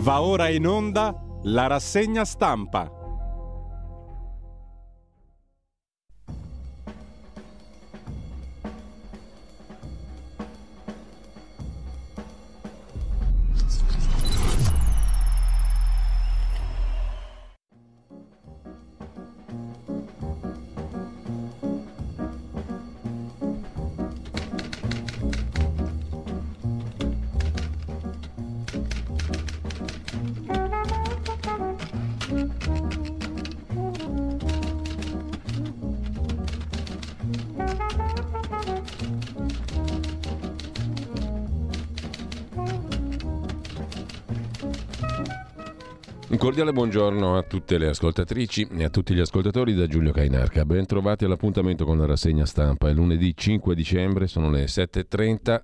Va ora in onda la rassegna stampa. Un cordiale buongiorno a tutte le ascoltatrici e a tutti gli ascoltatori da Giulio Cainarca. Ben trovati all'appuntamento con la rassegna stampa. È lunedì 5 dicembre, sono le 7.30,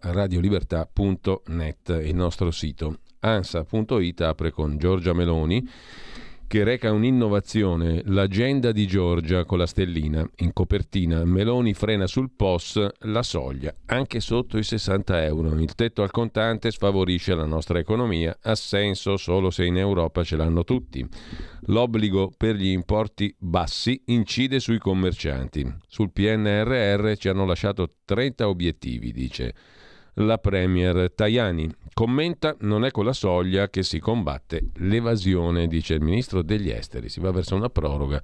radiolibertà.net, il nostro sito. ANSA.it apre con Giorgia Meloni, che reca un'innovazione, l'agenda di Giorgia con la stellina. In copertina, Meloni frena sul POS la soglia, anche sotto i 60 euro. Il tetto al contante sfavorisce la nostra economia, ha senso solo se in Europa ce l'hanno tutti. L'obbligo per gli importi bassi incide sui commercianti. Sul PNRR ci hanno lasciato 30 obiettivi, dice la Premier Tajani. Commenta: non è con la soglia che si combatte l'evasione, dice il ministro degli esteri. Si va verso una proroga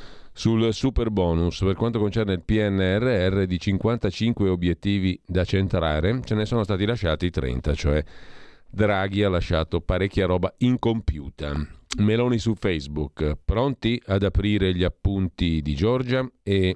sul super bonus. Per quanto concerne il PNRR, di 55 obiettivi da centrare ce ne sono stati lasciati 30, cioè Draghi ha lasciato parecchia roba incompiuta. Meloni su Facebook: pronti ad aprire gli appunti di Giorgia, e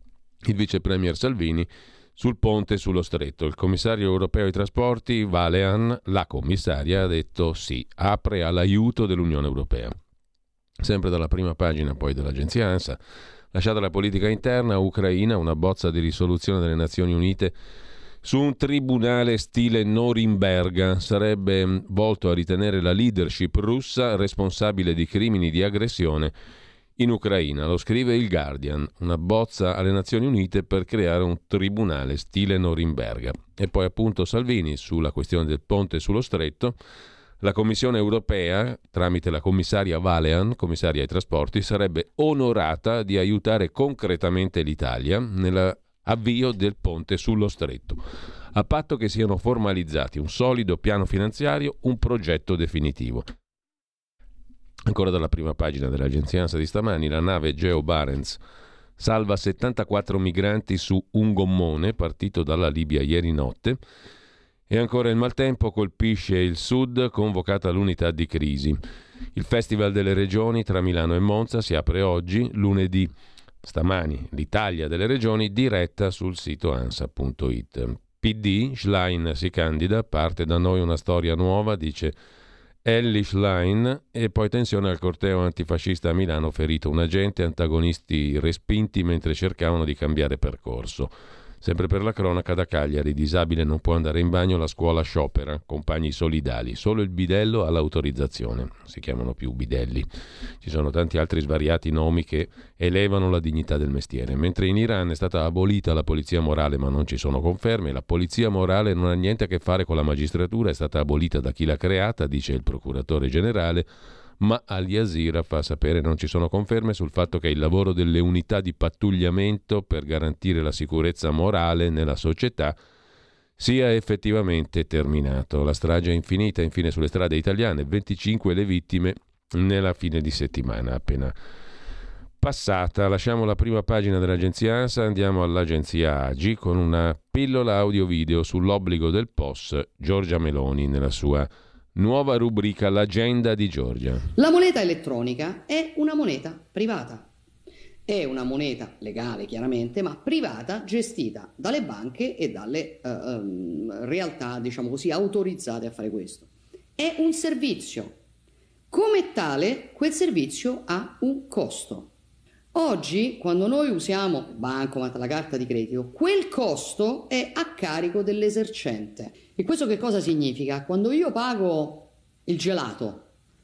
il vice premier Salvini sul ponte sullo stretto. Il commissario europeo ai trasporti Valean, la commissaria, ha detto sì, apre all'aiuto dell'Unione Europea. Sempre dalla prima pagina poi dell'agenzia ANSA, lasciata la politica interna, Ucraina, una bozza di risoluzione delle Nazioni Unite su un tribunale stile Norimberga sarebbe volto a ritenere la leadership russa responsabile di crimini di aggressione in Ucraina. Lo scrive il Guardian, una bozza alle Nazioni Unite per creare un tribunale stile Norimberga. E poi appunto Salvini sulla questione del ponte sullo stretto. La Commissione europea, tramite la commissaria Valean, commissaria ai trasporti, sarebbe onorata di aiutare concretamente l'Italia nell'avvio del ponte sullo stretto, a patto che siano formalizzati un solido piano finanziario, un progetto definitivo. Ancora dalla prima pagina dell'agenzia ANSA di stamani, la nave Geo Barents salva 74 migranti su un gommone partito dalla Libia ieri notte. E ancora il maltempo colpisce il sud, convocata l'unità di crisi. Il Festival delle Regioni tra Milano e Monza si apre oggi, lunedì. Stamani l'Italia delle Regioni diretta sul sito ansa.it. PD, Schlein si candida, parte da noi una storia nuova, dice Elly Schlein. E poi tensione al corteo antifascista a Milano, ferito un agente, antagonisti respinti mentre cercavano di cambiare percorso. Sempre per la cronaca, da Cagliari, disabile non può andare in bagno, la scuola sciopera, compagni solidali, solo il bidello ha l'autorizzazione, non si chiamano più bidelli, ci sono tanti altri svariati nomi che elevano la dignità del mestiere. Mentre in Iran è stata abolita la polizia morale ma non ci sono conferme, la polizia morale non ha niente a che fare con la magistratura, è stata abolita da chi l'ha creata, dice il procuratore generale, ma Al Jazeera fa sapere non ci sono conferme sul fatto che il lavoro delle unità di pattugliamento per garantire la sicurezza morale nella società sia effettivamente terminato. La strage è infinita, infine sulle strade italiane, 25 le vittime nella fine di settimana appena passata. Lasciamo la prima pagina dell'agenzia ANSA, andiamo all'agenzia AGI con una pillola audio-video sull'obbligo del POS. Giorgia Meloni nella sua nuova rubrica L'agenda di Giorgia. La moneta elettronica è una moneta privata. È una moneta legale chiaramente, ma privata, gestita dalle banche e dalle realtà, diciamo così, autorizzate a fare questo. È un servizio. Come tale, quel servizio ha un costo. Oggi, quando noi usiamo bancomat, la carta di credito, quel costo è a carico dell'esercente. E questo che cosa significa? Quando io pago il gelato,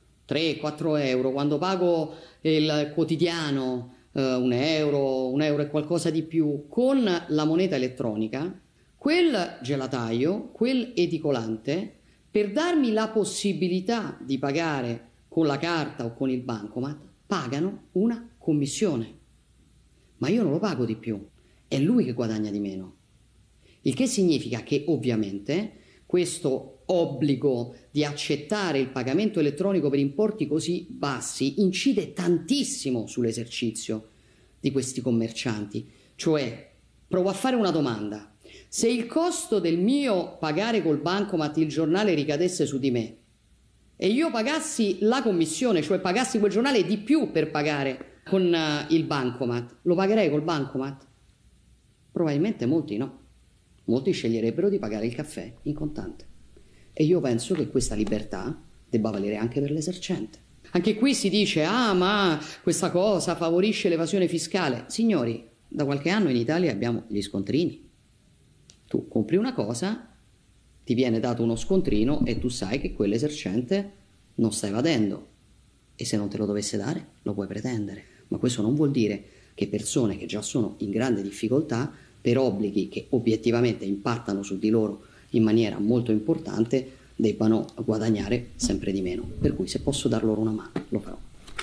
3-4 euro, quando pago il quotidiano, 1 euro e qualcosa di più, con la moneta elettronica, quel gelataio, quel edicolante, per darmi la possibilità di pagare con la carta o con il bancomat, pagano una commissione. Ma io non lo pago di più, è lui che guadagna di meno. Il che significa che ovviamente questo obbligo di accettare il pagamento elettronico per importi così bassi incide tantissimo sull'esercizio di questi commercianti. Cioè, provo a fare una domanda. Se il costo del mio pagare col bancomat il giornale ricadesse su di me e io pagassi la commissione, cioè pagassi quel giornale di più per pagare con il bancomat, lo pagherei col bancomat? Probabilmente molti no. Molti sceglierebbero di pagare il caffè in contante. E io penso che questa libertà debba valere anche per l'esercente. Anche qui si dice, ma questa cosa favorisce l'evasione fiscale. Signori, da qualche anno in Italia abbiamo gli scontrini. Tu compri una cosa, ti viene dato uno scontrino e tu sai che quell'esercente non sta evadendo. E se non te lo dovesse dare, lo puoi pretendere. Ma questo non vuol dire che persone che già sono in grande difficoltà, per obblighi che obiettivamente impattano su di loro in maniera molto importante, debbano guadagnare sempre di meno. Per cui se posso dar loro una mano, lo farò.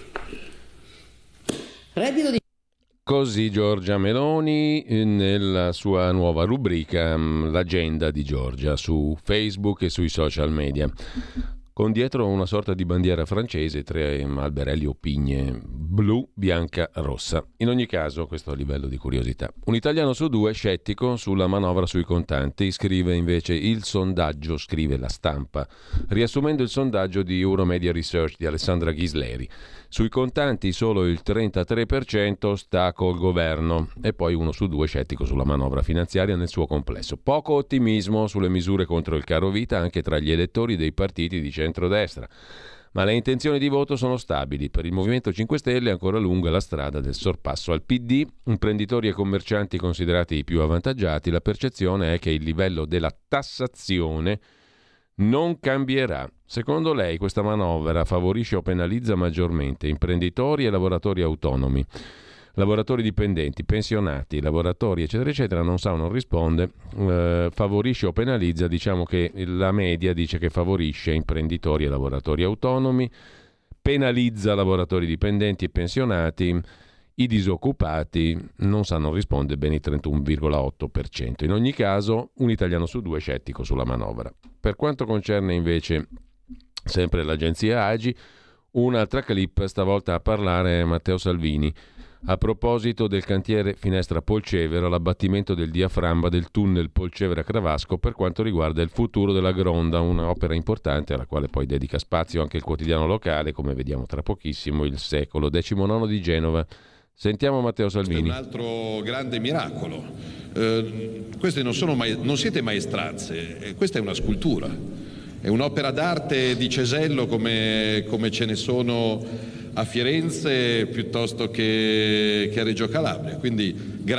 Reddito di... Così Giorgia Meloni nella sua nuova rubrica L'agenda di Giorgia su Facebook e sui social media, con dietro una sorta di bandiera francese, 3 alberelli o pigne blu, bianca, rossa. In ogni caso, questo a livello di curiosità. Un italiano su 2 scettico sulla manovra sui contanti, scrive invece il sondaggio, scrive La Stampa, riassumendo il sondaggio di Euromedia Research di Alessandra Ghisleri. Sui contanti solo il 33% sta col governo e poi 1 su 2 scettico sulla manovra finanziaria nel suo complesso. Poco ottimismo sulle misure contro il caro vita anche tra gli elettori dei partiti di centrodestra. Ma le intenzioni di voto sono stabili. Per il Movimento 5 Stelle è ancora lunga la strada del sorpasso al PD. Imprenditori e commercianti considerati i più avvantaggiati, la percezione è che il livello della tassazione non cambierà. Secondo lei questa manovra favorisce o penalizza maggiormente imprenditori e lavoratori autonomi, lavoratori dipendenti, pensionati, lavoratori eccetera eccetera? Non sa, non risponde. Favorisce o penalizza? Diciamo che la media dice che favorisce imprenditori e lavoratori autonomi, penalizza lavoratori dipendenti e pensionati. I disoccupati non sanno rispondere bene, il 31,8%. In ogni caso, un italiano su 2 scettico sulla manovra. Per quanto concerne invece sempre l'agenzia AGI, un'altra clip, stavolta a parlare Matteo Salvini. A proposito del cantiere Finestra Polcevera, l'abbattimento del diaframma del tunnel Polcevera-Cravasco per quanto riguarda il futuro della Gronda, un'opera importante alla quale poi dedica spazio anche il quotidiano locale, come vediamo tra pochissimo, Il Secolo, 19 di Genova. Sentiamo Matteo Salvini. Questo è un altro grande miracolo. Queste non siete maestranze, questa è una scultura, è un'opera d'arte di cesello come ce ne sono a Firenze piuttosto che a Reggio Calabria. Quindi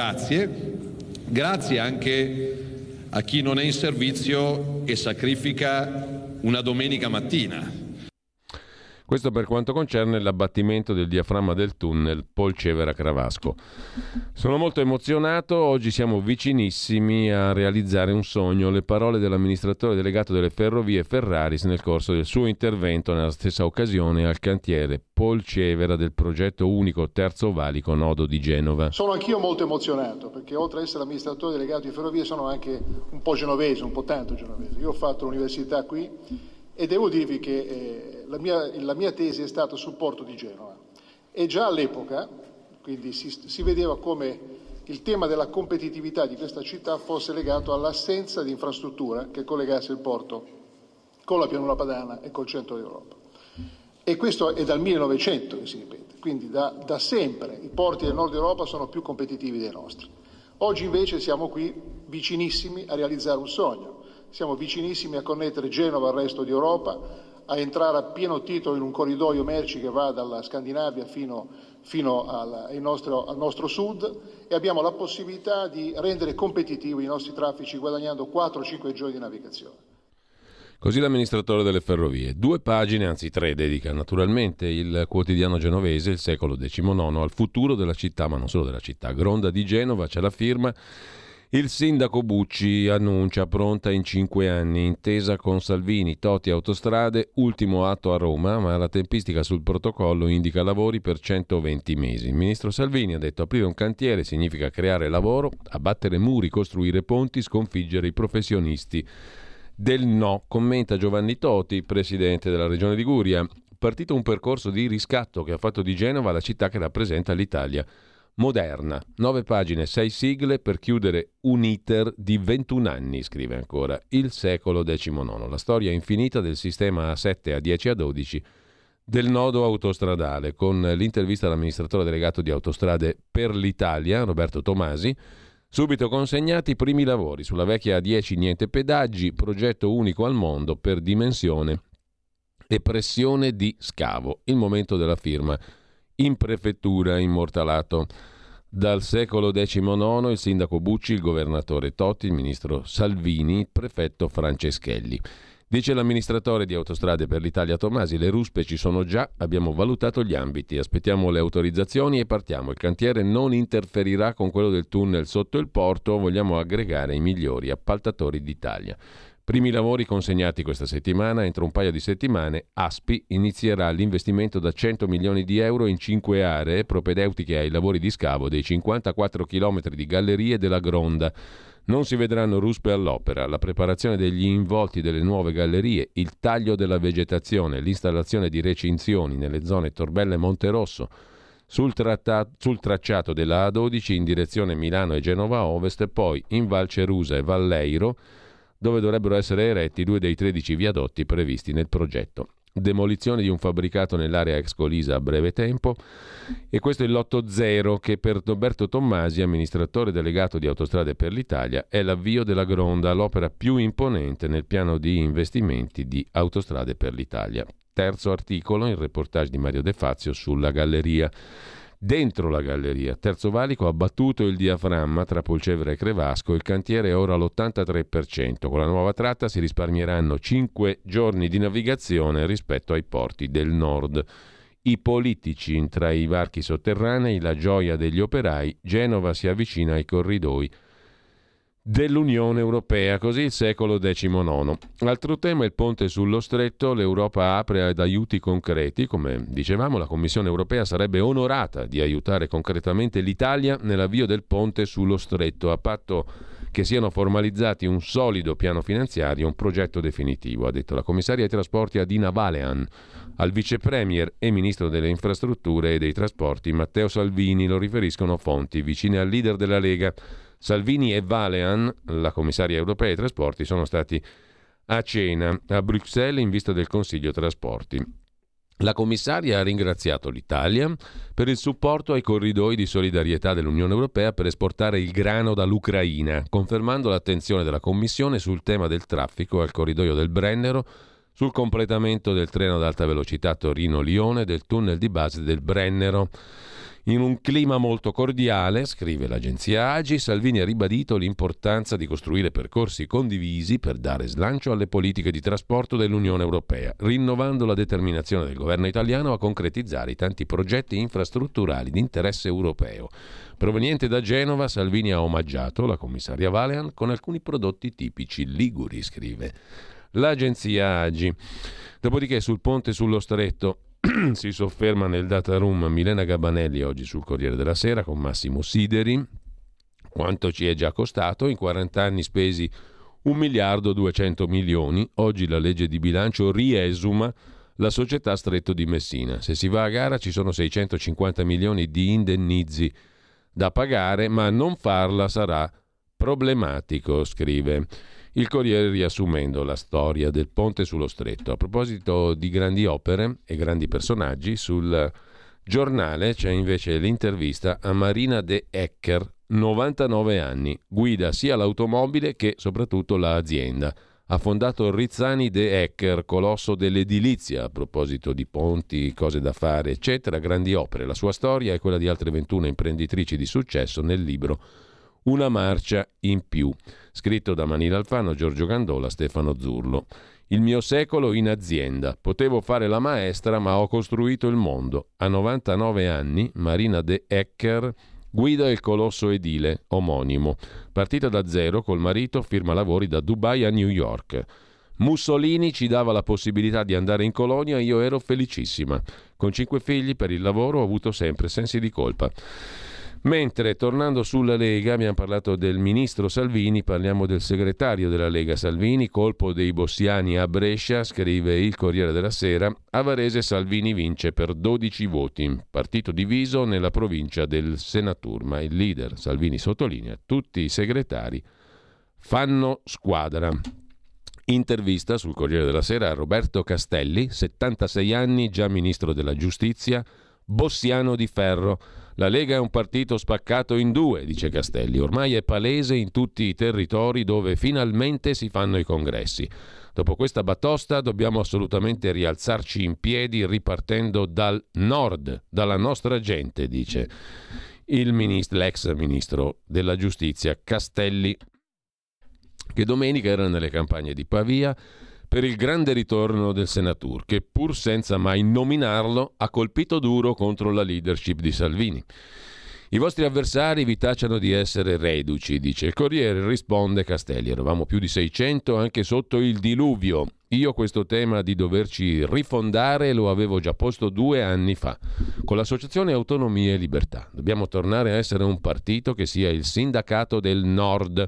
grazie anche a chi non è in servizio e sacrifica una domenica mattina. Questo per quanto concerne l'abbattimento del diaframma del tunnel Polcevera-Cravasco. Sono molto emozionato, oggi siamo vicinissimi a realizzare un sogno, le parole dell'amministratore delegato delle Ferrovie Ferraris nel corso del suo intervento nella stessa occasione al cantiere Polcevera del progetto unico terzo valico nodo di Genova. Sono anch'io molto emozionato perché oltre ad essere amministratore delegato di Ferrovie sono anche un po' genovese, un po' tanto genovese. Io ho fatto l'università qui e devo dirvi che la mia tesi è stata sul porto di Genova e già all'epoca quindi si vedeva come il tema della competitività di questa città fosse legato all'assenza di infrastruttura che collegasse il porto con la pianura padana e col centro d'Europa. E questo è dal 1900 che si ripete, quindi da sempre i porti del nord Europa sono più competitivi dei nostri. Oggi invece siamo qui vicinissimi a realizzare un sogno. Siamo vicinissimi a connettere Genova al resto di Europa, a entrare a pieno titolo in un corridoio merci che va dalla Scandinavia fino al nostro sud e abbiamo la possibilità di rendere competitivi i nostri traffici guadagnando 4-5 giorni di navigazione. Così l'amministratore delle ferrovie. 2 pagine, anzi 3, dedica naturalmente il quotidiano genovese, Il Secolo XIX, al futuro della città, ma non solo della città. Gronda di Genova, c'è la firma. Il sindaco Bucci annuncia pronta in 5 anni, intesa con Salvini, Toti Autostrade, ultimo atto a Roma, ma la tempistica sul protocollo indica lavori per 120 mesi. Il ministro Salvini ha detto: aprire un cantiere significa creare lavoro, abbattere muri, costruire ponti, sconfiggere i professionisti del no, commenta Giovanni Toti, presidente della Regione Liguria. Partito un percorso di riscatto che ha fatto di Genova la città che rappresenta l'Italia moderna. 9 pagine, 6 sigle per chiudere un iter di 21 anni, scrive ancora Il secolo XIX, la storia infinita del sistema A7, A10, A12 del nodo autostradale, con l'intervista all'amministratore delegato di Autostrade per l'Italia, Roberto Tomasi. Subito consegnati i primi lavori sulla vecchia A10, niente pedaggi, progetto unico al mondo per dimensione e pressione di scavo. Il momento della firma in prefettura, immortalato dal secolo XIX, il sindaco Bucci, il governatore Toti, il ministro Salvini, il prefetto Franceschelli. Dice l'amministratore di Autostrade per l'Italia Tomasi: le ruspe ci sono già, abbiamo valutato gli ambiti, aspettiamo le autorizzazioni e partiamo. Il cantiere non interferirà con quello del tunnel sotto il porto, vogliamo aggregare i migliori appaltatori d'Italia. Primi lavori consegnati questa settimana. Entro un paio di settimane ASPI inizierà l'investimento da 100 milioni di euro in 5 aree propedeutiche ai lavori di scavo dei 54 chilometri di gallerie della Gronda. Non si vedranno ruspe all'opera. La preparazione degli involti delle nuove gallerie, il taglio della vegetazione, l'installazione di recinzioni nelle zone Torbella e Monterosso sul tracciato della A12 in direzione Milano e Genova Ovest, e poi in Val Cerusa e Valleiro, dove dovrebbero essere eretti 2 dei 13 viadotti previsti nel progetto. Demolizione di un fabbricato nell'area ex Colisa a breve tempo, e questo è il lotto zero che per Roberto Tommasi, amministratore delegato di Autostrade per l'Italia, è l'avvio della Gronda, l'opera più imponente nel piano di investimenti di Autostrade per l'Italia. Terzo articolo, il reportage di Mario De Fazio sulla galleria. Dentro la galleria, Terzo Valico ha battuto il diaframma tra Polcevera e Crevasco, il cantiere è ora all'83%. Con la nuova tratta si risparmieranno 5 giorni di navigazione rispetto ai porti del nord. I politici tra i varchi sotterranei, la gioia degli operai, Genova si avvicina ai corridoi dell'Unione Europea, così il secolo XIX. Altro tema è il ponte sullo stretto. L'Europa apre ad aiuti concreti. Come dicevamo, la Commissione Europea sarebbe onorata di aiutare concretamente l'Italia nell'avvio del ponte sullo stretto, a patto che siano formalizzati un solido piano finanziario e un progetto definitivo, ha detto la commissaria ai trasporti Adina Valean al vice premier e ministro delle infrastrutture e dei trasporti Matteo Salvini. Lo riferiscono fonti vicine al leader della Lega. Salvini e Valean, la commissaria europea ai trasporti, sono stati a cena a Bruxelles in vista del Consiglio Trasporti. La commissaria ha ringraziato l'Italia per il supporto ai corridoi di solidarietà dell'Unione Europea per esportare il grano dall'Ucraina, confermando l'attenzione della Commissione sul tema del traffico al corridoio del Brennero, sul completamento del treno ad alta velocità Torino-Lione e del tunnel di base del Brennero. In un clima molto cordiale, scrive l'agenzia AGI, Salvini ha ribadito l'importanza di costruire percorsi condivisi per dare slancio alle politiche di trasporto dell'Unione Europea, rinnovando la determinazione del governo italiano a concretizzare i tanti progetti infrastrutturali di interesse europeo. Proveniente da Genova, Salvini ha omaggiato la commissaria Valean con alcuni prodotti tipici liguri, scrive l'agenzia AGI. Dopodiché sul ponte sullo stretto si sofferma nel data room Milena Gabanelli oggi sul Corriere della Sera con Massimo Sideri. Quanto ci è già costato? In 40 anni spesi 1.200 milioni. Oggi la legge di bilancio riesuma la società Stretto di Messina. Se si va a gara ci sono 650 milioni di indennizi da pagare, ma non farla sarà problematico, scrive il Corriere riassumendo la storia del ponte sullo stretto. A proposito di grandi opere e grandi personaggi, sul giornale c'è invece l'intervista a Marina De Ecker, 99 anni, guida sia l'automobile che soprattutto l'azienda. Ha fondato Rizzani De Ecker, colosso dell'edilizia, a proposito di ponti, cose da fare, eccetera, grandi opere. La sua storia è quella di altre 21 imprenditrici di successo nel libro Una marcia in più, scritto da Manila Alfano, Giorgio Gandola, Stefano Zurlo. Il mio secolo in azienda. Potevo fare la maestra, ma ho costruito il mondo. A 99 anni, Marina De Ecker Guida il colosso edile omonimo. Partita da zero col marito, firma lavori da Dubai a New York. Mussolini ci dava la possibilità di andare in colonia e io ero felicissima. Con 5 figli per il lavoro ho avuto sempre sensi di colpa. Mentre, tornando sulla Lega, abbiamo parlato del ministro Salvini, parliamo del segretario della Lega Salvini, colpo dei bossiani a Brescia, scrive il Corriere della Sera. A Varese Salvini vince per 12 voti, partito diviso nella provincia del Senatur, ma il leader Salvini sottolinea: tutti i segretari fanno squadra. Intervista sul Corriere della Sera a Roberto Castelli, 76 anni, già ministro della giustizia, bossiano di ferro. La Lega è un partito spaccato in due, dice Castelli. Ormai è palese in tutti i territori dove finalmente si fanno i congressi. Dopo questa batosta dobbiamo assolutamente rialzarci in piedi ripartendo dal nord, dalla nostra gente, dice l'ex ministro della giustizia Castelli, che domenica era nelle campagne di Pavia per il grande ritorno del Senatur, che pur senza mai nominarlo ha colpito duro contro la leadership di Salvini. I vostri avversari vi tacciano di essere reduci, dice il Corriere, risponde Castelli. Eravamo più di 600 anche sotto il diluvio. Io questo tema di doverci rifondare lo avevo già posto 2 anni fa, con l'associazione Autonomia e Libertà. Dobbiamo tornare a essere un partito che sia il sindacato del Nord.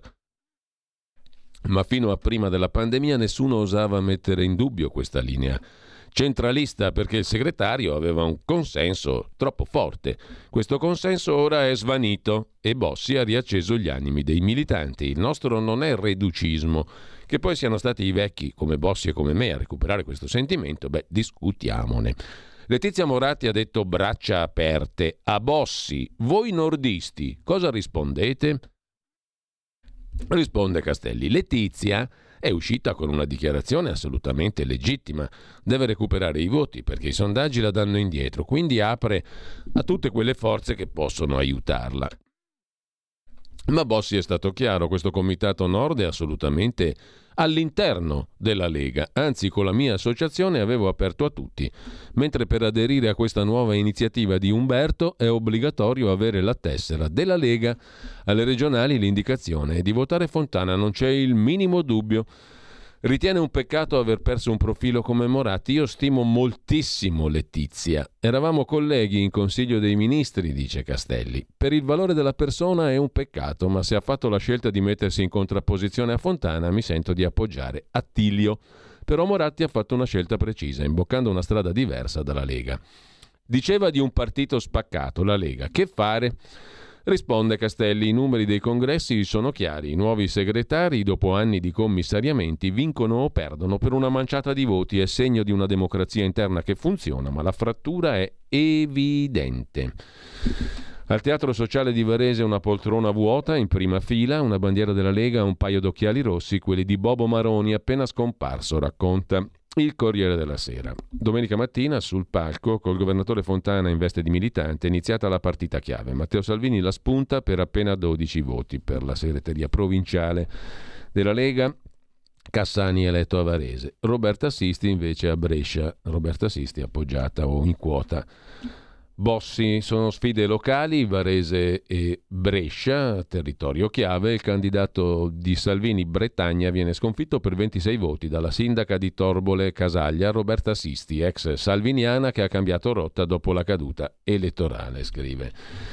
Ma fino a prima della pandemia nessuno osava mettere in dubbio questa linea centralista, perché il segretario aveva un consenso troppo forte. Questo consenso ora è svanito e Bossi ha riacceso gli animi dei militanti. Il nostro non è reducismo. Che poi siano stati i vecchi come Bossi e come me a recuperare questo sentimento, discutiamone. Letizia Moratti ha detto braccia aperte a Bossi. Voi nordisti cosa rispondete? Risponde Castelli. Letizia è uscita con una dichiarazione assolutamente legittima. Deve recuperare i voti perché i sondaggi la danno indietro, quindi apre a tutte quelle forze che possono aiutarla. Ma Bossi è stato chiaro: questo comitato nord è assolutamente all'interno della Lega, anzi con la mia associazione avevo aperto a tutti, mentre per aderire a questa nuova iniziativa di Umberto è obbligatorio avere la tessera della Lega. Alle regionali l'indicazione è di votare Fontana, non c'è il minimo dubbio. Ritiene un peccato aver perso un profilo come Moratti. Io stimo moltissimo Letizia. Eravamo colleghi in Consiglio dei Ministri, dice Castelli. Per il valore della persona è un peccato, ma se ha fatto la scelta di mettersi in contrapposizione a Fontana, mi sento di appoggiare Attilio. Però Moratti ha fatto una scelta precisa, imboccando una strada diversa dalla Lega. Diceva di un partito spaccato, la Lega. Che fare? Risponde Castelli: i numeri dei congressi sono chiari, i nuovi segretari dopo anni di commissariamenti vincono o perdono per una manciata di voti, è segno di una democrazia interna che funziona, ma la frattura è evidente. Al Teatro Sociale di Varese una poltrona vuota in prima fila, una bandiera della Lega, un paio d'occhiali rossi, quelli di Bobo Maroni appena scomparso, racconta il Corriere della Sera. Domenica mattina sul palco, col governatore Fontana in veste di militante, è iniziata la partita chiave. Matteo Salvini la spunta per appena 12 voti per la segreteria provinciale della Lega. Cassani eletto a Varese. Roberta Sisti invece a Brescia. Roberta Sisti appoggiata o in quota Bossi. Sono sfide locali, Varese e Brescia, territorio chiave. Il candidato di Salvini, Bretagna, viene sconfitto per 26 voti dalla sindaca di Torbole Casaglia, Roberta Sisti, ex salviniana che ha cambiato rotta dopo la caduta elettorale, scrive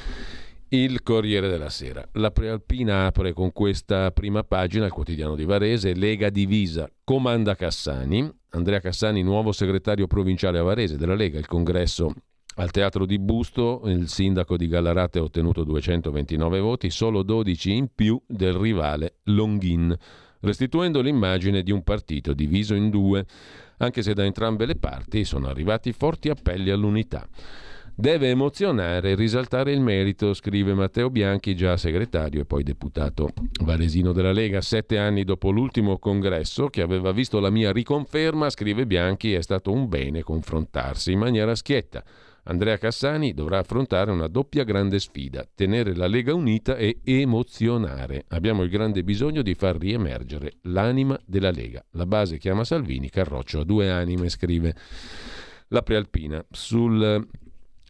il Corriere della Sera. La Prealpina apre con questa prima pagina, il quotidiano di Varese: Lega divisa, comanda Cassani. Andrea Cassani, nuovo segretario provinciale a Varese della Lega. Il congresso al Teatro di Busto, il sindaco di Gallarate ha ottenuto 229 voti, solo 12 in più del rivale Longhin, restituendo l'immagine di un partito diviso in due, anche se da entrambe le parti sono arrivati forti appelli all'unità. Deve emozionare e risaltare il merito, scrive Matteo Bianchi, già segretario e poi deputato varesino della Lega. 7 anni dopo l'ultimo congresso, che aveva visto la mia riconferma, scrive Bianchi, è stato un bene confrontarsi in maniera schietta. Andrea Cassani dovrà affrontare una doppia grande sfida: tenere la Lega unita e emozionare. Abbiamo il grande bisogno di far riemergere l'anima della Lega. La base chiama Salvini, Carroccio a 2 anime, scrive la Prealpina. Sul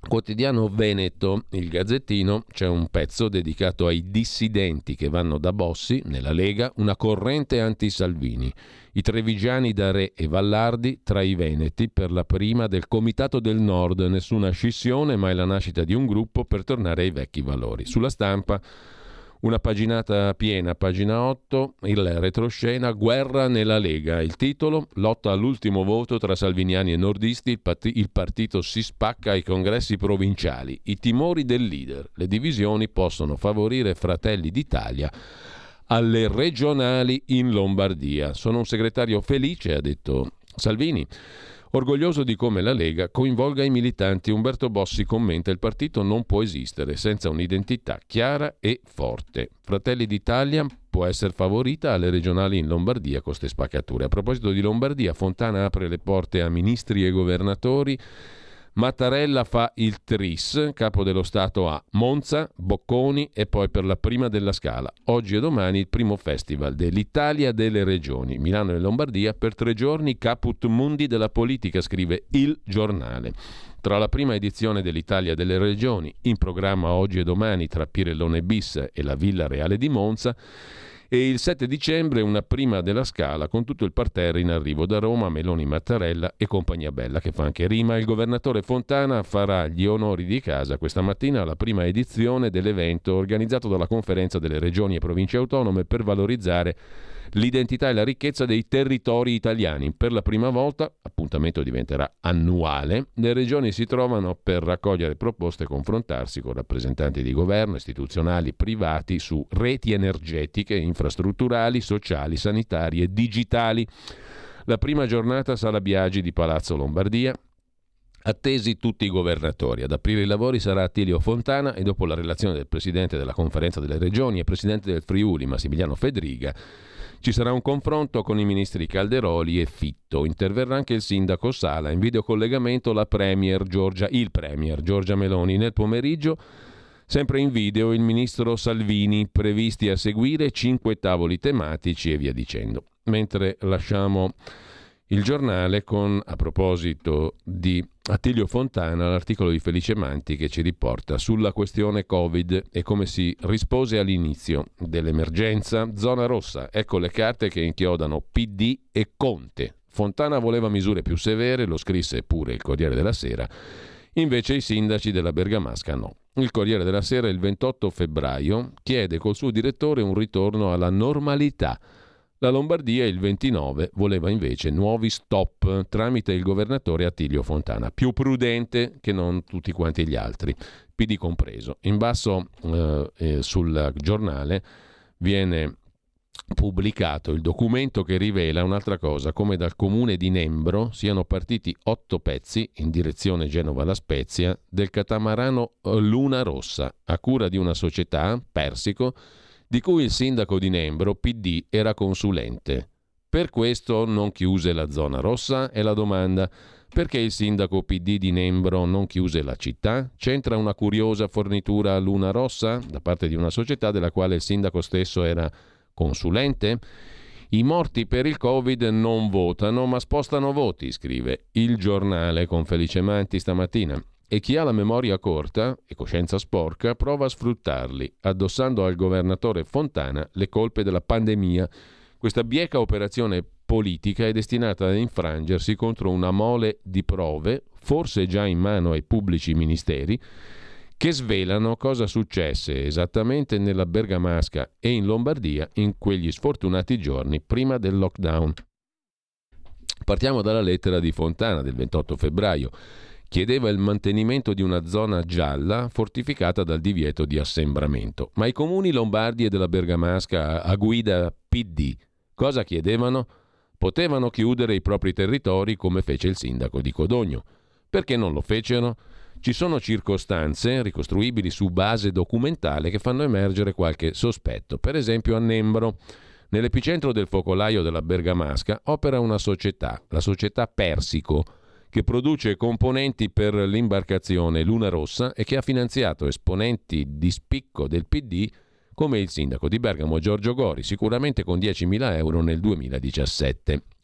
Quotidiano Veneto, il Gazzettino, c'è un pezzo dedicato ai dissidenti che vanno da Bossi, nella Lega, una corrente anti-Salvini. I trevigiani da Re e Vallardi tra i veneti per la prima del Comitato del Nord, nessuna scissione ma è la nascita di un gruppo per tornare ai vecchi valori. Sulla Stampa una paginata piena, pagina 8, il retroscena, guerra nella Lega. Il titolo, lotta all'ultimo voto tra salviniani e nordisti, il partito si spacca ai congressi provinciali. I timori del leader, le divisioni possono favorire Fratelli d'Italia alle regionali in Lombardia. Sono un segretario felice, ha detto Salvini. Orgoglioso di come la Lega coinvolga i militanti, Umberto Bossi commenta: il partito non può esistere senza un'identità chiara e forte. Fratelli d'Italia può essere favorita alle regionali in Lombardia con ste spaccature. A proposito di Lombardia, Fontana apre le porte a ministri e governatori. Mattarella fa il tris, capo dello Stato a Monza, Bocconi e poi per la prima della Scala. Oggi e domani il primo festival dell'Italia delle Regioni. Milano e Lombardia per 3 giorni, caput mundi della politica, scrive Il Giornale. Tra la prima edizione dell'Italia delle Regioni, in programma oggi e domani tra Pirellone bis e la Villa Reale di Monza, e il 7 dicembre una prima della Scala con tutto il parterre in arrivo da Roma, Meloni, Mattarella e compagnia bella che fa anche rima. Il governatore Fontana farà gli onori di casa questa mattina alla prima edizione dell'evento organizzato dalla Conferenza delle Regioni e Province Autonome per valorizzare l'identità e la ricchezza dei territori italiani. Per la prima volta, appuntamento diventerà annuale, le regioni si trovano per raccogliere proposte e confrontarsi con rappresentanti di governo, istituzionali, privati su reti energetiche, infrastrutturali, sociali, sanitarie e digitali. La prima giornata Sala Biagi di Palazzo Lombardia. Attesi tutti i governatori. Ad aprire i lavori sarà Attilio Fontana e dopo la relazione del Presidente della Conferenza delle Regioni e Presidente del Friuli Massimiliano Fedriga ci sarà un confronto con i ministri Calderoli e Fitto. Interverrà anche il sindaco Sala. In videocollegamento il premier Giorgia Meloni. Nel pomeriggio, sempre in video, il ministro Salvini. Previsti a seguire 5 tavoli tematici e via dicendo. Mentre lasciamo il Giornale con, a proposito di Attilio Fontana, l'articolo di Felice Manti che ci riporta sulla questione Covid e come si rispose all'inizio dell'emergenza. Zona rossa, ecco le carte che inchiodano PD e Conte. Fontana voleva misure più severe, lo scrisse pure il Corriere della Sera, invece i sindaci della Bergamasca no. Il Corriere della Sera il 28 febbraio chiede col suo direttore un ritorno alla normalità. La Lombardia il 29 voleva invece nuovi stop tramite il governatore Attilio Fontana, più prudente che non tutti quanti gli altri, PD compreso. In basso sul Giornale viene pubblicato il documento che rivela un'altra cosa, come dal comune di Nembro siano partiti 8 pezzi in direzione Genova-La Spezia del catamarano Luna Rossa, a cura di una società, Persico, di cui il sindaco di Nembro, PD, era consulente. Per questo non chiuse la zona rossa? È la domanda. Perché il sindaco PD di Nembro non chiuse la città? C'entra una curiosa fornitura a Luna Rossa da parte di una società della quale il sindaco stesso era consulente? I morti per il Covid non votano, ma spostano voti, scrive Il Giornale con Felice Manti stamattina. E chi ha la memoria corta e coscienza sporca prova a sfruttarli, addossando al governatore Fontana le colpe della pandemia. Questa bieca operazione politica è destinata ad infrangersi contro una mole di prove, forse già in mano ai pubblici ministeri, che svelano cosa successe esattamente nella Bergamasca e in Lombardia in quegli sfortunati giorni prima del lockdown. Partiamo dalla lettera di Fontana del 28 febbraio. Chiedeva il mantenimento di una zona gialla fortificata dal divieto di assembramento. Ma i comuni lombardi e della Bergamasca a guida PD cosa chiedevano? Potevano chiudere i propri territori come fece il sindaco di Codogno. Perché non lo fecero? Ci sono circostanze ricostruibili su base documentale che fanno emergere qualche sospetto. Per esempio a Nembro, nell'epicentro del focolaio della Bergamasca, opera una società, la società Persico, che produce componenti per l'imbarcazione Luna Rossa e che ha finanziato esponenti di spicco del PD come il sindaco di Bergamo Giorgio Gori, sicuramente con 10.000 euro nel 2017.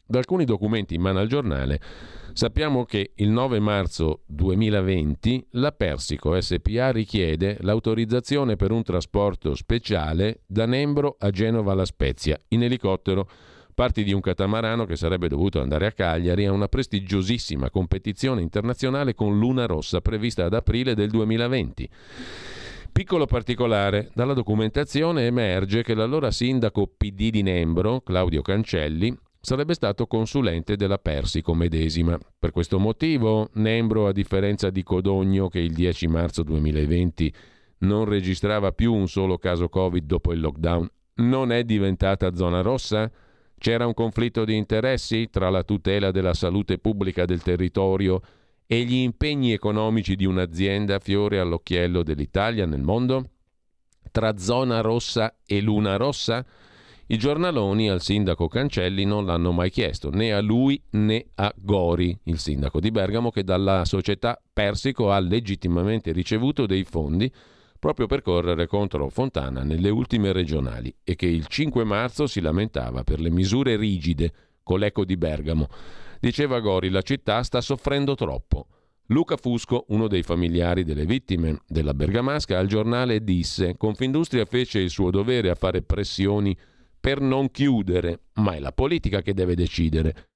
Da alcuni documenti in mano al giornale sappiamo che il 9 marzo 2020 la Persico SpA richiede l'autorizzazione per un trasporto speciale da Nembro a Genova La Spezia in elicottero, parti di un catamarano che sarebbe dovuto andare a Cagliari a una prestigiosissima competizione internazionale con Luna Rossa prevista ad aprile del 2020. Piccolo particolare, dalla documentazione emerge che l'allora sindaco PD di Nembro, Claudio Cancelli, sarebbe stato consulente della Persico medesima. Per questo motivo Nembro, a differenza di Codogno che il 10 marzo 2020 non registrava più un solo caso Covid dopo il lockdown, non è diventata zona rossa? C'era un conflitto di interessi tra la tutela della salute pubblica del territorio e gli impegni economici di un'azienda fiore all'occhiello dell'Italia nel mondo? Tra zona rossa e luna rossa? I giornaloni al sindaco Cancelli non l'hanno mai chiesto, né a lui né a Gori, il sindaco di Bergamo, che dalla società Persico ha legittimamente ricevuto dei fondi proprio per correre contro Fontana nelle ultime regionali e che il 5 marzo si lamentava per le misure rigide con l'eco di Bergamo. Diceva Gori, la città sta soffrendo troppo. Luca Fusco, uno dei familiari delle vittime della bergamasca, al giornale disse: Confindustria fece il suo dovere a fare pressioni per non chiudere, ma è la politica che deve decidere.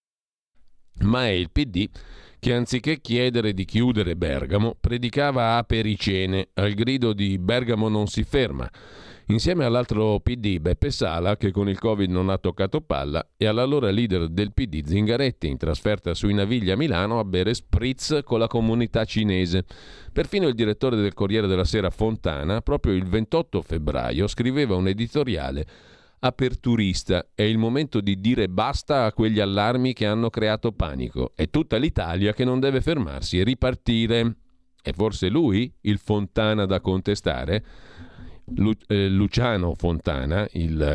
Ma è il PD che anziché chiedere di chiudere Bergamo, predicava apericene al grido di Bergamo non si ferma, insieme all'altro PD Beppe Sala, che con il Covid non ha toccato palla, e all'allora leader del PD Zingaretti, in trasferta sui Navigli a Milano a bere spritz con la comunità cinese. Perfino il direttore del Corriere della Sera Fontana, proprio il 28 febbraio, scriveva un editoriale aperturista: è il momento di dire basta a quegli allarmi che hanno creato panico. È tutta l'Italia che non deve fermarsi e ripartire. È forse lui il Fontana da contestare? Luciano Fontana,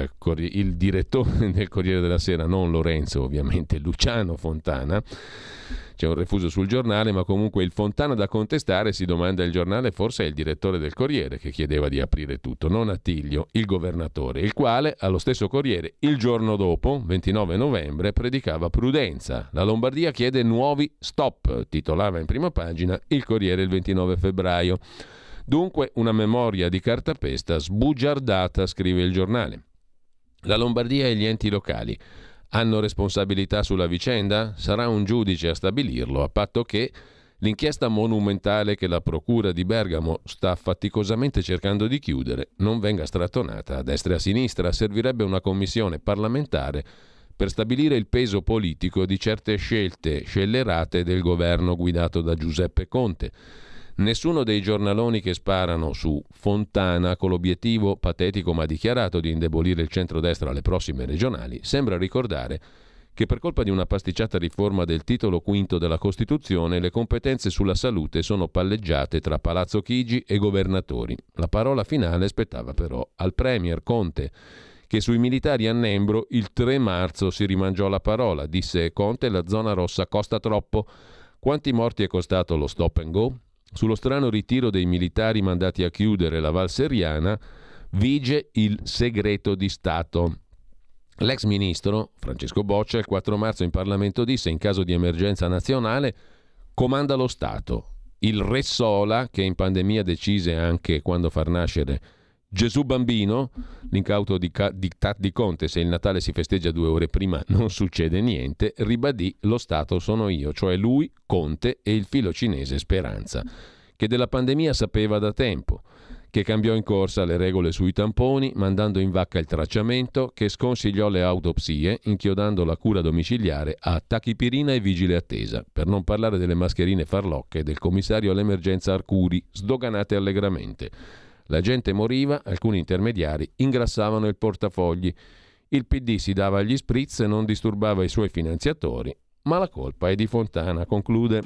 il direttore del Corriere della Sera, non Lorenzo ovviamente, Luciano Fontana. C'è un refuso sul giornale, ma comunque il Fontana da contestare, si domanda il giornale, forse è il direttore del Corriere che chiedeva di aprire tutto, non Attilio, il governatore, il quale allo stesso Corriere il giorno dopo, 29 novembre, predicava prudenza. La Lombardia chiede nuovi stop, titolava in prima pagina il Corriere il 29 febbraio. Dunque una memoria di cartapesta sbugiardata, scrive il giornale. La Lombardia e gli enti locali hanno responsabilità sulla vicenda? Sarà un giudice a stabilirlo, a patto che l'inchiesta monumentale che la Procura di Bergamo sta faticosamente cercando di chiudere non venga strattonata a destra e a sinistra. Servirebbe una commissione parlamentare per stabilire il peso politico di certe scelte scellerate del governo guidato da Giuseppe Conte. Nessuno dei giornaloni che sparano su Fontana con l'obiettivo patetico ma dichiarato di indebolire il centrodestra alle prossime regionali sembra ricordare che per colpa di una pasticciata riforma del titolo V della Costituzione le competenze sulla salute sono palleggiate tra Palazzo Chigi e governatori. La parola finale spettava però al premier Conte, che sui militari a Nembro il 3 marzo si rimangiò la parola. Disse Conte: la zona rossa costa troppo. Quanti morti è costato lo stop and go? Sullo strano ritiro dei militari mandati a chiudere la Val Seriana vige il segreto di Stato. L'ex ministro Francesco Boccia il 4 marzo in Parlamento disse: in caso di emergenza nazionale comanda lo Stato. Il re Sola, che in pandemia decise anche quando far nascere Gesù bambino, l'incauto diktat di Conte: se il Natale si festeggia 2 ore prima non succede niente, ribadì: lo Stato sono io, cioè lui, Conte, e il filo cinese Speranza, che della pandemia sapeva da tempo, che cambiò in corsa le regole sui tamponi, mandando in vacca il tracciamento, che sconsigliò le autopsie, inchiodando la cura domiciliare a tachipirina e vigile attesa, per non parlare delle mascherine farlocche del commissario all'emergenza Arcuri, sdoganate allegramente. La gente moriva, alcuni intermediari ingrassavano il portafogli. Il PD si dava agli spritz e non disturbava i suoi finanziatori, ma la colpa è di Fontana, conclude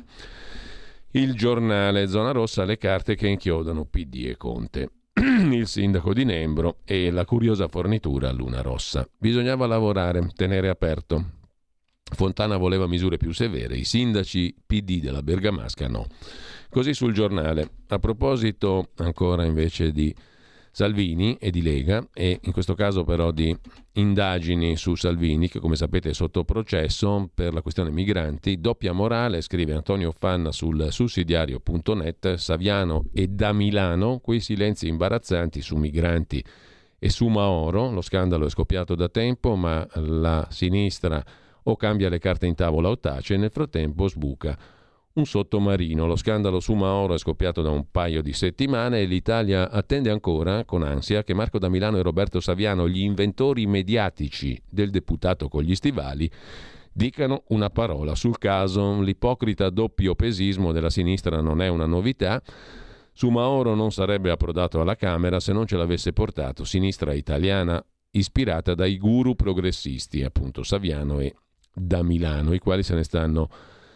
il giornale. Zona rossa, le carte che inchiodano PD e Conte, il sindaco di Nembro e la curiosa fornitura a Luna Rossa. Bisognava lavorare, tenere aperto. Fontana voleva misure più severe, i sindaci PD della Bergamasca no. Così sul giornale. A proposito ancora invece di Salvini e di Lega, e in questo caso però di indagini su Salvini, che come sapete è sotto processo per la questione migranti. Doppia morale, scrive Antonio Fanna sul sussidiario.net. Saviano e da Milano, quei silenzi imbarazzanti su migranti e su Maoro. Lo scandalo è scoppiato da tempo, ma la sinistra o cambia le carte in tavola o tace, e nel frattempo sbuca un sottomarino. Lo scandalo su Mauro è scoppiato da un paio di settimane e l'Italia attende ancora con ansia che Marco da Milano e Roberto Saviano, gli inventori mediatici del deputato con gli stivali, dicano una parola sul caso. L'ipocrita doppiopesismo della sinistra non è una novità. Su Mauro non sarebbe approdato alla Camera se non ce l'avesse portato sinistra italiana ispirata dai guru progressisti, appunto Saviano e da Milano, i quali se ne stanno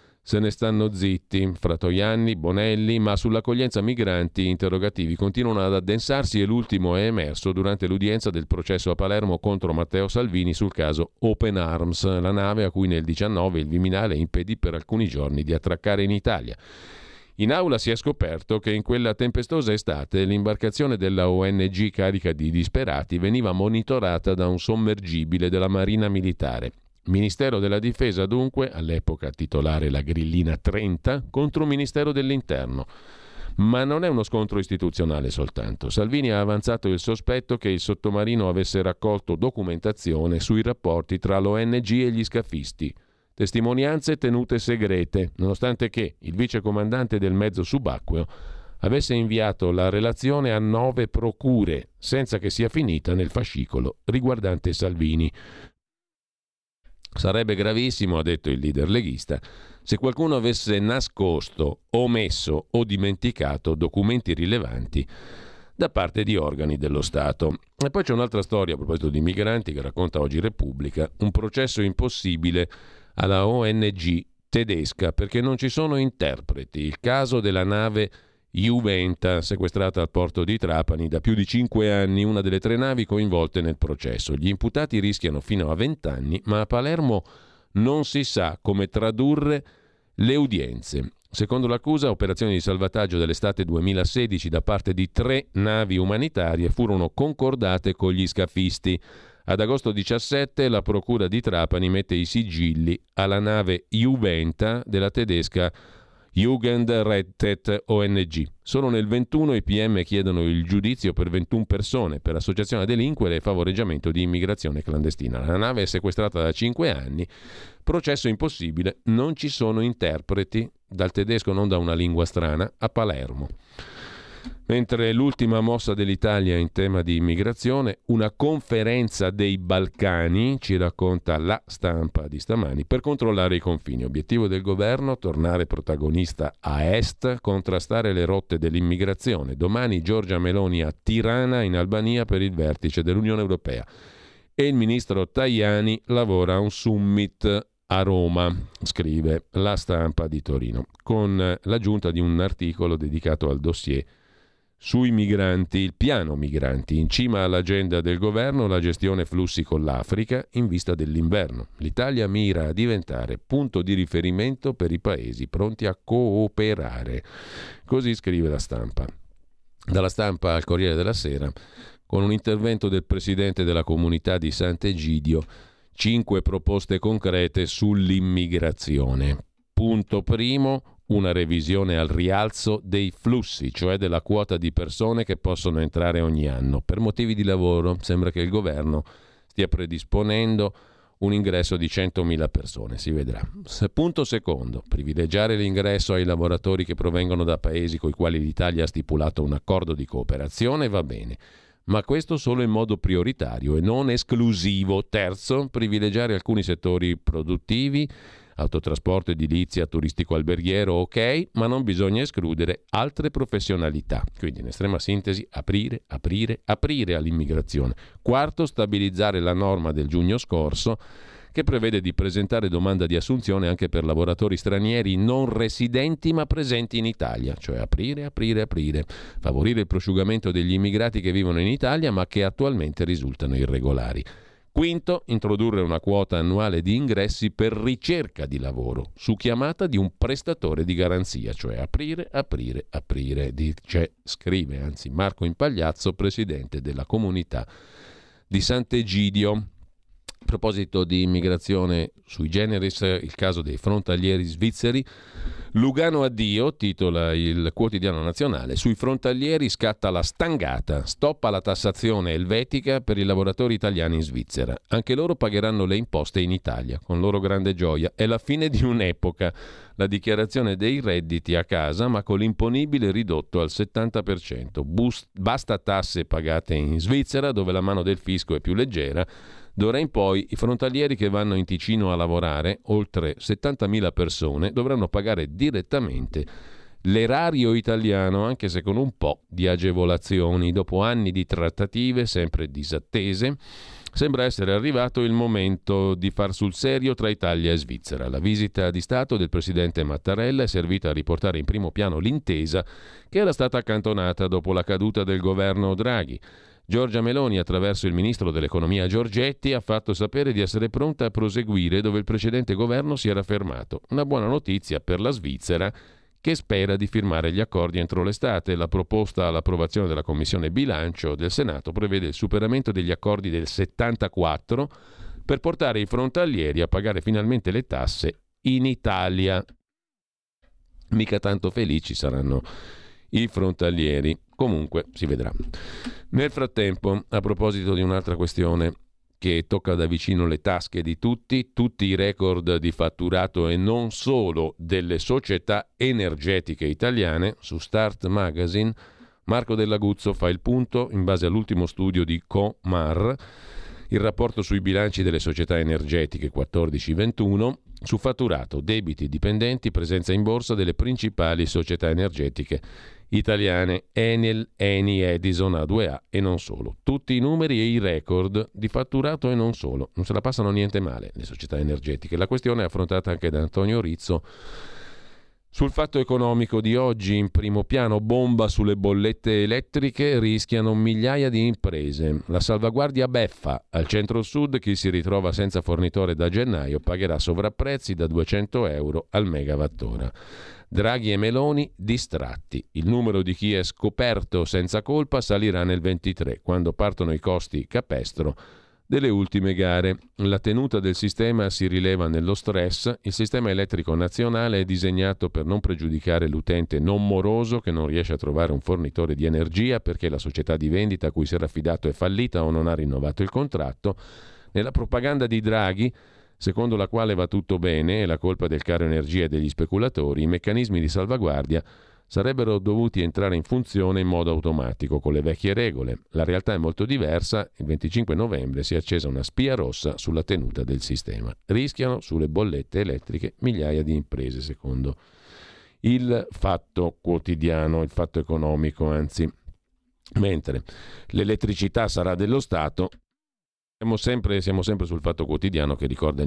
zitti. Fratoianni, Bonelli, ma sull'accoglienza migranti interrogativi continuano ad addensarsi, e l'ultimo è emerso durante l'udienza del processo a Palermo contro Matteo Salvini sul caso Open Arms, la nave a cui nel 19 il Viminale impedì per alcuni giorni di attraccare in Italia. In aula si è scoperto che in quella tempestosa estate l'imbarcazione della ONG carica di disperati veniva monitorata da un sommergibile della Marina Militare. Ministero della Difesa dunque, all'epoca titolare la grillina 30, contro Ministero dell'Interno. Ma non è uno scontro istituzionale soltanto. Salvini ha avanzato il sospetto che il sottomarino avesse raccolto documentazione sui rapporti tra l'ONG e gli scafisti. Testimonianze tenute segrete, nonostante che il vicecomandante del mezzo subacqueo avesse inviato la relazione a 9 procure, senza che sia finita nel fascicolo riguardante Salvini. Sarebbe gravissimo, ha detto il leader leghista, se qualcuno avesse nascosto, omesso o dimenticato documenti rilevanti da parte di organi dello Stato. E poi c'è un'altra storia a proposito di migranti che racconta oggi Repubblica, un processo impossibile alla ONG tedesca perché non ci sono interpreti. Il caso della nave Juventa, sequestrata al porto di Trapani da più di 5 anni, una delle 3 navi coinvolte nel processo. Gli imputati rischiano fino a 20 anni, ma a Palermo non si sa come tradurre le udienze. Secondo l'accusa, operazioni di salvataggio dell'estate 2016 da parte di 3 navi umanitarie furono concordate con gli scafisti. Ad agosto 17 la procura di Trapani mette i sigilli alla nave Juventa della tedesca Jugendrettet ONG. Solo nel 21 i PM chiedono il giudizio per 21 persone per associazione a delinquere e favoreggiamento di immigrazione clandestina. La nave è sequestrata da 5 anni. Processo impossibile, non ci sono interpreti dal tedesco, non da una lingua strana, a Palermo. Mentre l'ultima mossa dell'Italia in tema di immigrazione, una conferenza dei Balcani, ci racconta La Stampa di stamani, per controllare i confini. Obiettivo del governo, tornare protagonista a est, contrastare le rotte dell'immigrazione. Domani Giorgia Meloni a Tirana in Albania per il vertice dell'Unione Europea. E il ministro Tajani lavora a un summit a Roma, scrive La Stampa di Torino, con l'aggiunta di un articolo dedicato al dossier sui migranti, il piano migranti, in cima all'agenda del governo la gestione flussi con l'Africa in vista dell'inverno. L'Italia mira a diventare punto di riferimento per i paesi pronti a cooperare. Così scrive La Stampa. Dalla Stampa al Corriere della Sera, con un intervento del presidente della comunità di Sant'Egidio, 5 proposte concrete sull'immigrazione. Punto primo, una revisione al rialzo dei flussi, cioè della quota di persone che possono entrare ogni anno. Per motivi di lavoro sembra che il governo stia predisponendo un ingresso di 100.000 persone, si vedrà. Punto secondo, privilegiare l'ingresso ai lavoratori che provengono da paesi con i quali l'Italia ha stipulato un accordo di cooperazione, va bene, ma questo solo in modo prioritario e non esclusivo. Terzo, privilegiare alcuni settori produttivi, autotrasporto, edilizia, turistico-alberghiero, ok, ma non bisogna escludere altre professionalità. Quindi, in estrema sintesi, aprire all'immigrazione. Quarto, stabilizzare la norma del giugno scorso che prevede di presentare domanda di assunzione anche per lavoratori stranieri non residenti ma presenti in Italia, cioè aprire. Favorire il prosciugamento degli immigrati che vivono in Italia ma che attualmente risultano irregolari. Quinto, introdurre una quota annuale di ingressi per ricerca di lavoro, su chiamata di un prestatore di garanzia, cioè aprire, scrive Marco Impagliazzo, presidente della comunità di Sant'Egidio. A proposito di immigrazione sui generis, il caso dei frontalieri svizzeri. Lugano addio, titola il quotidiano nazionale, sui frontalieri scatta la stangata, stop alla tassazione elvetica per i lavoratori italiani in Svizzera. Anche loro pagheranno le imposte in Italia, con loro grande gioia. È la fine di un'epoca, la dichiarazione dei redditi a casa, ma con l'imponibile ridotto al 70%. Basta tasse pagate in Svizzera, dove la mano del fisco è più leggera. D'ora in poi i frontalieri che vanno in Ticino a lavorare, oltre 70.000 persone, dovranno pagare direttamente l'erario italiano, anche se con un po' di agevolazioni. Dopo anni di trattative sempre disattese, sembra essere arrivato il momento di far sul serio tra Italia e Svizzera. La visita di Stato del presidente Mattarella è servita a riportare in primo piano l'intesa che era stata accantonata dopo la caduta del governo Draghi. Giorgia Meloni, attraverso il ministro dell'economia Giorgetti, ha fatto sapere di essere pronta a proseguire dove il precedente governo si era fermato. Una buona notizia per la Svizzera, che spera di firmare gli accordi entro l'estate. La proposta all'approvazione della Commissione Bilancio del Senato prevede il superamento degli accordi del 74 per portare i frontalieri a pagare finalmente le tasse in Italia. Mica tanto felici saranno i frontalieri. Comunque si vedrà. Nel frattempo, a proposito di un'altra questione che tocca da vicino le tasche di tutti i record di fatturato e non solo delle società energetiche italiane, su Start Magazine Marco Dell'Aguzzo fa il punto in base all'ultimo studio di Comar, il rapporto sui bilanci delle società energetiche 14-21, su fatturato, debiti, dipendenti, presenza in borsa delle principali società energetiche italiane, Enel, Eni, Edison, A2A e non solo. Tutti i numeri e i record di fatturato e non solo. Non se la passano niente male le società energetiche. La questione è affrontata anche da Antonio Rizzo sul Fatto Economico di oggi. In primo piano, bomba sulle bollette elettriche, rischiano migliaia di imprese. La salvaguardia beffa. Al centro-sud chi si ritrova senza fornitore da gennaio pagherà sovrapprezzi da 200 euro al megawattora. Draghi e Meloni distratti. Il numero di chi è scoperto senza colpa salirà nel 23, quando partono i costi capestro delle ultime gare. La tenuta del sistema si rileva nello stress. Il sistema elettrico nazionale è disegnato per non pregiudicare l'utente non moroso che non riesce a trovare un fornitore di energia perché la società di vendita a cui si era affidato è fallita o non ha rinnovato il contratto. Nella propaganda di Draghi, secondo la quale va tutto bene, è la colpa del caro energia e degli speculatori, i meccanismi di salvaguardia sarebbero dovuti entrare in funzione in modo automatico con le vecchie regole. La realtà è molto diversa. Il 25 novembre si è accesa una spia rossa sulla tenuta del sistema. Rischiano sulle bollette elettriche migliaia di imprese, secondo il Fatto Quotidiano, il Fatto Economico, anzi. Mentre l'elettricità sarà dello Stato, siamo sempre sul Fatto Quotidiano che ricorda il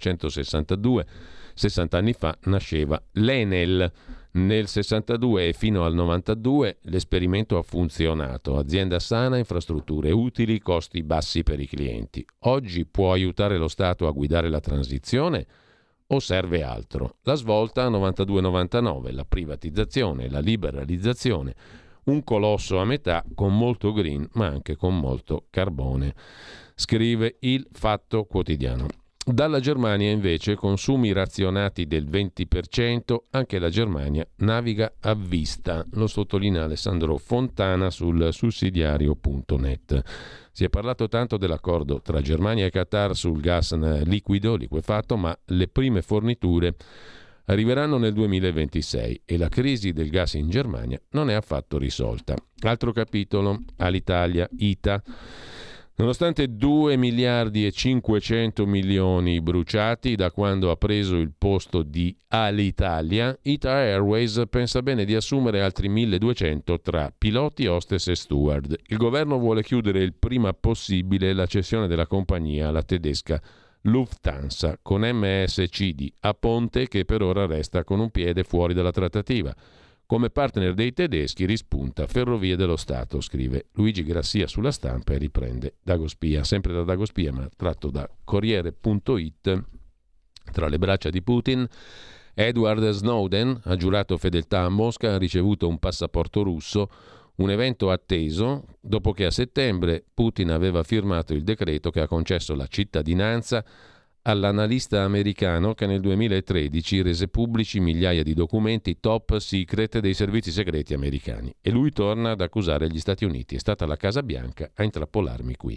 1962, 60 anni fa nasceva l'Enel. Nel 62 e fino al 92 l'esperimento ha funzionato. Azienda sana, infrastrutture utili, costi bassi per i clienti. Oggi può aiutare lo Stato a guidare la transizione o serve altro? La svolta 92-99, la privatizzazione, la liberalizzazione. Un colosso a metà con molto green ma anche con molto carbone. Scrive il Fatto Quotidiano. Dalla Germania invece consumi razionati del 20%, anche la Germania naviga a vista, lo sottolinea Alessandro Fontana sul sussidiario.net. Si è parlato tanto dell'accordo tra Germania e Qatar sul gas liquefatto, ma le prime forniture arriveranno nel 2026 e la crisi del gas in Germania non è affatto risolta. Altro capitolo, Alitalia, ITA. Nonostante 2 miliardi e 500 milioni bruciati da quando ha preso il posto di Alitalia, Ita Airways pensa bene di assumere altri 1.200 tra piloti, hostess e steward. Il governo vuole chiudere il prima possibile la cessione della compagnia alla tedesca Lufthansa con MSC a Ponte, che per ora resta con un piede fuori dalla trattativa. Come partner dei tedeschi rispunta Ferrovie dello Stato, scrive Luigi Grassia sulla Stampa e riprende Dagospia, sempre da Dagospia ma tratto da Corriere.it. Tra le braccia di Putin, Edward Snowden ha giurato fedeltà a Mosca, ha ricevuto un passaporto russo, un evento atteso dopo che a settembre Putin aveva firmato il decreto che ha concesso la cittadinanza all'analista americano che nel 2013 rese pubblici migliaia di documenti top secret dei servizi segreti americani. E lui torna ad accusare gli Stati Uniti. È stata la Casa Bianca a intrappolarmi qui.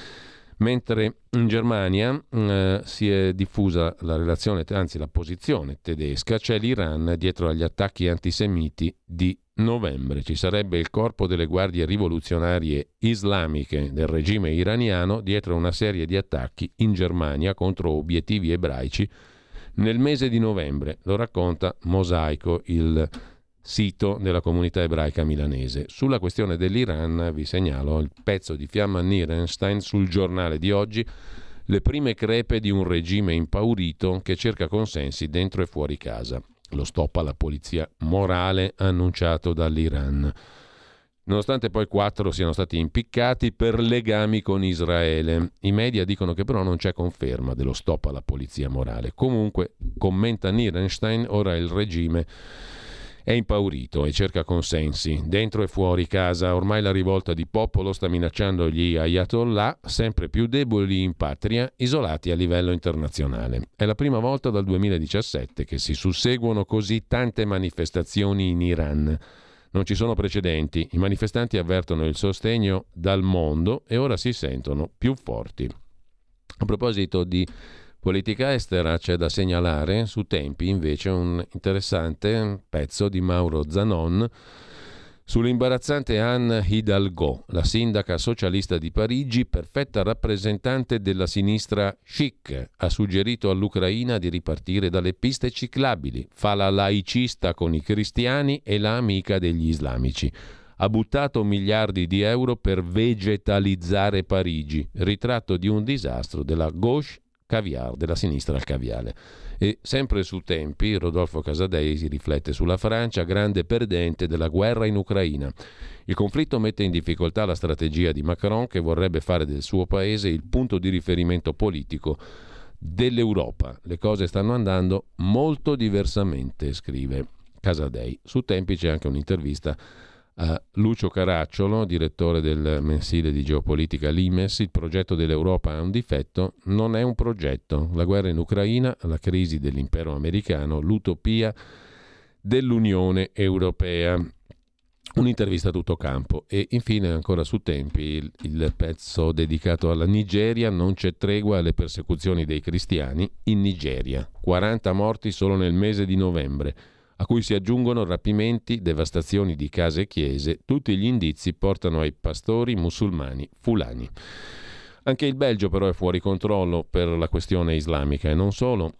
Mentre in Germania si è diffusa la relazione, anzi la posizione tedesca, c'è l'Iran dietro agli attacchi antisemiti di novembre. Ci sarebbe il corpo delle guardie rivoluzionarie islamiche del regime iraniano dietro una serie di attacchi in Germania contro obiettivi ebraici nel mese di novembre. Lo racconta Mosaico, il sito della comunità ebraica milanese. Sulla questione dell'Iran vi segnalo il pezzo di Fiamma Nierenstein sul Giornale di oggi, le prime crepe di un regime impaurito che cerca consensi dentro e fuori casa. Lo stop alla polizia morale annunciato dall'Iran. Nonostante poi 4 siano stati impiccati per legami con Israele. I media dicono che però non c'è conferma dello stop alla polizia morale. Comunque, commenta Nierenstein, ora il regime è impaurito e cerca consensi dentro e fuori casa. Ormai la rivolta di popolo sta minacciando gli ayatollah, sempre più deboli in patria, isolati a livello internazionale. È la prima volta dal 2017 che si susseguono così tante manifestazioni in Iran. Non ci sono precedenti. I manifestanti avvertono il sostegno dal mondo e ora si sentono più forti. A proposito di politica estera, c'è da segnalare su Tempi invece un interessante pezzo di Mauro Zanon sull'imbarazzante Anne Hidalgo, la sindaca socialista di Parigi, perfetta rappresentante della sinistra chic. Ha suggerito all'Ucraina di ripartire dalle piste ciclabili, fa la laicista con i cristiani e la amica degli islamici. Ha buttato miliardi di euro per vegetalizzare Parigi, ritratto di un disastro della gauche caviar, della sinistra al caviale. E sempre su Tempi, Rodolfo Casadei si riflette sulla Francia, grande perdente della guerra in Ucraina. Il conflitto mette in difficoltà la strategia di Macron, che vorrebbe fare del suo paese il punto di riferimento politico dell'Europa. Le cose stanno andando molto diversamente, scrive Casadei. Su Tempi c'è anche un'intervista a Lucio Caracciolo, direttore del mensile di geopolitica Limes. Il progetto dell'Europa ha un difetto, non è un progetto. La guerra in Ucraina, la crisi dell'impero americano, l'utopia dell'Unione Europea. Un'intervista a tutto campo. E infine ancora su Tempi il pezzo dedicato alla Nigeria. Non c'è tregua alle persecuzioni dei cristiani in Nigeria. 40 morti solo nel mese di novembre, a cui si aggiungono rapimenti, devastazioni di case e chiese. Tutti gli indizi portano ai pastori musulmani fulani. Anche il Belgio però è fuori controllo per la questione islamica e non solo.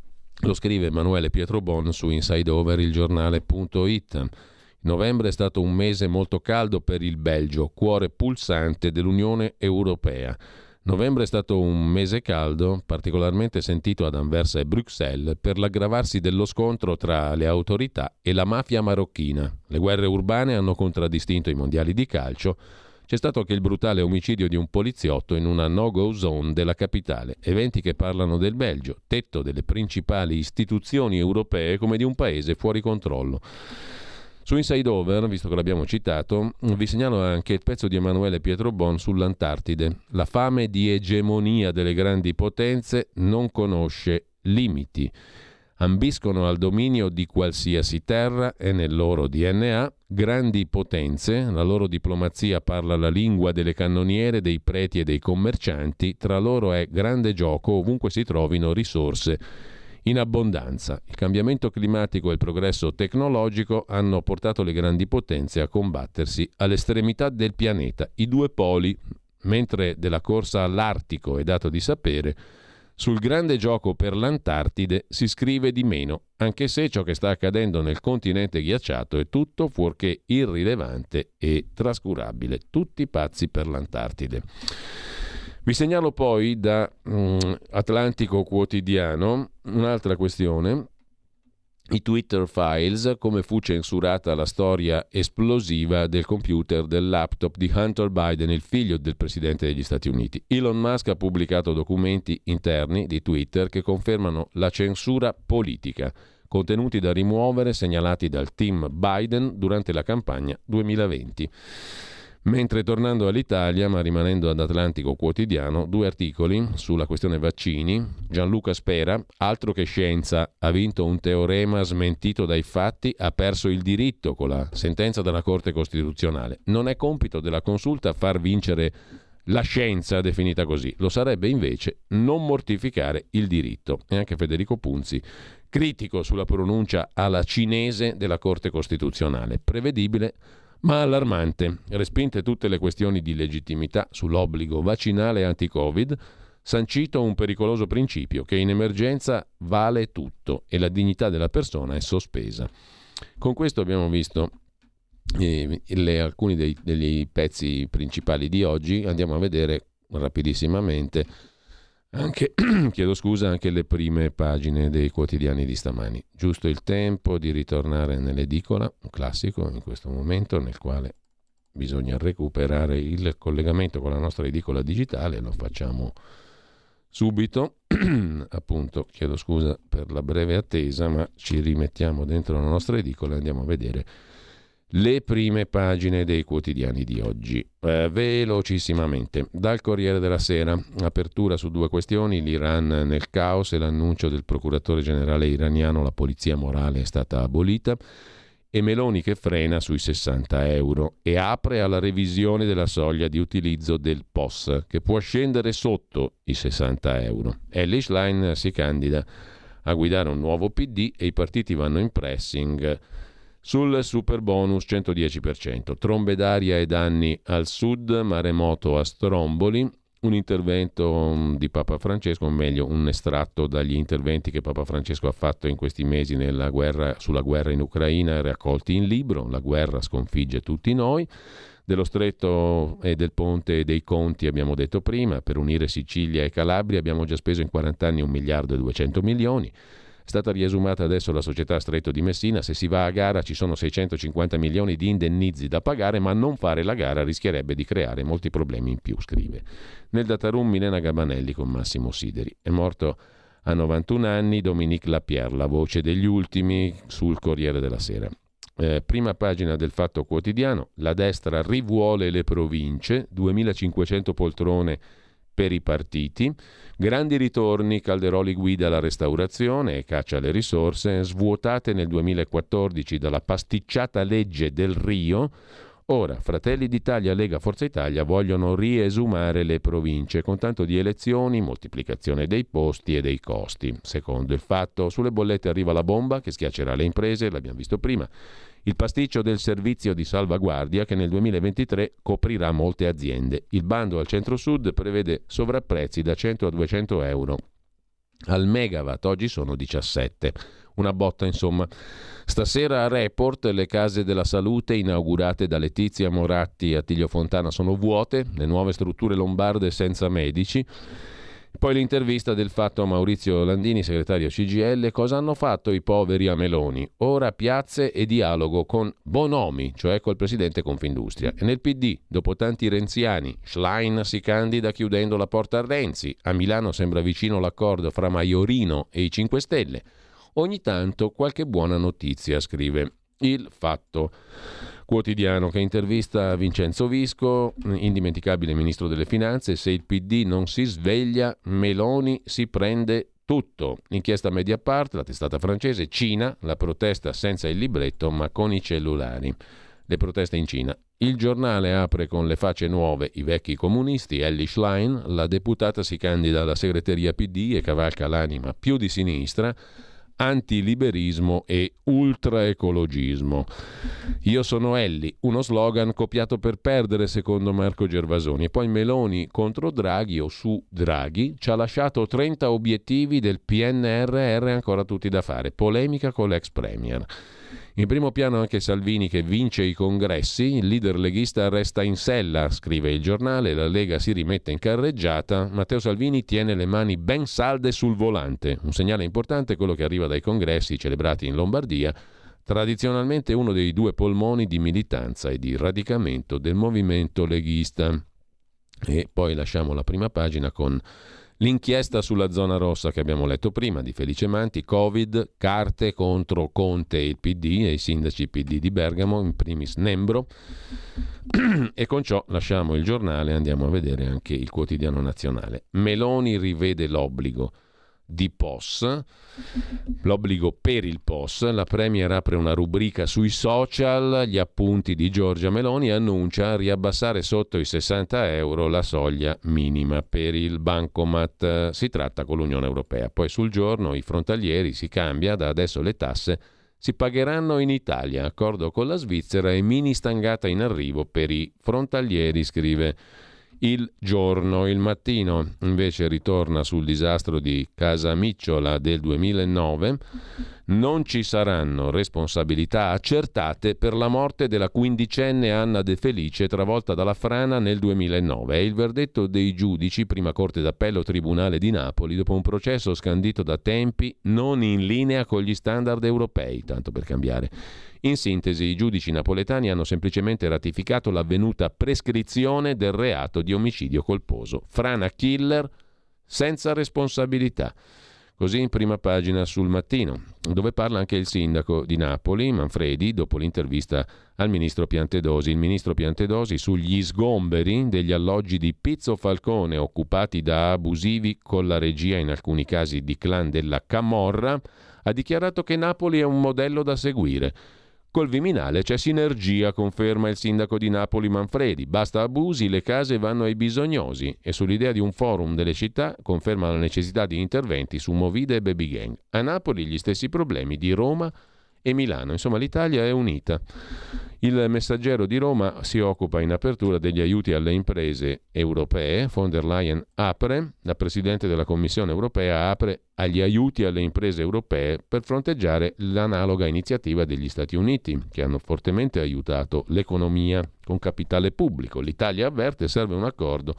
Lo scrive Emanuele Pietrobon su InsideOver, il giornale.it. Novembre è stato un mese molto caldo per il Belgio, cuore pulsante dell'Unione Europea. Novembre è stato un mese caldo, particolarmente sentito ad Anversa e Bruxelles, per l'aggravarsi dello scontro tra le autorità e la mafia marocchina. Le guerre urbane hanno contraddistinto i mondiali di calcio. C'è stato anche il brutale omicidio di un poliziotto in una no-go zone della capitale. Eventi che parlano del Belgio, tetto delle principali istituzioni europee, come di un paese fuori controllo. Su Inside Over, visto che l'abbiamo citato, vi segnalo anche il pezzo di Emanuele Pietrobon sull'Antartide. La fame di egemonia delle grandi potenze non conosce limiti. Ambiscono al dominio di qualsiasi terra e nel loro DNA. Grandi potenze, la loro diplomazia parla la lingua delle cannoniere, dei preti e dei commercianti. Tra loro è grande gioco ovunque si trovino risorse in abbondanza. Il cambiamento climatico e il progresso tecnologico hanno portato le grandi potenze a combattersi all'estremità del pianeta, i due poli, mentre della corsa all'Artico è dato di sapere, sul grande gioco per l'Antartide si scrive di meno, anche se ciò che sta accadendo nel continente ghiacciato è tutto fuorché irrilevante e trascurabile. Tutti pazzi per l'Antartide. Vi segnalo poi da Atlantico Quotidiano un'altra questione i Twitter files, come fu censurata la storia esplosiva del computer, del laptop di Hunter Biden, il figlio del presidente degli Stati Uniti. Elon Musk ha pubblicato documenti interni di Twitter che confermano la censura politica, contenuti da rimuovere segnalati dal team Biden durante la campagna 2020. Mentre tornando all'Italia, ma rimanendo ad Atlantico Quotidiano, 2 articoli sulla questione vaccini. Gianluca Spera, altro che scienza, ha vinto un teorema smentito dai fatti, ha perso il diritto con la sentenza della Corte Costituzionale. Non è compito della Consulta far vincere la scienza definita così, lo sarebbe invece non mortificare il diritto. E anche Federico Punzi, critico sulla pronuncia alla cinese della Corte Costituzionale, prevedibile ma allarmante. Respinte tutte le questioni di legittimità sull'obbligo vaccinale anti-Covid, sancito un pericoloso principio che in emergenza vale tutto e la dignità della persona è sospesa. Con questo abbiamo visto alcuni degli pezzi principali di oggi. Andiamo a vedere rapidissimamente anche, anche le prime pagine dei quotidiani di stamani. Giusto il tempo di ritornare nell'edicola, un classico in questo momento nel quale bisogna recuperare il collegamento con la nostra edicola digitale. Lo facciamo subito. Appunto, chiedo scusa per la breve attesa, ma ci rimettiamo dentro la nostra edicola e andiamo a vedere le prime pagine dei quotidiani di oggi. Velocissimamente. Dal Corriere della Sera, apertura su 2 questioni: l'Iran nel caos e l'annuncio del procuratore generale iraniano la polizia morale è stata abolita, e Meloni che frena sui 60 euro e apre alla revisione della soglia di utilizzo del POS, che può scendere sotto i 60 euro. Elly Schlein si candida a guidare un nuovo PD e i partiti vanno in pressing sul super bonus 110%, trombe d'aria e danni al sud, maremoto a Stromboli, un intervento di Papa Francesco, o meglio un estratto dagli interventi che Papa Francesco ha fatto in questi mesi sulla guerra in Ucraina, raccolti in libro. La guerra sconfigge tutti noi. Dello stretto e del ponte e dei conti abbiamo detto prima, per unire Sicilia e Calabria abbiamo già speso in 40 anni 1 miliardo e 200 milioni. È stata riesumata adesso la società Stretto di Messina. Se si va a gara ci sono 650 milioni di indennizi da pagare, ma non fare la gara rischierebbe di creare molti problemi in più, scrive. Nel dataroom Milena Gabanelli con Massimo Sideri. È morto a 91 anni Dominique Lapierre, la voce degli ultimi, sul Corriere della Sera. Prima pagina del Fatto Quotidiano, la destra rivuole le province, 2500 poltrone per i partiti, grandi ritorni, Calderoli guida la restaurazione e caccia le risorse, svuotate nel 2014 dalla pasticciata legge del Rio. Ora Fratelli d'Italia, Lega, Forza Italia vogliono riesumare le province con tanto di elezioni, moltiplicazione dei posti e dei costi. Secondo il Fatto, sulle bollette arriva la bomba che schiaccerà le imprese, l'abbiamo visto prima. Il pasticcio del servizio di salvaguardia che nel 2023 coprirà molte aziende. Il bando al centro-sud prevede sovrapprezzi da 100 a 200 euro al megawatt, oggi sono 17. Una botta, insomma. Stasera a Report le case della salute inaugurate da Letizia Moratti e Attilio Fontana sono vuote, le nuove strutture lombarde senza medici. Poi l'intervista del Fatto a Maurizio Landini, segretario CGIL. Cosa hanno fatto i poveri a Meloni? Ora piazze e dialogo con Bonomi, cioè col presidente Confindustria. E nel PD, dopo tanti renziani, Schlein si candida chiudendo la porta a Renzi. A Milano sembra vicino l'accordo fra Maiorino e i 5 Stelle. Ogni tanto qualche buona notizia, scrive il Fatto Quotidiano, che intervista Vincenzo Visco, indimenticabile ministro delle Finanze. Se il PD non si sveglia, Meloni si prende tutto. Inchiesta Mediapart, la testata francese. Cina, la protesta senza il libretto ma con i cellulari. Le proteste in Cina. Il Giornale apre con le facce nuove, i vecchi comunisti. Elly Schlein, la deputata si candida alla segreteria PD e cavalca l'anima più di sinistra, antiliberismo e ultraecologismo. Io sono Elly, uno slogan copiato per perdere secondo Marco Gervasoni. E poi Meloni contro Draghi o su Draghi ci ha lasciato 30 obiettivi del PNRR ancora tutti da fare. Polemica con l'ex premier. In primo piano anche Salvini che vince i congressi, il leader leghista resta in sella, scrive il giornale, la Lega si rimette in carreggiata, Matteo Salvini tiene le mani ben salde sul volante. Un segnale importante è quello che arriva dai congressi celebrati in Lombardia, tradizionalmente uno dei due polmoni di militanza e di radicamento del movimento leghista. E poi lasciamo la prima pagina con l'inchiesta sulla zona rossa che abbiamo letto prima di Felice Manti, Covid, carte contro Conte e il PD e i sindaci PD di Bergamo, in primis Nembro. E con ciò lasciamo il giornale e andiamo a vedere anche il quotidiano nazionale. Meloni rivede l'obbligo di POS, l'obbligo per il POS. La Premier apre una rubrica sui social, gli appunti di Giorgia Meloni, annuncia riabbassare sotto i 60 euro la soglia minima per il bancomat. Si tratta con l'Unione Europea. Poi sul giorno i frontalieri si cambia, da adesso le tasse si pagheranno in Italia, accordo con la Svizzera e mini stangata in arrivo per i frontalieri, scrive Il Giorno. Il Mattino invece ritorna sul disastro di Casa Micciola del 2009. Non ci saranno responsabilità accertate per la morte della quindicenne Anna De Felice travolta dalla frana nel 2009. È il verdetto dei giudici, prima Corte d'Appello Tribunale di Napoli, dopo un processo scandito da tempi non in linea con gli standard europei, tanto per cambiare. In sintesi, i giudici napoletani hanno semplicemente ratificato l'avvenuta prescrizione del reato di omicidio colposo. Frana killer senza responsabilità. Così in prima pagina sul Mattino, dove parla anche il sindaco di Napoli, Manfredi, dopo l'intervista al ministro Piantedosi. Il ministro Piantedosi sugli sgomberi degli alloggi di Pizzo Falcone occupati da abusivi con la regia, in alcuni casi di clan della Camorra, ha dichiarato che Napoli è un modello da seguire. Col Viminale c'è sinergia, conferma il sindaco di Napoli Manfredi. Basta abusi, le case vanno ai bisognosi. E sull'idea di un forum delle città conferma la necessità di interventi su Movida e Baby Gang. A Napoli gli stessi problemi di Roma e Milano. Insomma, l'Italia è unita. Il Messaggero di Roma si occupa in apertura degli aiuti alle imprese europee. Von der Leyen apre, la Presidente della Commissione europea apre agli aiuti alle imprese europee per fronteggiare l'analoga iniziativa degli Stati Uniti, che hanno fortemente aiutato l'economia con capitale pubblico. L'Italia avverte: serve un accordo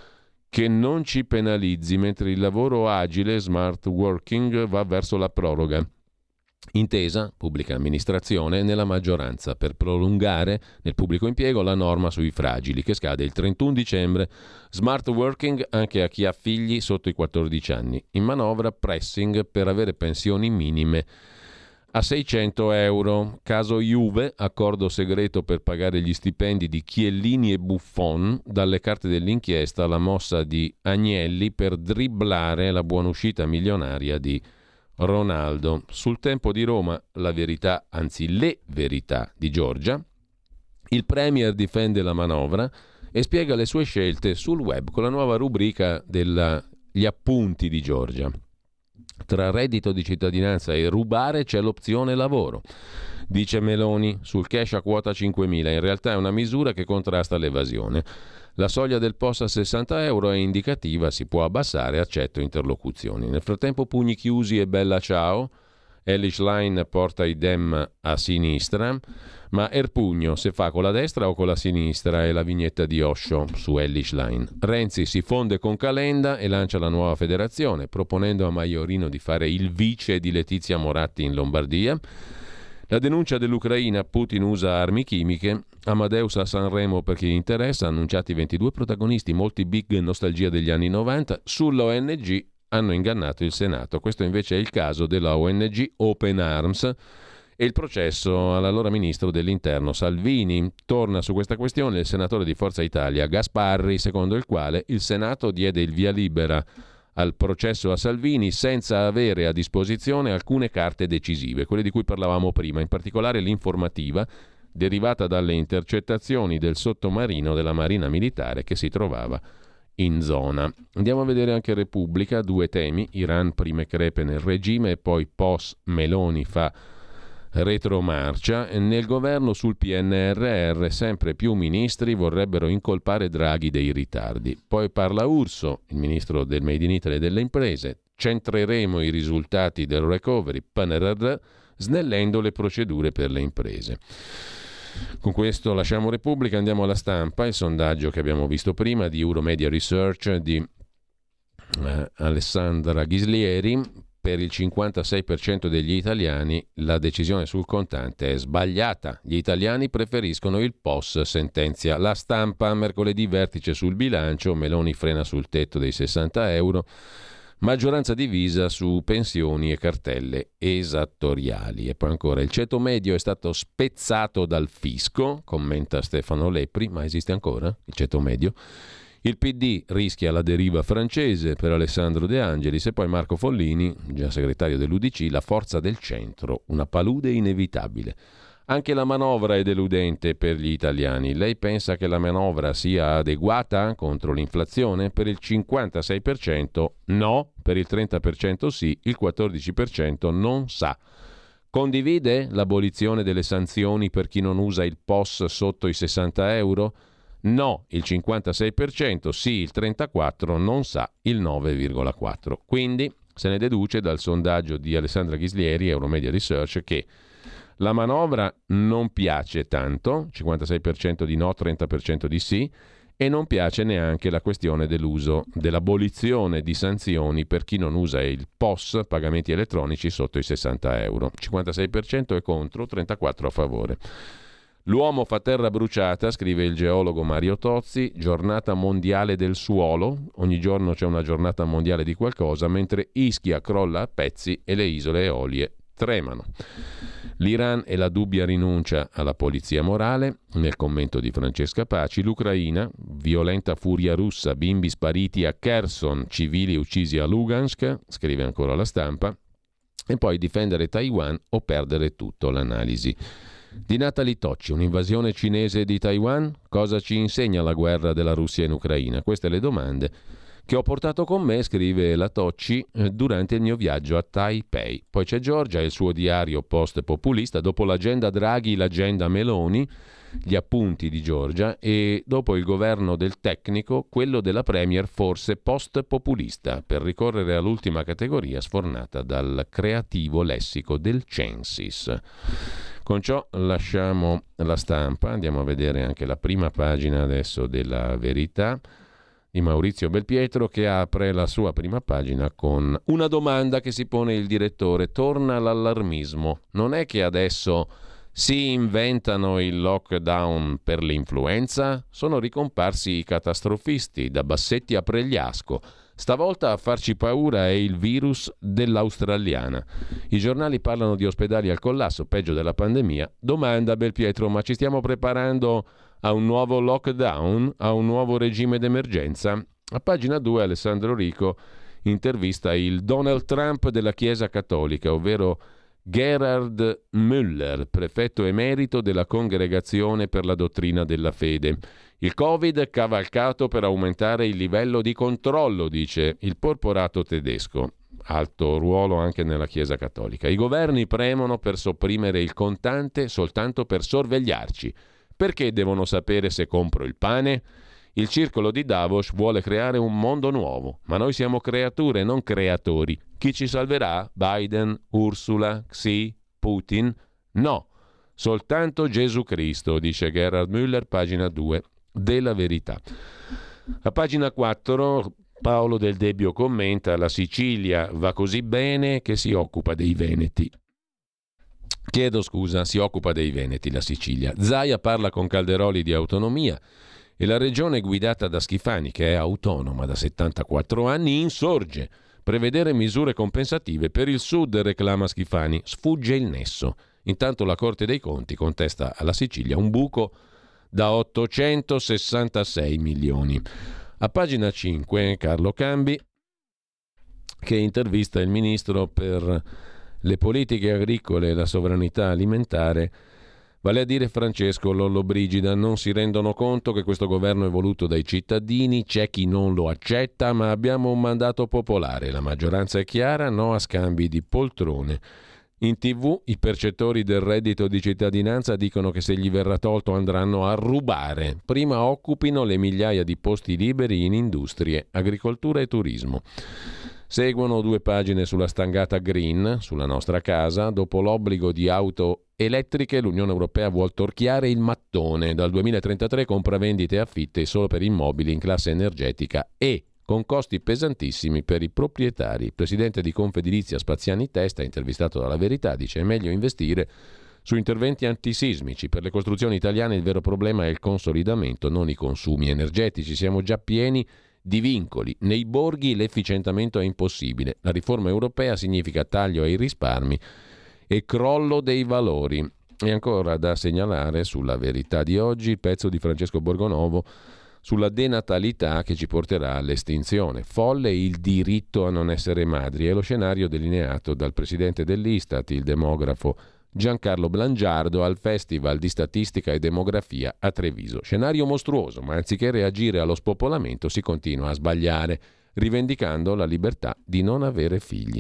che non ci penalizzi, mentre il lavoro agile, smart working, va verso la proroga. Intesa, pubblica amministrazione, nella maggioranza per prolungare nel pubblico impiego la norma sui fragili che scade il 31 dicembre. Smart working anche a chi ha figli sotto i 14 anni. In manovra pressing per avere pensioni minime a 600 euro. Caso Juve, accordo segreto per pagare gli stipendi di Chiellini e Buffon. Dalle carte dell'inchiesta la mossa di Agnelli per dribblare la buonuscita milionaria di Ronaldo. Sul Tempo di Roma la verità, anzi le verità di Giorgia. Il Premier difende la manovra e spiega le sue scelte sul web con la nuova rubrica degli appunti di Giorgia. Tra reddito di cittadinanza e rubare c'è l'opzione lavoro. Dice Meloni, sul cash a quota 5.000, in realtà è una misura che contrasta l'evasione. La soglia del POS a 60 euro è indicativa, si può abbassare, accetto interlocuzioni. Nel frattempo pugni chiusi e bella ciao. Elly Schlein porta i Dem a sinistra, ma Erpugno se fa con la destra o con la sinistra, è la vignetta di Osho su Elly Schlein. Renzi si fonde con Calenda e lancia la nuova federazione, proponendo a Maiorino di fare il vice di Letizia Moratti in Lombardia. La denuncia dell'Ucraina, Putin usa armi chimiche. Amadeus a Sanremo per chi interessa, annunciati 22 protagonisti, molti big nostalgia degli anni 90. Sull'ONG hanno ingannato il Senato. Questo invece è il caso della ONG Open Arms e il processo all'allora ministro dell'Interno Salvini. Torna su questa questione il senatore di Forza Italia Gasparri, secondo il quale il Senato diede il via libera al processo a Salvini senza avere a disposizione alcune carte decisive, quelle di cui parlavamo prima, in particolare l'informativa derivata dalle intercettazioni del sottomarino della Marina Militare che si trovava in zona. Andiamo a vedere anche Repubblica, due temi: Iran prime crepe nel regime e poi post Meloni fa retromarcia. Nel governo sul PNRR sempre più ministri vorrebbero incolpare Draghi dei ritardi. Poi parla Urso, il ministro del Made in Italy e delle imprese: centreremo i risultati del recovery PNRR snellendo le procedure per le imprese. Con questo lasciamo Repubblica, andiamo alla Stampa. Il sondaggio che abbiamo visto prima di Euromedia Research di Alessandra Ghislieri. Per il 56% degli italiani la decisione sul contante è sbagliata. Gli italiani preferiscono il POS, sentenzia La Stampa. Mercoledì vertice sul bilancio, Meloni frena sul tetto dei 60 euro, maggioranza divisa su pensioni e cartelle esattoriali. E poi ancora, il ceto medio è stato spezzato dal fisco, commenta Stefano Lepri. Ma esiste ancora il ceto medio? Il PD rischia la deriva francese per Alessandro De Angelis. E poi Marco Follini, già segretario dell'UDC, la forza del centro, una palude inevitabile. Anche la manovra è deludente per gli italiani. Lei pensa che la manovra sia adeguata contro l'inflazione? Per il 56% no, per il 30% sì, il 14% non sa. Condivide l'abolizione delle sanzioni per chi non usa il POS sotto i 60 euro? No, il 56%, sì, il 34%, non sa, il 9,4%. Quindi se ne deduce dal sondaggio di Alessandra Ghislieri, Euromedia Research, che la manovra non piace tanto, 56% di no, 30% di sì, e non piace neanche la questione dell'uso, dell'abolizione di sanzioni per chi non usa il POS, pagamenti elettronici, sotto i 60 euro. 56% è contro, 34% a favore. L'uomo fa terra bruciata, scrive il geologo Mario Tozzi, giornata mondiale del suolo, ogni giorno c'è una giornata mondiale di qualcosa, mentre Ischia crolla a pezzi e le isole Eolie tremano. L'Iran e la dubbia rinuncia alla polizia morale, nel commento di Francesca Paci. L'Ucraina, violenta furia russa, bimbi spariti a Kherson, civili uccisi a Lugansk, scrive ancora La Stampa, e poi difendere Taiwan o perdere tutto, l'analisi di Natalie Tocci. Un'invasione cinese di Taiwan? Cosa ci insegna la guerra della Russia in Ucraina? Queste le domande che ho portato con me, scrive la Tocci, durante il mio viaggio a Taipei. Poi c'è Giorgia e il suo diario post-populista, dopo l'agenda Draghi, l'agenda Meloni, gli appunti di Giorgia, e dopo il governo del tecnico, quello della Premier forse post-populista, per ricorrere all'ultima categoria sfornata dal creativo lessico del Censis. Con ciò lasciamo La Stampa, andiamo a vedere anche la prima pagina adesso della Verità di Maurizio Belpietro, che apre la sua prima pagina con una domanda che si pone il direttore. Torna l'allarmismo. Non è che adesso si inventano il lockdown per l'influenza? Sono ricomparsi i catastrofisti, da Bassetti a Pregliasco. Stavolta a farci paura è il virus dell'australiana. I giornali parlano di ospedali al collasso, peggio della pandemia. Domanda Belpietro, ma ci stiamo preparando a un nuovo lockdown, a un nuovo regime d'emergenza? A pagina 2 Alessandro Rico intervista il Donald Trump della Chiesa Cattolica, ovvero Gerhard Müller, prefetto emerito della Congregazione per la Dottrina della Fede. Il Covid cavalcato per aumentare il livello di controllo, dice il porporato tedesco, alto ruolo anche nella Chiesa Cattolica. I governi premono per sopprimere il contante soltanto per sorvegliarci. Perché devono sapere se compro il pane? Il circolo di Davos vuole creare un mondo nuovo, ma noi siamo creature, non creatori. Chi ci salverà? Biden, Ursula, Xi, Putin? No, soltanto Gesù Cristo, dice Gerhard Müller, pagina 2 della Verità. A pagina 4 Paolo Del Debbio commenta: la Sicilia va così bene che si occupa dei veneti. Si occupa dei veneti la Sicilia. Zaia parla con Calderoli di autonomia e la regione guidata da Schifani, che è autonoma da 74 anni, insorge. Prevedere misure compensative per il sud, reclama Schifani. Sfugge il nesso. Intanto la Corte dei Conti contesta alla Sicilia un buco da 866 milioni. A pagina 5 Carlo Cambi, che intervista il ministro per le politiche agricole e la sovranità alimentare, vale a dire Francesco Lollobrigida. Non si rendono conto che questo governo è voluto dai cittadini, c'è chi non lo accetta, ma abbiamo un mandato popolare, la maggioranza è chiara, no a scambi di poltrone. In TV i percettori del reddito di cittadinanza dicono che se gli verrà tolto andranno a rubare. Prima occupino le migliaia di posti liberi in industrie, agricoltura e turismo. Seguono 2 pagine sulla stangata green, sulla nostra casa. Dopo l'obbligo di auto elettriche, l'Unione Europea vuol torchiare il mattone. Dal 2033 compravendite e affitti solo per immobili in classe energetica E, con costi pesantissimi per i proprietari. Il presidente di Confedilizia Spaziani Testa, intervistato dalla Verità, dice: è meglio investire su interventi antisismici. Per le costruzioni italiane il vero problema è il consolidamento, non i consumi energetici. Siamo già pieni di vincoli. Nei borghi l'efficientamento è impossibile. La riforma europea significa taglio ai risparmi e crollo dei valori. E ancora da segnalare sulla Verità di oggi il pezzo di Francesco Borgonovo sulla denatalità che ci porterà all'estinzione. Folle il diritto a non essere madri. È lo scenario delineato dal presidente dell'Istat, il demografo Giancarlo Blangiardo, al Festival di Statistica e Demografia a Treviso. Scenario mostruoso, ma anziché reagire allo spopolamento si continua a sbagliare, rivendicando la libertà di non avere figli.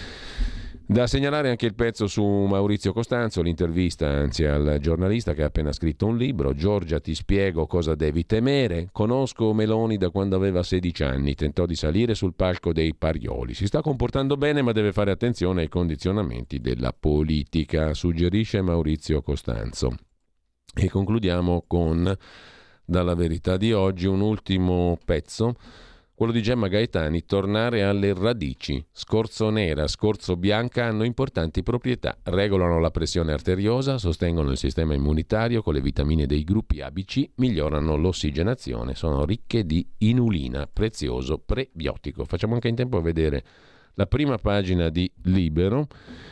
Da segnalare anche il pezzo su Maurizio Costanzo, l'intervista anzi al giornalista che ha appena scritto un libro. Giorgia, ti spiego cosa devi temere. Conosco Meloni da quando aveva 16 anni, tentò di salire sul palco dei Parioli. Si sta comportando bene ma deve fare attenzione ai condizionamenti della politica, suggerisce Maurizio Costanzo. E concludiamo con, dalla Verità di oggi, un ultimo pezzo, quello di Gemma Gaetani, tornare alle radici. Scorzo nera, scorzo bianca hanno importanti proprietà. Regolano la pressione arteriosa, sostengono il sistema immunitario con le vitamine dei gruppi ABC, migliorano l'ossigenazione, sono ricche di inulina, prezioso prebiotico. Facciamo anche in tempo a vedere la prima pagina di Libero,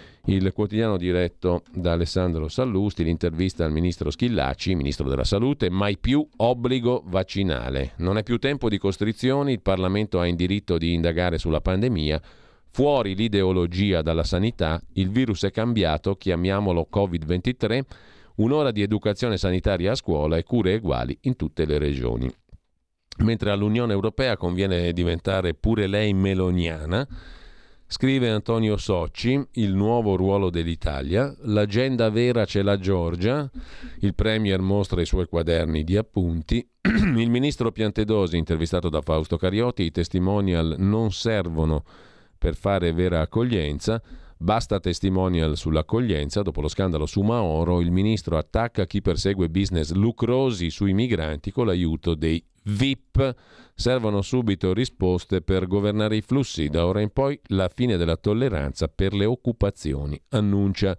il quotidiano diretto da Alessandro Sallusti, l'intervista al ministro Schillaci, ministro della Salute: mai più obbligo vaccinale. Non è più tempo di costrizioni, il Parlamento ha in diritto di indagare sulla pandemia, fuori l'ideologia dalla sanità, il virus è cambiato, chiamiamolo Covid-23, un'ora di educazione sanitaria a scuola e cure uguali in tutte le regioni. Mentre all'Unione Europea conviene diventare pure lei meloniana, scrive Antonio Socci, il nuovo ruolo dell'Italia, l'agenda vera ce l'ha Giorgia, il Premier mostra i suoi quaderni di appunti, il ministro Piantedosi, intervistato da Fausto Cariotti, i testimonial non servono per fare vera accoglienza, basta testimonial sull'accoglienza. Dopo lo scandalo su Maoro, il ministro attacca chi persegue business lucrosi sui migranti con l'aiuto dei VIP. Servono subito risposte per governare i flussi. Da ora in poi la fine della tolleranza per le occupazioni, annuncia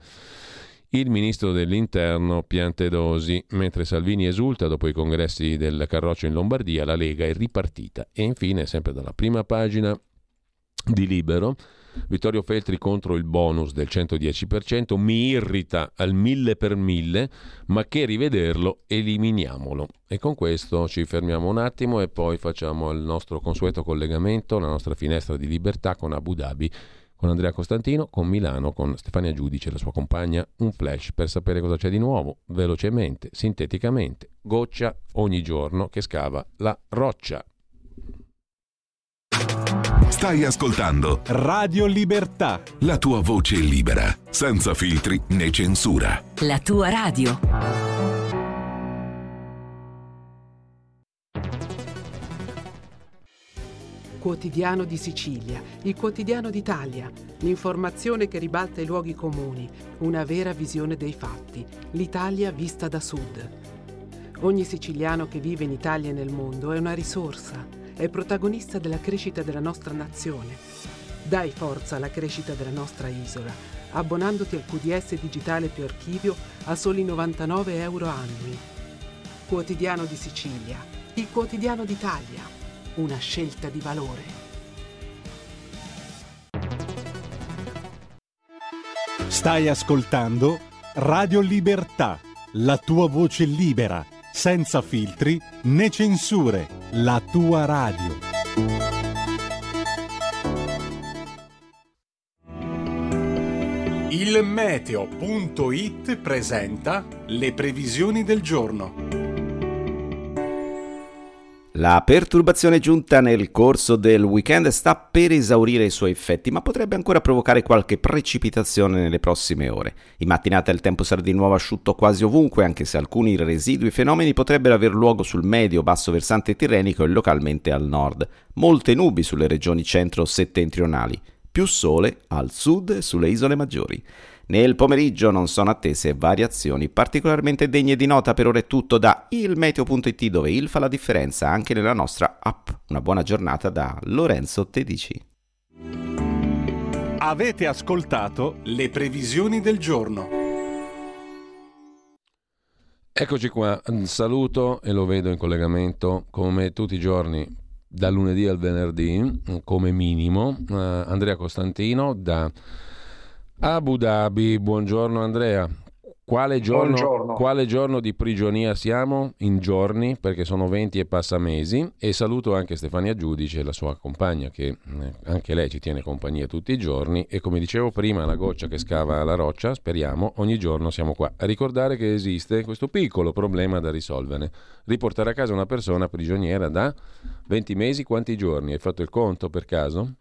il ministro dell'Interno Piantedosi. Mentre Salvini esulta dopo i congressi del Carroccio in Lombardia, la Lega è ripartita. E infine, sempre dalla prima pagina di Libero, Vittorio Feltri contro il bonus del 110%, mi irrita al 1000 per 1000, ma che rivederlo, eliminiamolo. E con questo ci fermiamo un attimo e poi facciamo il nostro consueto collegamento, la nostra finestra di libertà con Abu Dhabi, con Andrea Costantino, con Milano, con Stefania Giudice e la sua compagna. Un flash per sapere cosa c'è di nuovo, velocemente, sinteticamente, goccia ogni giorno che scava la roccia. Stai ascoltando Radio Libertà, la tua voce libera, senza filtri né censura. La tua radio. Quotidiano di Sicilia, il quotidiano d'Italia, l'informazione che ribalta i luoghi comuni, una vera visione dei fatti, l'Italia vista da sud. Ogni siciliano che vive in Italia e nel mondo è una risorsa, è protagonista della crescita della nostra nazione. Dai forza alla crescita della nostra isola, abbonandoti al QDS digitale più archivio a soli 99 euro annui. Quotidiano di Sicilia, il quotidiano d'Italia, una scelta di valore. stai ascoltando Radio Libertà, la tua voce libera, senza filtri né censure, la tua radio. Il meteo.it presenta le previsioni del giorno. La perturbazione giunta nel corso del weekend sta per esaurire i suoi effetti, ma potrebbe ancora provocare qualche precipitazione nelle prossime ore. In mattinata il tempo sarà di nuovo asciutto quasi ovunque, anche se alcuni residui fenomeni potrebbero aver luogo sul medio-basso versante tirrenico e localmente al nord. Molte nubi sulle regioni centro-settentrionali, più sole al sud e sulle isole maggiori. Nel pomeriggio non sono attese variazioni particolarmente degne di nota. Per ora è tutto da ilmeteo.it, dove il fa la differenza anche nella nostra app. Una buona giornata da Lorenzo Tedici. Avete ascoltato le previsioni del giorno. Eccoci qua, saluto e lo vedo in collegamento come tutti i giorni, dal lunedì al venerdì, come minimo, Andrea Costantino da Abu Dhabi. Buongiorno Andrea. Quale giorno di prigionia siamo? In giorni, perché sono 20 e passa mesi. E saluto anche Stefania Giudice, la sua compagna, che anche lei ci tiene compagnia tutti i giorni. E come dicevo prima, la goccia che scava la roccia, speriamo, ogni giorno siamo qua a ricordare che esiste questo piccolo problema da risolvere. Riportare a casa una persona prigioniera da 20 mesi, quanti giorni? Hai fatto il conto per caso?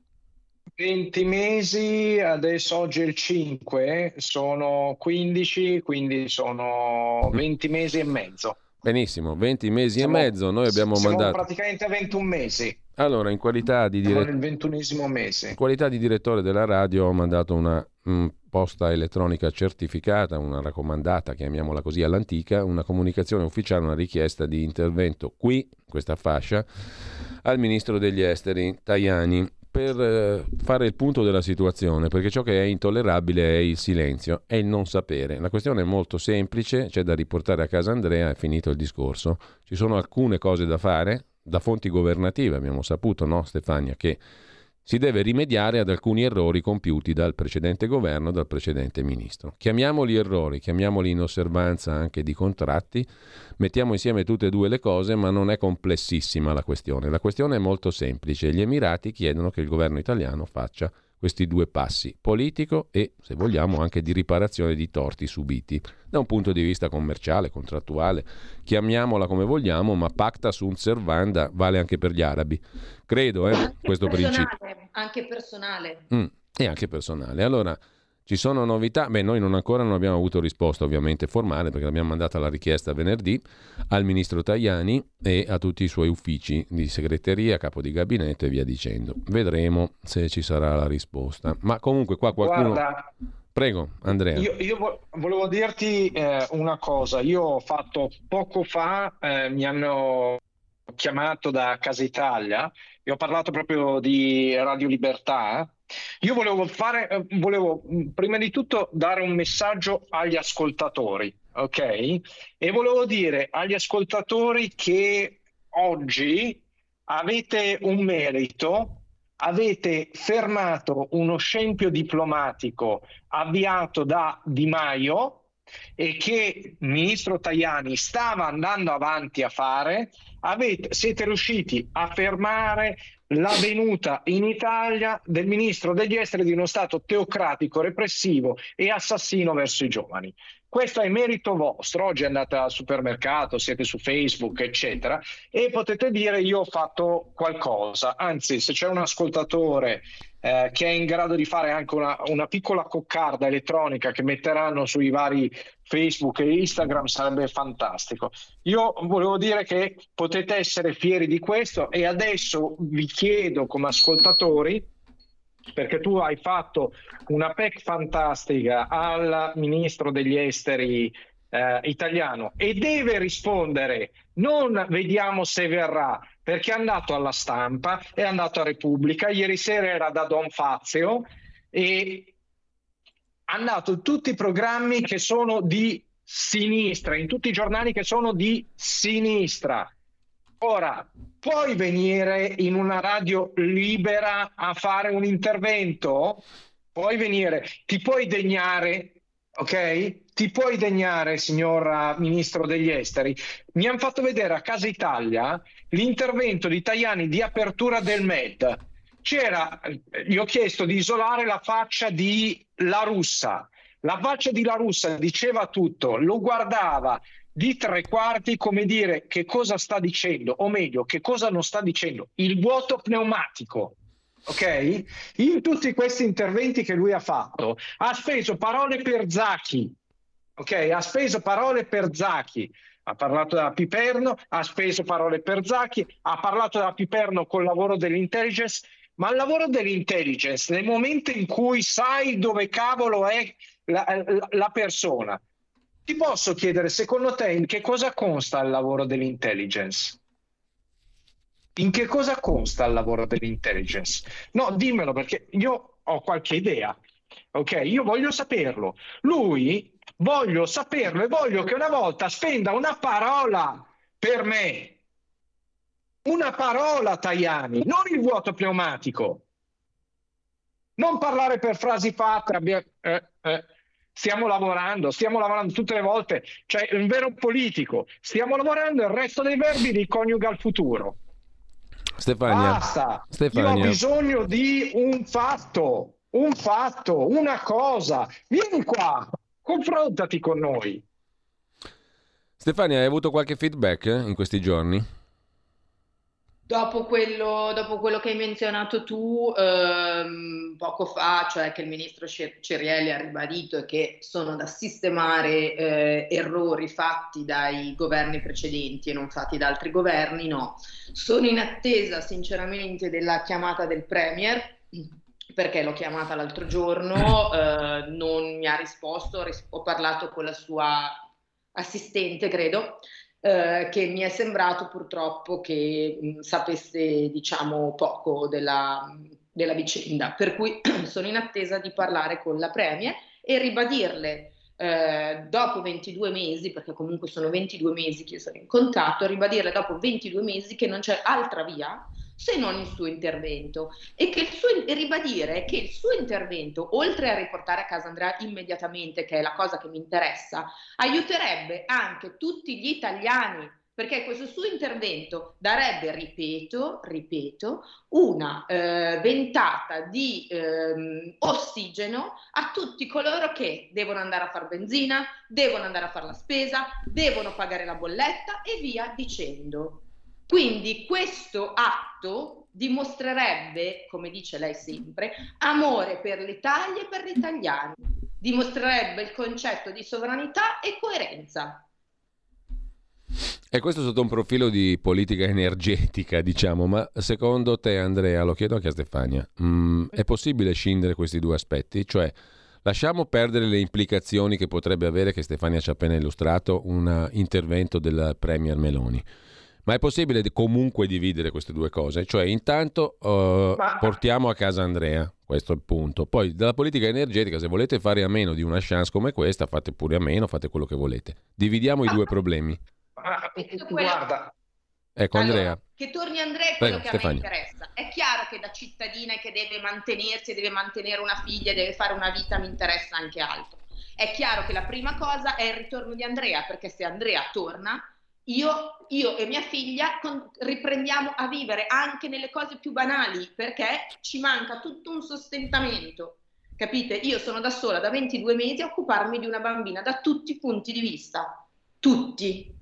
20 mesi, adesso oggi è il 5, sono 15, quindi sono 20 mesi e mezzo. Benissimo, 20 mesi e mezzo, noi abbiamo siamo mandato... praticamente a 21 mesi. Allora, in qualità di nel 21esimo mese. In qualità di direttore della radio ho mandato una posta elettronica certificata, una raccomandata, chiamiamola così all'antica, una comunicazione ufficiale, una richiesta di intervento qui, questa fascia, al ministro degli esteri Tajani, per fare il punto della situazione, perché ciò che è intollerabile è il silenzio, è il non sapere. La questione è molto semplice, c'è da riportare a casa Andrea, è finito il discorso. Ci sono alcune cose da fare, da fonti governative abbiamo saputo, no Stefania, che si deve rimediare ad alcuni errori compiuti dal precedente governo, dal precedente ministro. Chiamiamoli errori, chiamiamoli inosservanza anche di contratti, mettiamo insieme tutte e due le cose, ma non è complessissima la questione. La questione è molto semplice. Gli Emirati chiedono che il governo italiano faccia questi due passi, politico e, se vogliamo, anche di riparazione di torti subiti da un punto di vista commerciale, contrattuale, chiamiamola come vogliamo, ma pacta sunt servanda vale anche per gli arabi, credo, questo principio. Anche personale. E anche personale. Allora, ci sono novità? Beh, noi non abbiamo avuto risposta ovviamente formale, perché l'abbiamo mandata la richiesta venerdì al ministro Tajani e a tutti i suoi uffici di segreteria, capo di gabinetto e via dicendo. Vedremo se ci sarà la risposta. Ma comunque qua qualcuno... Guarda, prego, Andrea. Io volevo dirti una cosa. Io ho fatto poco fa, mi hanno chiamato da Casa Italia e ho parlato proprio di Radio Libertà. Io volevo prima di tutto dare un messaggio agli ascoltatori, ok? E volevo dire agli ascoltatori che oggi avete un merito, avete fermato uno scempio diplomatico avviato da Di Maio e che il ministro Tajani stava andando avanti a fare. Siete riusciti a fermare la venuta in Italia del ministro degli esteri di uno Stato teocratico, repressivo e assassino verso i giovani. Questo è merito vostro. Oggi andate al supermercato, siete su Facebook, eccetera, e potete dire io ho fatto qualcosa. Anzi, se c'è un ascoltatore che è in grado di fare anche una piccola coccarda elettronica che metteranno sui vari Facebook e Instagram, sarebbe fantastico. Io volevo dire che potete essere fieri di questo e adesso vi chiedo come ascoltatori, perché tu hai fatto una PEC fantastica al ministro degli esteri italiano e deve rispondere, non vediamo se verrà, perché è andato alla Stampa, è andato a Repubblica, ieri sera era da Don Fazio e è andato in tutti i programmi che sono di sinistra, in tutti i giornali che sono di sinistra. Ora, puoi venire in una radio libera a fare un intervento? Puoi venire, ti puoi degnare, ok? Ti puoi degnare, signor ministro degli esteri. Mi hanno fatto vedere a Casa Italia l'intervento di Tajani di apertura del Med. Gli ho chiesto di isolare la faccia di La Russa. La faccia di La Russa diceva tutto, lo guardava, di tre quarti, come dire che cosa sta dicendo, o meglio, che cosa non sta dicendo. Il vuoto pneumatico. Ok? In tutti questi interventi che lui ha fatto, ha speso parole per Zaki. Ok? Ha speso parole per Zaki. Ha parlato della Piperno, ha speso parole per Zaki, ha parlato della Piperno col lavoro dell'intelligence, ma il lavoro dell'intelligence, nel momento in cui sai dove cavolo è la persona, ti posso chiedere, secondo te, in che cosa consta il lavoro dell'intelligence? In che cosa consta il lavoro dell'intelligence? No, dimmelo, perché io ho qualche idea. Ok, io voglio saperlo. Lui, voglio saperlo e voglio che una volta spenda una parola per me. Una parola, Tajani, non il vuoto pneumatico. Non parlare per frasi fatte. Stiamo lavorando tutte le volte. Cioè, un vero politico. Stiamo lavorando, il resto dei verbi li coniuga al futuro. Stefania. Basta. Stefania. Io ho bisogno di un fatto, una cosa. Vieni qua, confrontati con noi. Stefania, hai avuto qualche feedback in questi giorni? Dopo quello che hai menzionato tu poco fa, cioè che il ministro Cirielli ha ribadito e che sono da sistemare errori fatti dai governi precedenti e non fatti da altri governi, no. Sono in attesa sinceramente della chiamata del Premier, perché l'ho chiamata l'altro giorno, non mi ha risposto, ho parlato con la sua assistente, credo, che mi è sembrato purtroppo che sapesse, diciamo, poco della vicenda, per cui sono in attesa di parlare con la Premier e ribadirle dopo 22 mesi, perché comunque sono 22 mesi che io sono in contatto, ribadirle dopo 22 mesi che non c'è altra via se non il suo intervento e ribadire che il suo intervento, oltre a riportare a casa Andrea immediatamente, che è la cosa che mi interessa, aiuterebbe anche tutti gli italiani, perché questo suo intervento darebbe, ripeto, una ventata di ossigeno a tutti coloro che devono andare a far benzina, devono andare a fare la spesa, devono pagare la bolletta e via dicendo. Quindi questo atto dimostrerebbe, come dice lei sempre, amore per l'Italia e per gli italiani, dimostrerebbe il concetto di sovranità e coerenza. E questo sotto un profilo di politica energetica, diciamo, ma secondo te, Andrea, lo chiedo anche a Stefania, è possibile scindere questi due aspetti? Cioè, lasciamo perdere le implicazioni che potrebbe avere, che Stefania ci ha appena illustrato, un intervento del Premier Meloni. Ma è possibile comunque dividere queste due cose? Cioè, intanto portiamo a casa Andrea, questo è il punto. Poi, dalla politica energetica, se volete fare a meno di una chance come questa, fate pure a meno, fate quello che volete. Dividiamo i due problemi. Guarda. Ecco, Andrea. Allora, che torni Andrea è quello che a me interessa. È chiaro che da cittadina che deve mantenersi, deve mantenere una figlia, deve fare una vita, mi interessa anche altro. È chiaro che la prima cosa è il ritorno di Andrea, perché se Andrea torna, io e mia figlia riprendiamo a vivere anche nelle cose più banali, perché ci manca tutto un sostentamento, capite? Io sono da sola da 22 mesi a occuparmi di una bambina da tutti i punti di vista, tutti.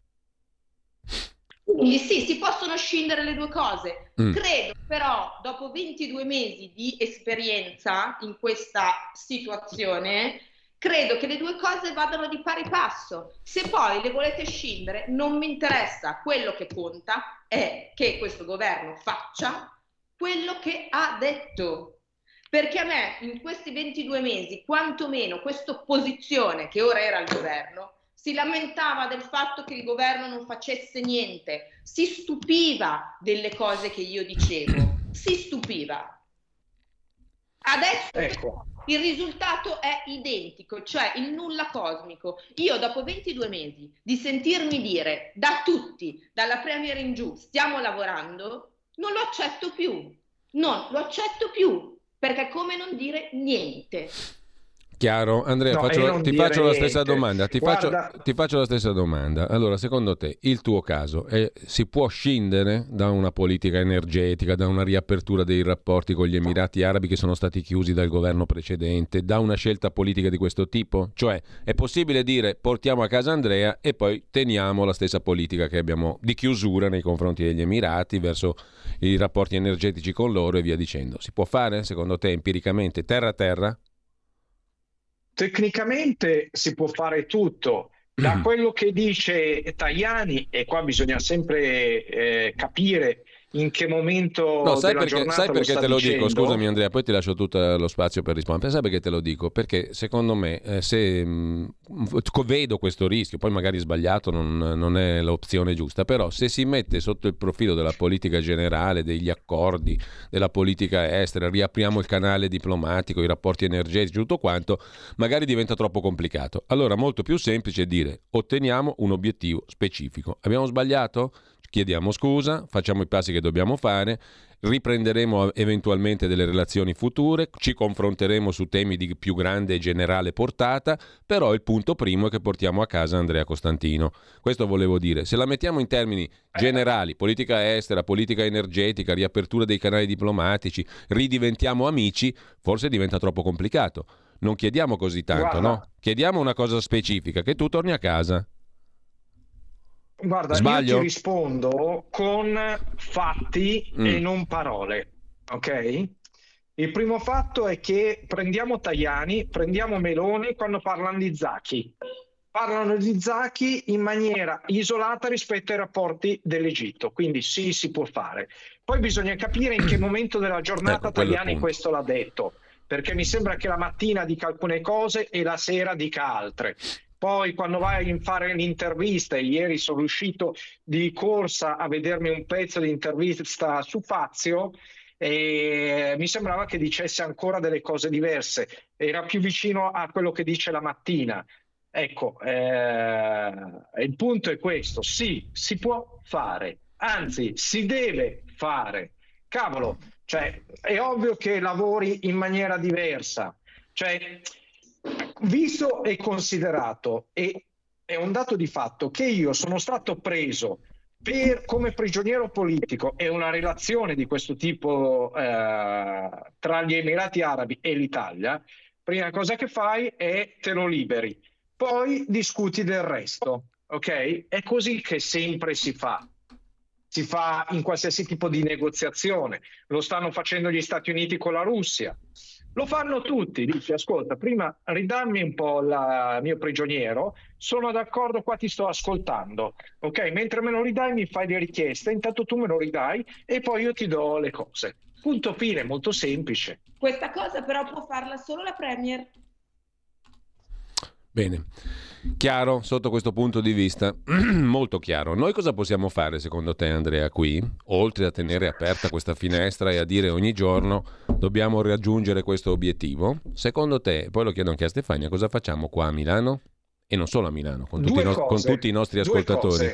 Quindi sì, si possono scindere le due cose. Credo però, dopo 22 mesi di esperienza in questa situazione, credo che le due cose vadano di pari passo. Se poi le volete scindere, non mi interessa. Quello che conta è che questo governo faccia quello che ha detto. Perché a me, in questi 22 mesi, quantomeno questa opposizione che ora era al governo, si lamentava del fatto che il governo non facesse niente, si stupiva delle cose che io dicevo, si stupiva. Adesso ecco. Il risultato è identico, cioè il nulla cosmico. Io dopo 22 mesi di sentirmi dire da tutti, dalla Premier in giù, stiamo lavorando, non lo accetto più, perché è come non dire niente. Chiaro. Andrea, No, ti faccio la stessa niente. domanda. Ti Guarda, faccio la stessa domanda. Allora, secondo te, il tuo caso si può scindere da una politica energetica, da una riapertura dei rapporti con gli Emirati Arabi che sono stati chiusi dal governo precedente, da una scelta politica di questo tipo? Cioè, è possibile dire portiamo a casa Andrea e poi teniamo la stessa politica che abbiamo di chiusura nei confronti degli Emirati verso i rapporti energetici con loro e via dicendo? Si può fare, secondo te, empiricamente, terra a terra? tecnicamente si può fare tutto. Da quello che dice Tajani, e qua bisogna sempre capire in che momento No, sai della perché, giornata sai lo perché sta te lo dico? dicendo. Scusami Andrea, poi ti lascio tutto lo spazio per rispondere. Sai perché te lo dico? Perché secondo me se vedo questo rischio, poi magari sbagliato, non è l'opzione giusta, però se si mette sotto il profilo della politica generale, degli accordi, della politica estera, riapriamo il canale diplomatico, i rapporti energetici, tutto quanto, magari diventa troppo complicato. Allora molto più semplice dire otteniamo un obiettivo specifico. Abbiamo sbagliato? Chiediamo scusa, facciamo i passi che dobbiamo fare, riprenderemo eventualmente delle relazioni future, ci confronteremo su temi di più grande e generale portata, però il punto primo è che portiamo a casa Andrea Costantino. Questo volevo dire. Se la mettiamo in termini generali, politica estera, politica energetica, riapertura dei canali diplomatici, ridiventiamo amici, forse diventa troppo complicato. Non chiediamo così tanto, Guarda, no? Chiediamo una cosa specifica, che tu torni a casa. Guarda, io Sbaglio? ti rispondo con fatti e non parole, ok? Il primo fatto è che prendiamo Tajani, prendiamo Meloni quando parlano di Zaki. Parlano di Zaki in maniera isolata rispetto ai rapporti dell'Egitto, quindi sì, si può fare. Poi bisogna capire in che momento della giornata Ecco, quello è il Tajani punto. questo l'ha detto, perché mi sembra che la mattina dica alcune cose e la sera dica altre. Poi quando vai a fare l'intervista, e ieri sono uscito di corsa a vedermi un pezzo di intervista su Fazio, e mi sembrava che dicesse ancora delle cose diverse, era più vicino a quello che dice la mattina. Ecco, il punto è questo: sì, si può fare, anzi si deve fare. Cavolo, cioè, è ovvio che lavori in maniera diversa, cioè, visto e considerato, e è un dato di fatto che io sono stato preso come prigioniero politico, e una relazione di questo tipo tra gli Emirati Arabi e l'Italia, prima cosa che fai è te lo liberi, poi discuti del resto, ok? È così che sempre si fa in qualsiasi tipo di negoziazione. Lo stanno facendo gli Stati Uniti con la Russia, lo fanno tutti. Dici: ascolta, prima ridammi un po' il mio prigioniero, sono d'accordo, qua ti sto ascoltando, ok? Mentre me lo ridai mi fai le richieste, intanto tu me lo ridai e poi io ti do le cose. Punto fine, molto semplice. Questa cosa però può farla solo la Premier. Bene, chiaro sotto questo punto di vista, molto chiaro. Noi cosa possiamo fare secondo te, Andrea, qui? Oltre a tenere aperta questa finestra e a dire ogni giorno dobbiamo raggiungere questo obiettivo, secondo te, poi lo chiedo anche a Stefania, cosa facciamo qua a Milano? E non solo a Milano, con tutti i nostri ascoltatori.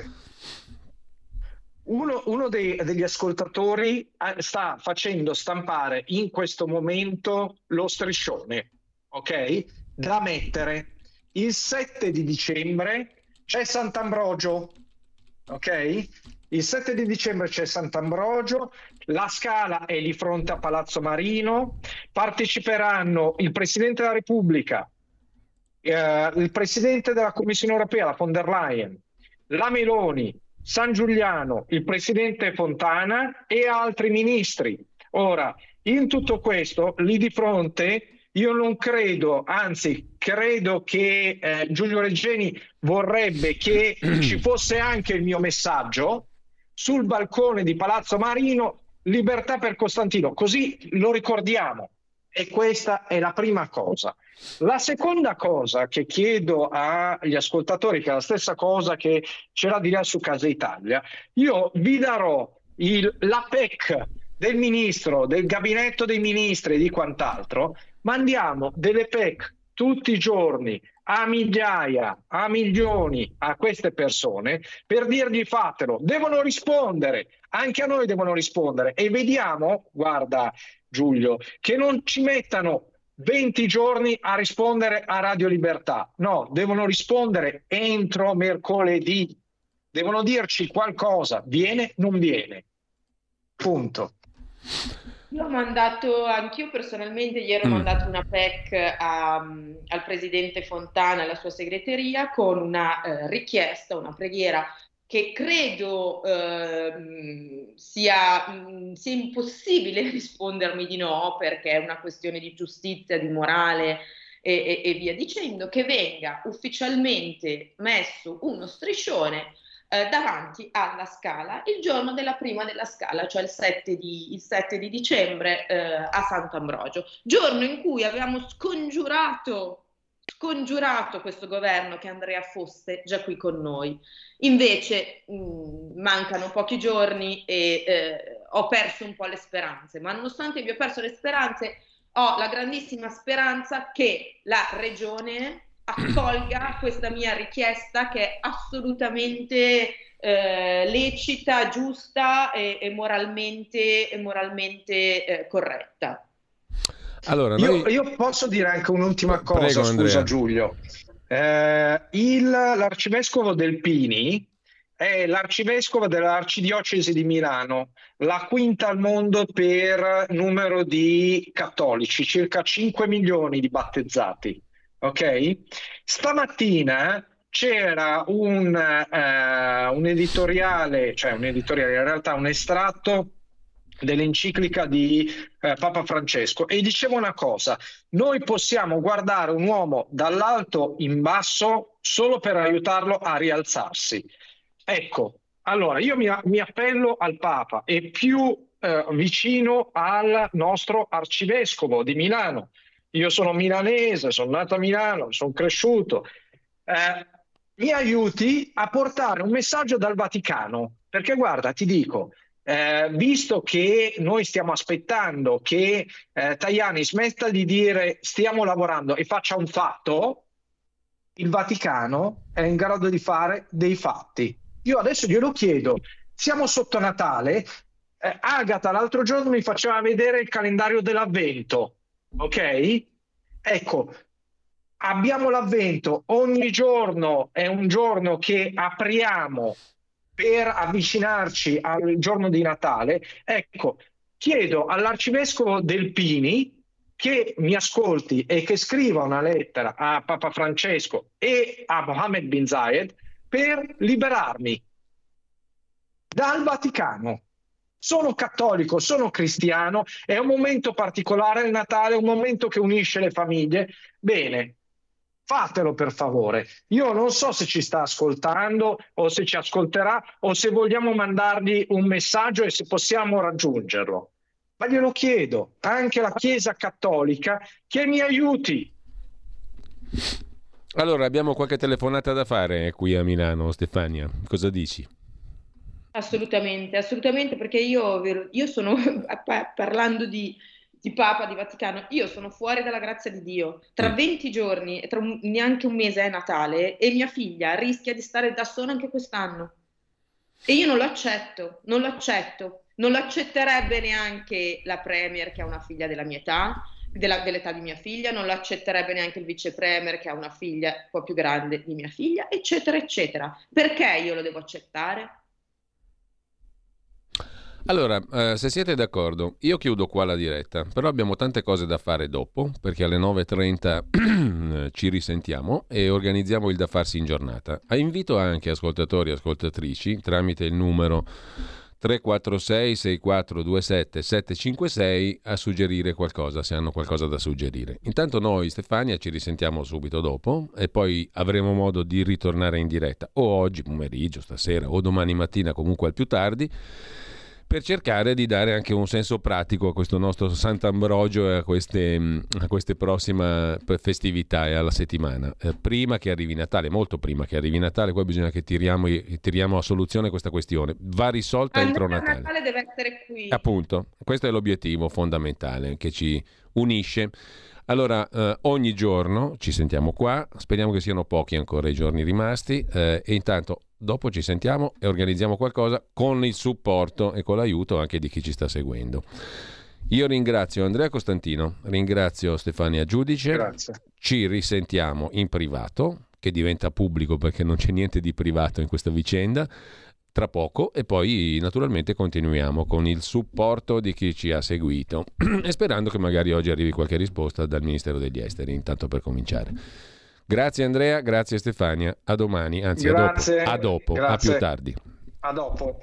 Uno degli ascoltatori sta facendo stampare in questo momento lo striscione, ok? Da mettere. Il 7 di dicembre c'è Sant'Ambrogio, ok? Il 7 di dicembre c'è Sant'Ambrogio, la Scala è di fronte a Palazzo Marino, parteciperanno il Presidente della Repubblica, il Presidente della Commissione Europea, la von der Leyen, la Meloni, San Giuliano, il Presidente Fontana e altri ministri. Ora, in tutto questo, lì di fronte, io non credo, anzi credo che Giulio Regeni vorrebbe che ci fosse anche il mio messaggio sul balcone di Palazzo Marino: libertà per Costantino, così lo ricordiamo. E questa è la prima cosa. La seconda cosa che chiedo agli ascoltatori, che è la stessa cosa che c'era di là su Casa Italia, io vi darò la PEC del ministro, del gabinetto dei ministri e di quant'altro. Mandiamo delle PEC tutti i giorni a migliaia, a milioni a queste persone per dirgli: fatelo, devono rispondere, anche a noi devono rispondere, e vediamo, guarda Giulio, che non ci mettano 20 giorni a rispondere a Radio Libertà. No, devono rispondere entro mercoledì. Devono dirci qualcosa, viene, non viene. Punto. Io ho mandato, anch'io personalmente, ieri ho mandato una PEC al presidente Fontana e alla sua segreteria con una richiesta, una preghiera che credo sia impossibile rispondermi di no, perché è una questione di giustizia, di morale e via dicendo, che venga ufficialmente messo uno striscione davanti alla Scala il giorno della prima della Scala, cioè il 7 di dicembre a Sant'Ambrogio, giorno in cui avevamo scongiurato questo governo che Andrea fosse già qui con noi. Invece mancano pochi giorni e ho perso un po' le speranze, ma nonostante vi ho perso le speranze, ho la grandissima speranza che la Regione accolga questa mia richiesta, che è assolutamente lecita, giusta e moralmente corretta. Allora, io posso dire anche un'ultima cosa. Prego, scusa Andrea. Giulio. L'arcivescovo del Pini è l'arcivescovo dell'arcidiocesi di Milano, la quinta al mondo per numero di cattolici, circa 5 milioni di battezzati. Ok? Stamattina c'era un editoriale, in realtà un estratto dell'enciclica di Papa Francesco, e diceva una cosa: noi possiamo guardare un uomo dall'alto in basso solo per aiutarlo a rialzarsi. Ecco, allora io mi appello al Papa e più vicino al nostro arcivescovo di Milano. Io sono milanese, sono nato a Milano, sono cresciuto. Mi aiuti a portare un messaggio dal Vaticano, perché guarda, ti dico, visto che noi stiamo aspettando che Tajani smetta di dire stiamo lavorando e faccia un fatto, il Vaticano è in grado di fare dei fatti. Io adesso glielo chiedo, siamo sotto Natale, Agata l'altro giorno mi faceva vedere il calendario dell'Avvento. Ok? Ecco, abbiamo l'Avvento, ogni giorno è un giorno che apriamo per avvicinarci al giorno di Natale. Ecco, chiedo all'arcivescovo del Pini che mi ascolti e che scriva una lettera a Papa Francesco e a Mohammed bin Zayed per liberarmi dal Vaticano. Sono cattolico, sono cristiano, è un momento particolare il Natale, è un momento che unisce le famiglie. Bene, fatelo per favore. Io non so se ci sta ascoltando o se ci ascolterà o se vogliamo mandargli un messaggio e se possiamo raggiungerlo. Ma glielo chiedo anche alla Chiesa Cattolica che mi aiuti. Allora, abbiamo qualche telefonata da fare qui a Milano, Stefania. Cosa dici? Assolutamente, perché io sono, parlando di Papa, di Vaticano, io sono fuori dalla grazia di Dio. Tra 20 giorni, neanche un mese è Natale e mia figlia rischia di stare da sola anche quest'anno. E io non lo accetto. Non lo accetterebbe neanche la Premier che ha una figlia della mia età, dell'età di mia figlia, non lo accetterebbe neanche il vice Premier che ha una figlia un po' più grande di mia figlia, eccetera, eccetera. Perché io lo devo accettare? Allora, se siete d'accordo, io chiudo qua la diretta, però abbiamo tante cose da fare dopo, perché alle 9.30 ci risentiamo e organizziamo il da farsi in giornata. Invito anche ascoltatori e ascoltatrici, tramite il numero 346-6427-756, a suggerire qualcosa, se hanno qualcosa da suggerire. Intanto noi, Stefania, ci risentiamo subito dopo e poi avremo modo di ritornare in diretta, o oggi pomeriggio, stasera, o domani mattina, comunque al più tardi, per cercare di dare anche un senso pratico a questo nostro Sant'Ambrogio e a queste prossime festività e alla settimana. Prima che arrivi Natale, molto prima che arrivi Natale, poi bisogna che tiriamo a soluzione questa questione. Va risolta entro Natale. Natale deve essere qui. Appunto, questo è l'obiettivo fondamentale che ci unisce. Allora, ogni giorno ci sentiamo qua, speriamo che siano pochi ancora i giorni rimasti, e intanto dopo ci sentiamo e organizziamo qualcosa con il supporto e con l'aiuto anche di chi ci sta seguendo. Io ringrazio Andrea Costantino, ringrazio Stefania Giudice. Grazie. Ci risentiamo in privato, che diventa pubblico perché non c'è niente di privato in questa vicenda, tra poco, e poi naturalmente continuiamo con il supporto di chi ci ha seguito e sperando che magari oggi arrivi qualche risposta dal Ministero degli Esteri, intanto per cominciare. Grazie Andrea, grazie Stefania, a domani, anzi grazie, a dopo, grazie. a più tardi. A dopo.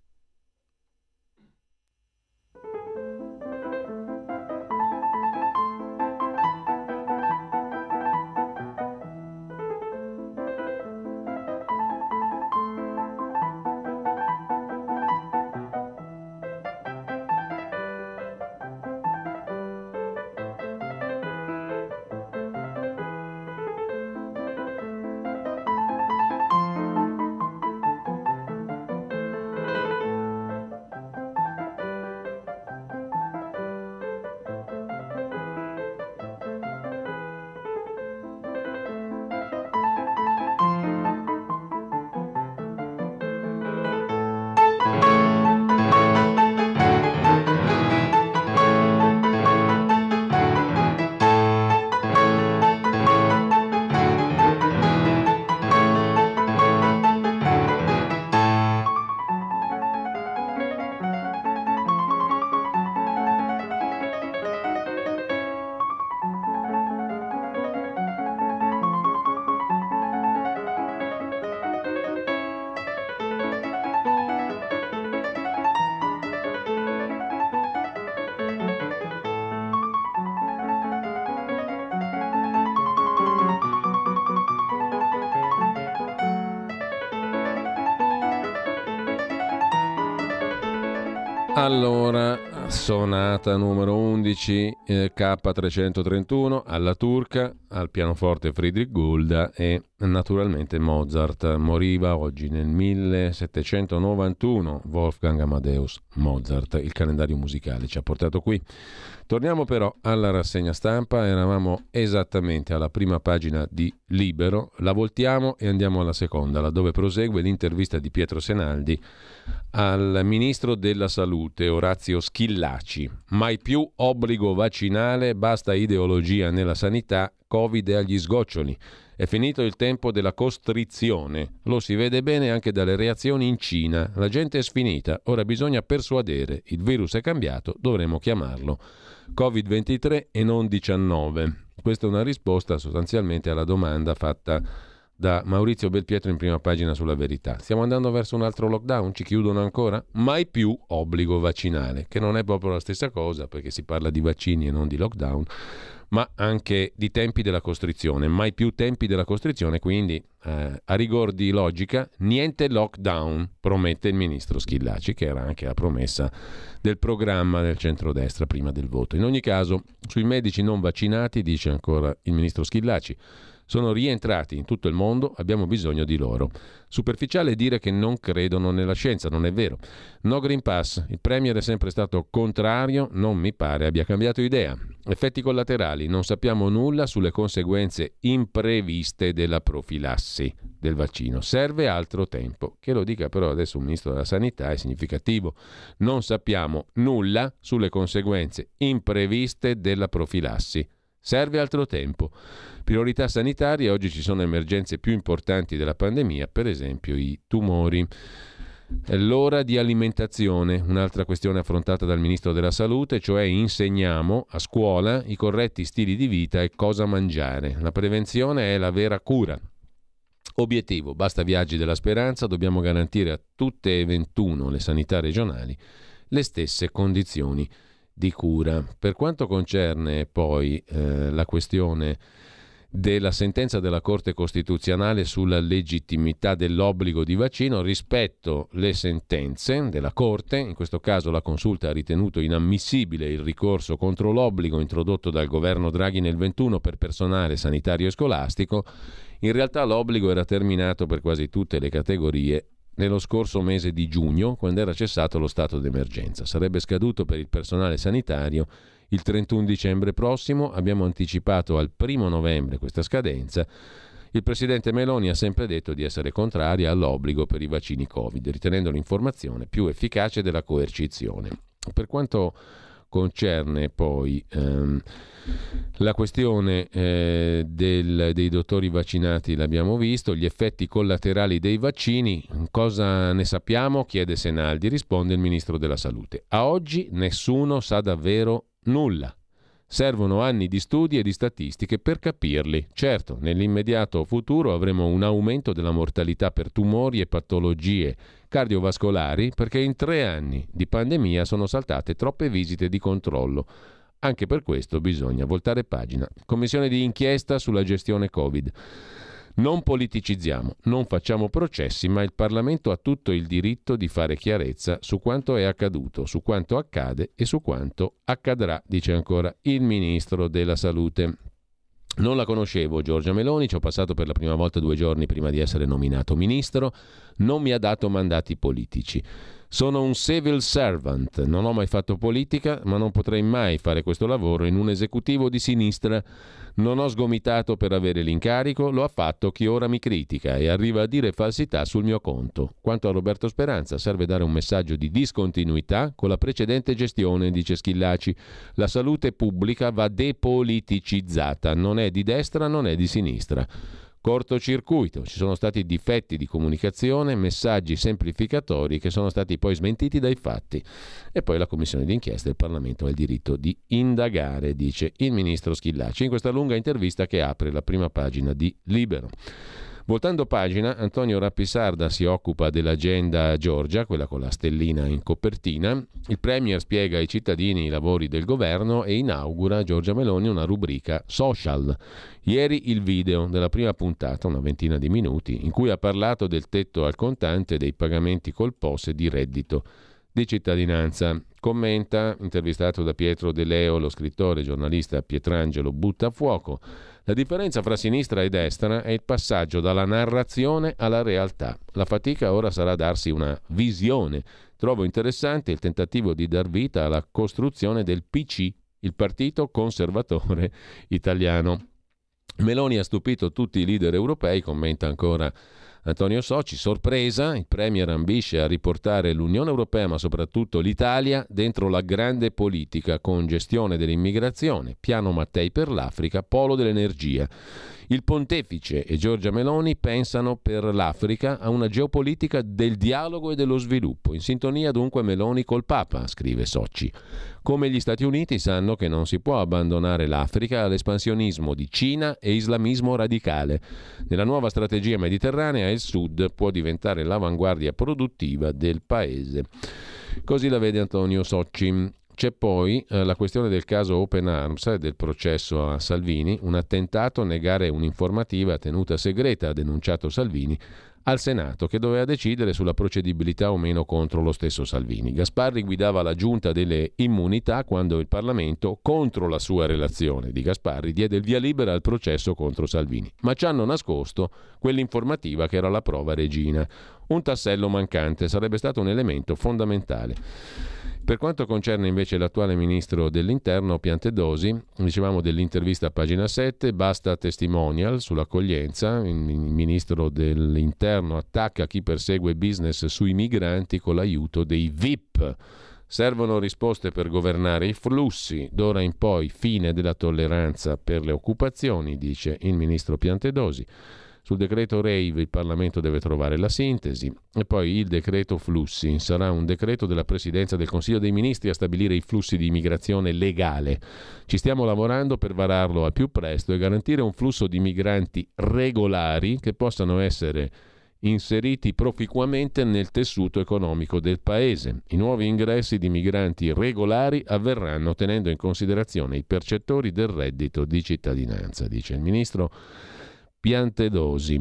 Allora, sonata numero 11, K331 alla turca, al pianoforte Friedrich Gulda e naturalmente Mozart. Moriva oggi nel 1791 Wolfgang Amadeus Mozart. Il calendario musicale ci ha portato qui. Torniamo però alla rassegna stampa, eravamo esattamente alla prima pagina di Libero, la voltiamo e andiamo alla seconda, laddove prosegue l'intervista di Pietro Senaldi al ministro della Salute Orazio Schillaci. Mai più obbligo vaccinale, basta ideologia nella sanità, Covid è agli sgoccioli. È finito il tempo della costrizione, lo si vede bene anche dalle reazioni in Cina. La gente è sfinita, ora bisogna persuadere, il virus è cambiato, dovremo chiamarlo Covid-23 e non 19. Questa è una risposta sostanzialmente alla domanda fatta da Maurizio Belpietro in prima pagina sulla Verità. Stiamo andando verso un altro lockdown? Ci chiudono ancora? Mai più obbligo vaccinale, che non è proprio la stessa cosa perché si parla di vaccini e non di lockdown, ma anche di tempi della costrizione. Mai più tempi della costrizione, quindi a rigor di logica niente lockdown, promette il ministro Schillaci, che era anche la promessa del programma del centrodestra prima del voto. In ogni caso, sui medici non vaccinati, dice ancora il ministro Schillaci, sono rientrati in tutto il mondo, abbiamo bisogno di loro. Superficiale dire che non credono nella scienza, non è vero. No Green Pass, il Premier è sempre stato contrario, non mi pare abbia cambiato idea. Effetti collaterali, non sappiamo nulla sulle conseguenze impreviste della profilassi del vaccino. Serve altro tempo. Che lo dica però adesso un ministro della Sanità è significativo. Non sappiamo nulla sulle conseguenze impreviste della profilassi. Serve altro tempo. Priorità sanitarie, oggi ci sono emergenze più importanti della pandemia, per esempio i tumori. L'ora di alimentazione, un'altra questione affrontata dal Ministro della Salute, cioè insegniamo a scuola i corretti stili di vita e cosa mangiare. La prevenzione è la vera cura. Obiettivo, basta viaggi della speranza, dobbiamo garantire a tutte e 21 le sanità regionali le stesse condizioni di cura. Per quanto concerne poi la questione della sentenza della Corte Costituzionale sulla legittimità dell'obbligo di vaccino, rispetto le sentenze della Corte, in questo caso la Consulta ha ritenuto inammissibile il ricorso contro l'obbligo introdotto dal governo Draghi nel 21 per personale sanitario e scolastico. In realtà l'obbligo era terminato per quasi tutte le categorie nello scorso mese di giugno, quando era cessato lo stato d'emergenza. Sarebbe scaduto per il personale sanitario il 31 dicembre prossimo, abbiamo anticipato al 1 novembre questa scadenza. Il presidente Meloni ha sempre detto di essere contraria all'obbligo per i vaccini Covid, ritenendo l'informazione più efficace della coercizione. Per quanto concerne poi la questione dei dottori vaccinati, l'abbiamo visto, gli effetti collaterali dei vaccini, cosa ne sappiamo? Chiede Senaldi, risponde il Ministro della Salute. A oggi nessuno sa davvero nulla. Servono anni di studi e di statistiche per capirli. Certo, nell'immediato futuro avremo un aumento della mortalità per tumori e patologie cardiovascolari perché in 3 anni di pandemia sono saltate troppe visite di controllo. Anche per questo bisogna voltare pagina. Commissione di inchiesta sulla gestione Covid. Non politicizziamo, non facciamo processi, ma il Parlamento ha tutto il diritto di fare chiarezza su quanto è accaduto, su quanto accade e su quanto accadrà, dice ancora il Ministro della Salute. Non la conoscevo Giorgia Meloni, ci ho passato per la prima volta 2 giorni prima di essere nominato ministro, non mi ha dato mandati politici. Sono un civil servant, non ho mai fatto politica, ma non potrei mai fare questo lavoro in un esecutivo di sinistra. Non ho sgomitato per avere l'incarico, lo ha fatto chi ora mi critica e arriva a dire falsità sul mio conto. Quanto a Roberto Speranza, serve dare un messaggio di discontinuità con la precedente gestione, dice Schillaci. La salute pubblica va depoliticizzata, non è di destra, non è di sinistra. Cortocircuito, ci sono stati difetti di comunicazione, messaggi semplificatori che sono stati poi smentiti dai fatti. E poi la commissione d'inchiesta del Parlamento ha il diritto di indagare, dice il ministro Schillaci in questa lunga intervista che apre la prima pagina di Libero. Voltando pagina, Antonio Rappisarda si occupa dell'agenda Giorgia, quella con la stellina in copertina. Il Premier spiega ai cittadini i lavori del governo e inaugura Giorgia Meloni una rubrica social. Ieri il video della prima puntata, una ventina di minuti, in cui ha parlato del tetto al contante e dei pagamenti col POS di reddito di cittadinanza. Commenta, intervistato da Pietro De Leo, lo scrittore e giornalista Pietrangelo Buttafuoco. La differenza fra sinistra e destra è il passaggio dalla narrazione alla realtà. La fatica ora sarà darsi una visione. Trovo interessante il tentativo di dar vita alla costruzione del PC, il Partito Conservatore Italiano. Meloni ha stupito tutti i leader europei, commenta ancora Antonio Socci. Sorpresa, il Premier ambisce a riportare l'Unione Europea, ma soprattutto l'Italia, dentro la grande politica con gestione dell'immigrazione, piano Mattei per l'Africa, polo dell'energia. Il pontefice e Giorgia Meloni pensano per l'Africa a una geopolitica del dialogo e dello sviluppo, in sintonia dunque Meloni col Papa, scrive Socci. Come gli Stati Uniti sanno che non si può abbandonare l'Africa all'espansionismo di Cina e islamismo radicale. Nella nuova strategia mediterranea il Sud può diventare l'avanguardia produttiva del paese. Così la vede Antonio Socci. C'è poi la questione del caso Open Arms e del processo a Salvini. Un attentato, negare un'informativa tenuta segreta, ha denunciato Salvini al Senato, che doveva decidere sulla procedibilità o meno contro lo stesso Salvini. Gasparri guidava la giunta delle immunità quando il Parlamento, contro la sua relazione di Gasparri, diede il via libera al processo contro Salvini. Ma ci hanno nascosto quell'informativa che era la prova regina. Un tassello mancante, sarebbe stato un elemento fondamentale. Per quanto concerne invece l'attuale ministro dell'Interno Piantedosi, dicevamo dell'intervista a pagina 7, basta testimonial sull'accoglienza, il ministro dell'Interno attacca chi persegue business sui migranti con l'aiuto dei VIP. Servono risposte per governare i flussi, d'ora in poi fine della tolleranza per le occupazioni, dice il ministro Piantedosi. Sul decreto rave il Parlamento deve trovare la sintesi e poi il decreto flussi sarà un decreto della Presidenza del Consiglio dei Ministri a stabilire i flussi di immigrazione legale. Ci stiamo lavorando per vararlo al più presto e garantire un flusso di migranti regolari che possano essere inseriti proficuamente nel tessuto economico del Paese. I nuovi ingressi di migranti regolari avverranno tenendo in considerazione i percettori del reddito di cittadinanza, dice il ministro Piantedosi.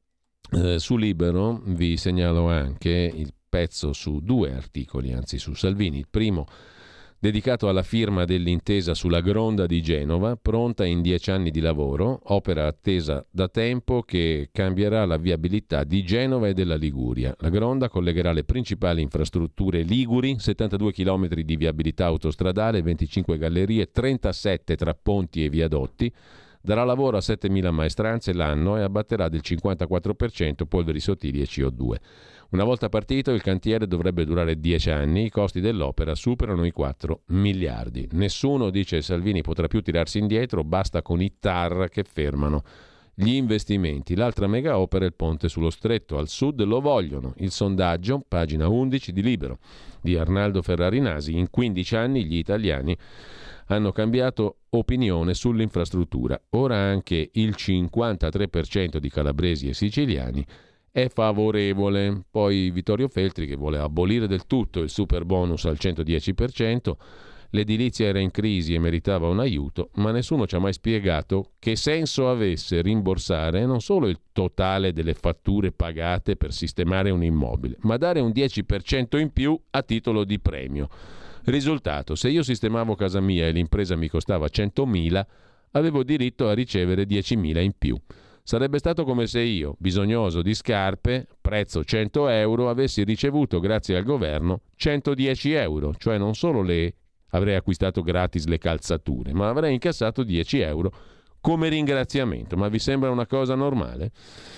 Su Libero vi segnalo anche il pezzo su 2 articoli, anzi su Salvini. Il primo dedicato alla firma dell'intesa sulla Gronda di Genova, pronta in 10 anni di lavoro, opera attesa da tempo che cambierà la viabilità di Genova e della Liguria. La Gronda collegherà le principali infrastrutture liguri, 72 km di viabilità autostradale, 25 gallerie, 37 tra ponti e viadotti, darà lavoro a 7.000 maestranze l'anno e abbatterà del 54% polveri sottili e CO2. Una volta partito, il cantiere dovrebbe durare 10 anni, i costi dell'opera superano i 4 miliardi. Nessuno, dice Salvini, potrà più tirarsi indietro, basta con i TAR che fermano gli investimenti. L'altra mega opera è il ponte sullo Stretto, al sud lo vogliono. Il sondaggio, pagina 11 di Libero, di Arnaldo Ferrari Nasi: in 15 anni gli italiani hanno cambiato opinione sull'infrastruttura. Ora anche il 53% di calabresi e siciliani è favorevole. Poi Vittorio Feltri, che vuole abolire del tutto il super bonus al 110%, l'edilizia era in crisi e meritava un aiuto, ma nessuno ci ha mai spiegato che senso avesse rimborsare non solo il totale delle fatture pagate per sistemare un immobile, ma dare un 10% in più a titolo di premio. Risultato: se io sistemavo casa mia e l'impresa mi costava 100.000, avevo diritto a ricevere 10.000 in più. Sarebbe stato come se io, bisognoso di scarpe, prezzo 100 euro, avessi ricevuto grazie al governo 110 euro, cioè non solo avrei acquistato gratis le calzature, ma avrei incassato 10 euro come ringraziamento. Ma vi sembra una cosa normale?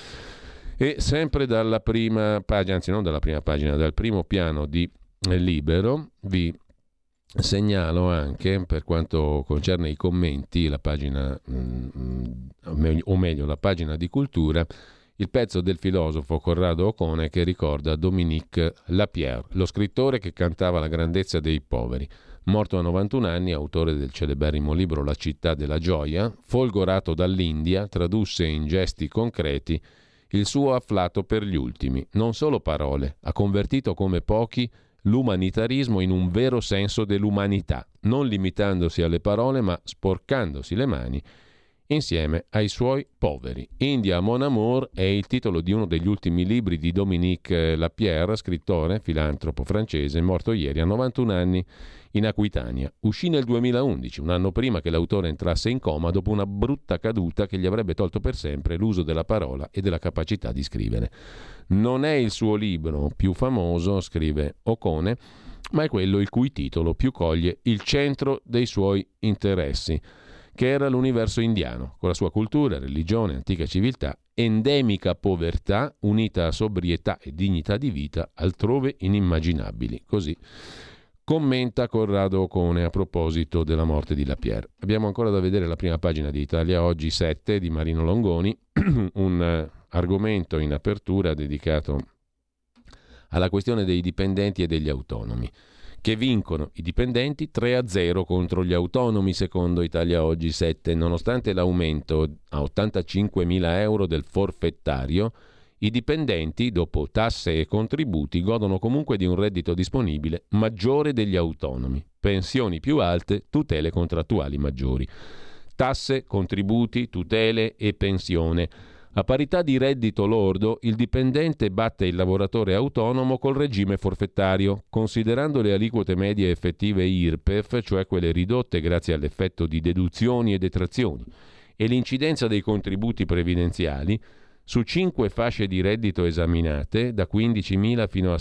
E sempre dalla prima pagina, anzi non dalla prima pagina, dal primo piano di Libero, vi segnalo anche, per quanto concerne i commenti, la pagina, o meglio la pagina di cultura, il pezzo del filosofo Corrado Ocone che ricorda Dominique Lapierre, lo scrittore che cantava la grandezza dei poveri. Morto a 91 anni, autore del celeberrimo libro La città della gioia, folgorato dall'India, tradusse in gesti concreti il suo afflato per gli ultimi. Non solo parole, ha convertito come pochi l'umanitarismo in un vero senso dell'umanità, non limitandosi alle parole ma sporcandosi le mani insieme ai suoi poveri. India Mon Amour è il titolo di uno degli ultimi libri di Dominique Lapierre, scrittore, filantropo francese, morto ieri a 91 anni in Aquitania. Uscì nel 2011, un anno prima che l'autore entrasse in coma dopo una brutta caduta che gli avrebbe tolto per sempre l'uso della parola e della capacità di scrivere. Non è il suo libro più famoso, scrive Ocone, ma è quello il cui titolo più coglie il centro dei suoi interessi, che era l'universo indiano, con la sua cultura, religione, antica civiltà, endemica povertà unita a sobrietà e dignità di vita altrove inimmaginabili. Così commenta Corrado Ocone a proposito della morte di Lapierre. Abbiamo ancora da vedere la prima pagina di Italia Oggi 7 di Marino Longoni, un argomento in apertura dedicato alla questione dei dipendenti e degli autonomi, che vincono i dipendenti 3-0 contro gli autonomi, secondo Italia Oggi 7. Nonostante l'aumento a 85.000 euro del forfettario, i dipendenti, dopo tasse e contributi, godono comunque di un reddito disponibile maggiore degli autonomi, pensioni più alte, tutele contrattuali maggiori. Tasse, contributi, tutele e pensione. A parità di reddito lordo, il dipendente batte il lavoratore autonomo col regime forfettario, considerando le aliquote medie effettive IRPEF, cioè quelle ridotte grazie all'effetto di deduzioni e detrazioni, e l'incidenza dei contributi previdenziali. Su 5 fasce di reddito esaminate, da 15.000 fino a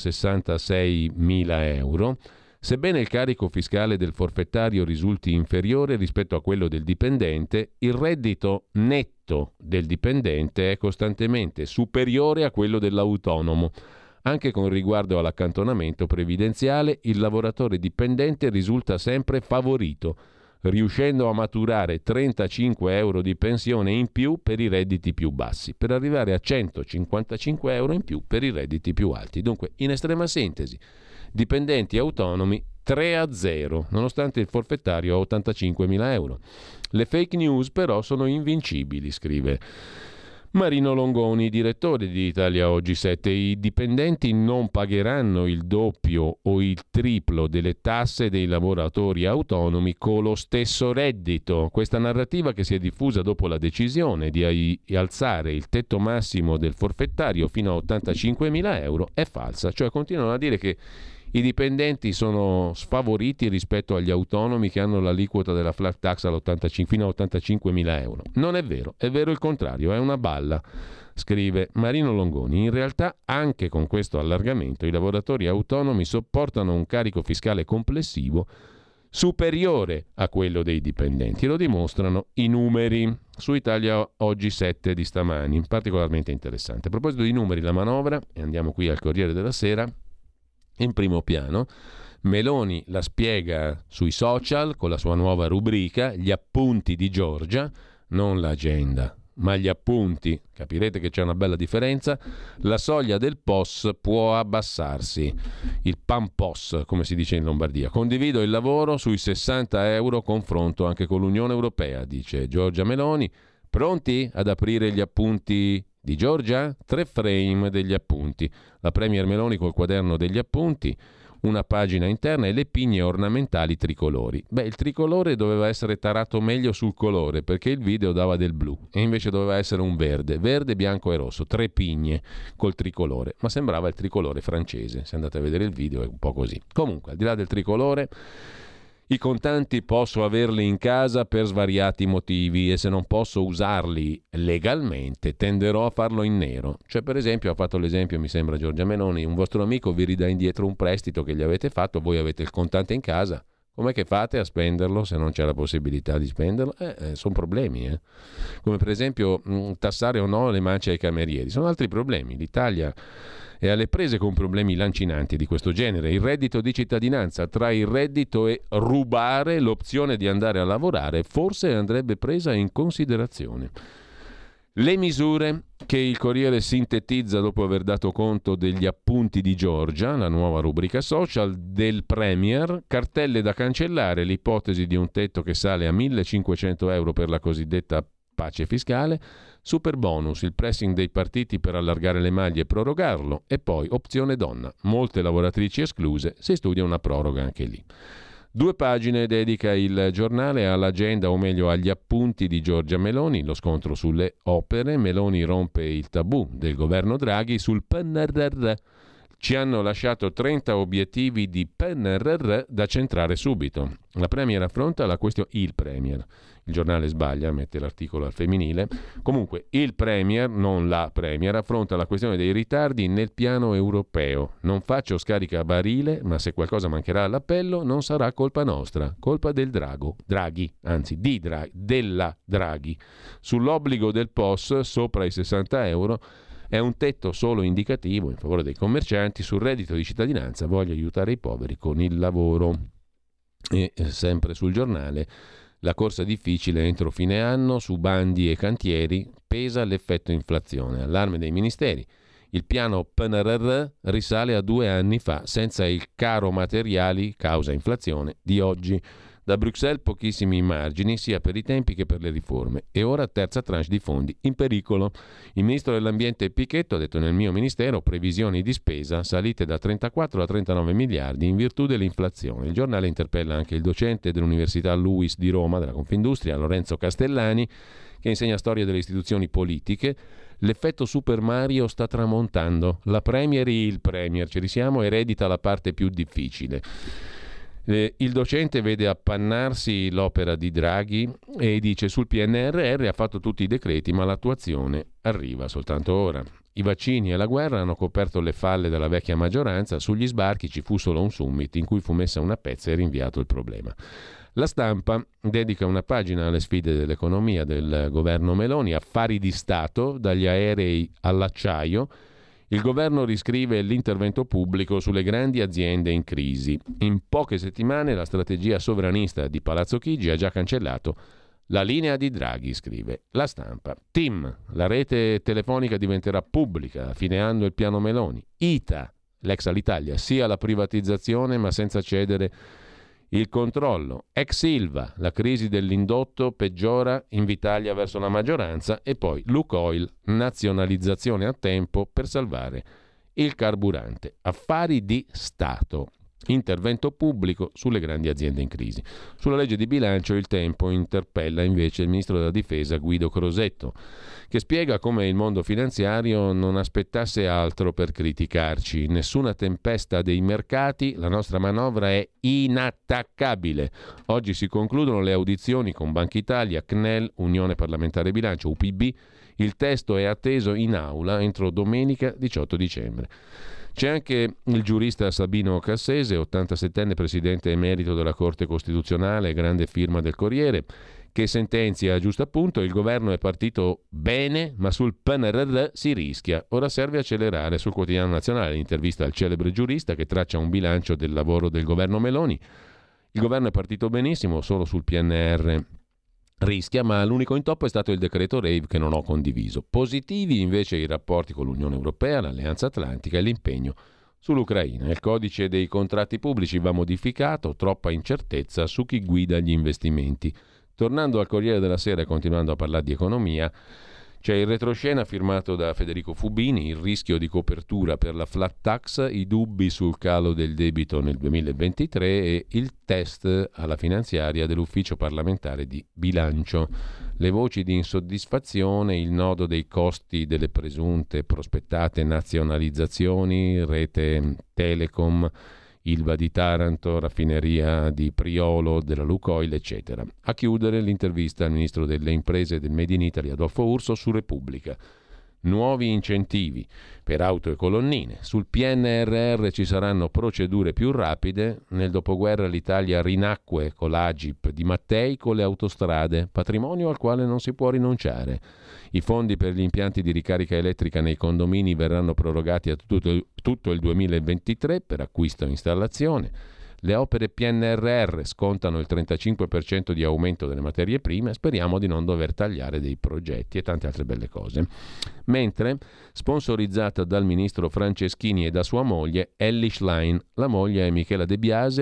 66.000 euro, sebbene il carico fiscale del forfettario risulti inferiore rispetto a quello del dipendente, il reddito netto del dipendente è costantemente superiore a quello dell'autonomo. Anche con riguardo all'accantonamento previdenziale, il lavoratore dipendente risulta sempre favorito, riuscendo a maturare 35 euro di pensione in più per i redditi più bassi, per arrivare a 155 euro in più per i redditi più alti. Dunque, in estrema sintesi, dipendenti autonomi 3-0, nonostante il forfettario a 85.000 euro. Le fake news però sono invincibili, scrive Marino Longoni, direttore di Italia Oggi 7. I dipendenti non pagheranno il doppio o il triplo delle tasse dei lavoratori autonomi con lo stesso reddito. Questa narrativa, che si è diffusa dopo la decisione di alzare il tetto massimo del forfettario fino a 85.000 euro, è falsa. Cioè continuano a dire che i dipendenti sono sfavoriti rispetto agli autonomi che hanno l'aliquota della flat tax fino a 85.000 euro. Non è vero il contrario, è una balla, scrive Marino Longoni. In realtà, anche con questo allargamento, i lavoratori autonomi sopportano un carico fiscale complessivo superiore a quello dei dipendenti. Lo dimostrano i numeri. su Italia Oggi 7 di stamani, particolarmente interessante. A proposito di numeri, la manovra, e andiamo qui al Corriere della Sera, in primo piano, Meloni la spiega sui social con la sua nuova rubrica, gli appunti di Giorgia, non l'agenda, ma gli appunti. Capirete che c'è una bella differenza. La soglia del POS può abbassarsi, il PAN POS come si dice in Lombardia. Condivido il lavoro sui 60 euro, confronto anche con l'Unione Europea, dice Giorgia Meloni. Pronti ad aprire gli appunti di Giorgia? 3 frame degli appunti. La Premier Meloni col quaderno degli appunti, una pagina interna e le pigne ornamentali tricolori. Il tricolore doveva essere tarato meglio sul colore, perché il video dava del blu e invece doveva essere un verde, bianco e rosso, 3 pigne col tricolore, ma sembrava il tricolore francese. Se andate a vedere il video è un po' così. Comunque, al di là del tricolore, i contanti posso averli in casa per svariati motivi e se non posso usarli legalmente tenderò a farlo in nero. Cioè, per esempio, ha fatto l'esempio, mi sembra, Giorgia Meloni, un vostro amico vi ridà indietro un prestito che gli avete fatto, voi avete il contante in casa, com'è che fate a spenderlo se non c'è la possibilità di spenderlo? Sono problemi, come per esempio tassare o no le mance ai camerieri, sono altri problemi. L'Italia è alle prese con problemi lancinanti di questo genere. Il reddito di cittadinanza, tra il reddito e rubare, l'opzione di andare a lavorare forse andrebbe presa in considerazione. Le misure che il Corriere sintetizza dopo aver dato conto degli appunti di Giorgia, la nuova rubrica social del Premier, cartelle da cancellare, l'ipotesi di un tetto che sale a 1.500 euro per la cosiddetta pace fiscale, super bonus, il pressing dei partiti per allargare le maglie e prorogarlo, e poi opzione donna, molte lavoratrici escluse, si studia una proroga anche lì. 2 pagine dedica il giornale all'agenda, o meglio agli appunti di Giorgia Meloni, lo scontro sulle opere. Meloni rompe il tabù del governo Draghi sul PNRR. Ci hanno lasciato 30 obiettivi di PNRR da centrare subito. La Premier affronta la questione, il Premier. Il giornale sbaglia, mette l'articolo al femminile. Comunque, il Premier, non la Premier, affronta la questione dei ritardi nel piano europeo. Non faccio scarica a barile, ma se qualcosa mancherà all'appello non sarà colpa nostra, colpa del Draghi, della Draghi. Sull'obbligo del POS sopra i 60 euro è un tetto solo indicativo in favore dei commercianti. Sul reddito di cittadinanza voglio aiutare i poveri con il lavoro. E sempre sul giornale, la corsa difficile entro fine anno su bandi e cantieri, pesa l'effetto inflazione, allarme dei ministeri. Il piano PNRR risale a 2 anni fa, senza il caro materiali causa inflazione di oggi. Da Bruxelles pochissimi margini sia per i tempi che per le riforme, e ora terza tranche di fondi in pericolo. Il ministro dell'ambiente Pichetto ha detto: nel mio ministero previsioni di spesa salite da 34 a 39 miliardi in virtù dell'inflazione. Il giornale interpella anche il docente dell'Università LUISS di Roma della Confindustria, Lorenzo Castellani, che insegna storia delle istituzioni politiche. L'effetto Super Mario sta tramontando, il Premier, ci risiamo, eredita la parte più difficile. Il docente vede appannarsi l'opera di Draghi e dice: sul PNRR ha fatto tutti i decreti, ma l'attuazione arriva soltanto ora. I vaccini e la guerra hanno coperto le falle della vecchia maggioranza, sugli sbarchi ci fu solo un summit in cui fu messa una pezza e rinviato il problema. La Stampa dedica una pagina alle sfide dell'economia del governo Meloni, affari di Stato, dagli aerei all'acciaio. Il governo riscrive l'intervento pubblico sulle grandi aziende in crisi. In poche settimane la strategia sovranista di Palazzo Chigi ha già cancellato la linea di Draghi, scrive La Stampa. TIM, la rete telefonica diventerà pubblica a fine anno, il piano Meloni. ITA, l'ex Alitalia, sia la privatizzazione ma senza cedere il controllo. Ex Ilva, la crisi dell'indotto peggiora Invitalia verso la maggioranza, e poi Lukoil, nazionalizzazione a tempo per salvare il carburante. Affari di Stato, intervento pubblico sulle grandi aziende in crisi. Sulla legge di bilancio il Tempo interpella invece il ministro della Difesa Guido Crosetto, che spiega come il mondo finanziario non aspettasse altro per criticarci. Nessuna tempesta dei mercati, la nostra manovra è inattaccabile. Oggi si concludono le audizioni con Banca Italia, CNEL, Unione Parlamentare Bilancio, UPB. Il testo è atteso in aula entro domenica 18 dicembre. C'è anche il giurista Sabino Cassese, 87enne presidente emerito della Corte Costituzionale, grande firma del Corriere, che sentenzia a giusto appunto: il governo è partito bene, ma sul PNRR si rischia. Ora serve accelerare. Sul Quotidiano Nazionale l'intervista al celebre giurista che traccia un bilancio del lavoro del governo Meloni. Il governo è partito benissimo, solo sul PNR rischia, ma l'unico intoppo è stato il decreto rave che non ho condiviso. Positivi invece i rapporti con l'Unione Europea, l'Alleanza Atlantica e l'impegno sull'Ucraina. Il codice dei contratti pubblici va modificato, troppa incertezza su chi guida gli investimenti. Tornando al Corriere della Sera e continuando a parlare di economia, c'è il retroscena firmato da Federico Fubini, il rischio di copertura per la flat tax, i dubbi sul calo del debito nel 2023 e il test alla finanziaria dell'ufficio parlamentare di bilancio. Le voci di insoddisfazione, il nodo dei costi delle presunte prospettate nazionalizzazioni, rete Telecom, Ilva di Taranto, raffineria di Priolo, della Lukoil, eccetera. A chiudere l'intervista al ministro delle imprese e del Made in Italy, Adolfo Urso, su Repubblica. Nuovi incentivi per auto e colonnine. Sul PNRR ci saranno procedure più rapide. Nel dopoguerra l'Italia rinacque con l'Agip di Mattei con le autostrade, patrimonio al quale non si può rinunciare. I fondi per gli impianti di ricarica elettrica nei condomini verranno prorogati a tutto il 2023 per acquisto e installazione. Le opere PNRR scontano il 35% di aumento delle materie prime, speriamo di non dover tagliare dei progetti e tante altre belle cose. Mentre, sponsorizzata dal ministro Franceschini e da sua moglie, Elly Schlein, la moglie è Michela De Biase,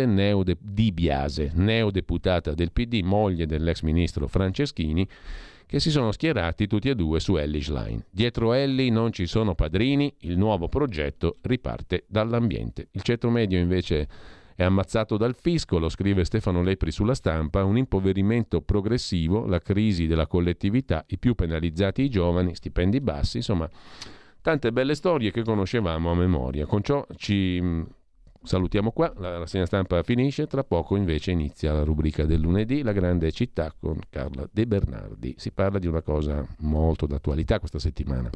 neodeputata del PD, moglie dell'ex ministro Franceschini, che si sono schierati tutti e due su Elly Schlein. Dietro Elly non ci sono padrini, il nuovo progetto riparte dall'ambiente. Il ceto medio invece è ammazzato dal fisco, lo scrive Stefano Lepri sulla Stampa, un impoverimento progressivo, la crisi della collettività, i più penalizzati i giovani, stipendi bassi, insomma tante belle storie che conoscevamo a memoria. Con ciò ci salutiamo qua, la rassegna stampa finisce, tra poco invece inizia la rubrica del lunedì, La grande città con Carla De Bernardi. Si parla di una cosa molto d'attualità questa settimana.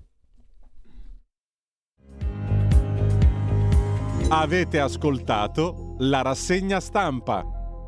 Avete ascoltato la rassegna stampa.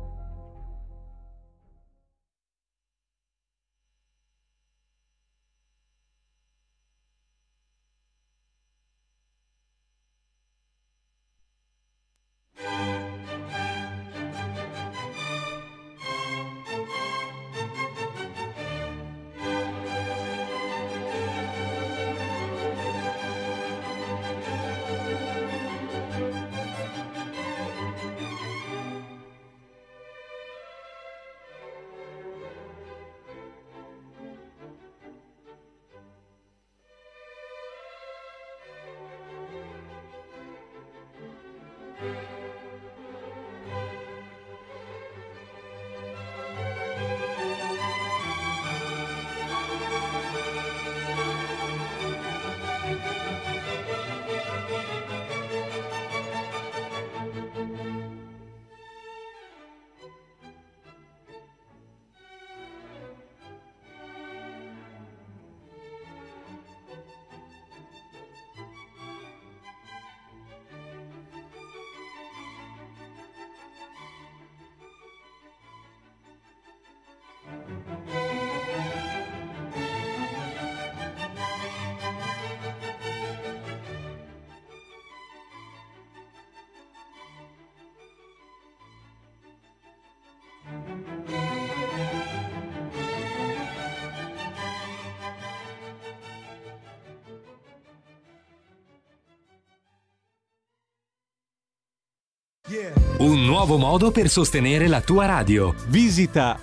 Un nuovo modo per sostenere la tua radio. Visita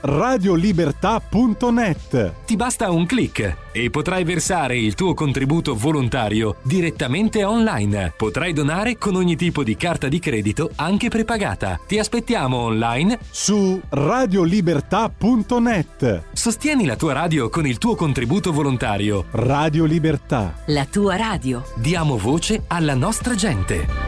radiolibertà.net. Ti basta un click e potrai versare il tuo contributo volontario direttamente online. Potrai donare con ogni tipo di carta di credito, anche prepagata. Ti aspettiamo online su radiolibertà.net. Sostieni la tua radio con il tuo contributo volontario. Radio Libertà. La tua radio. Diamo voce alla nostra gente.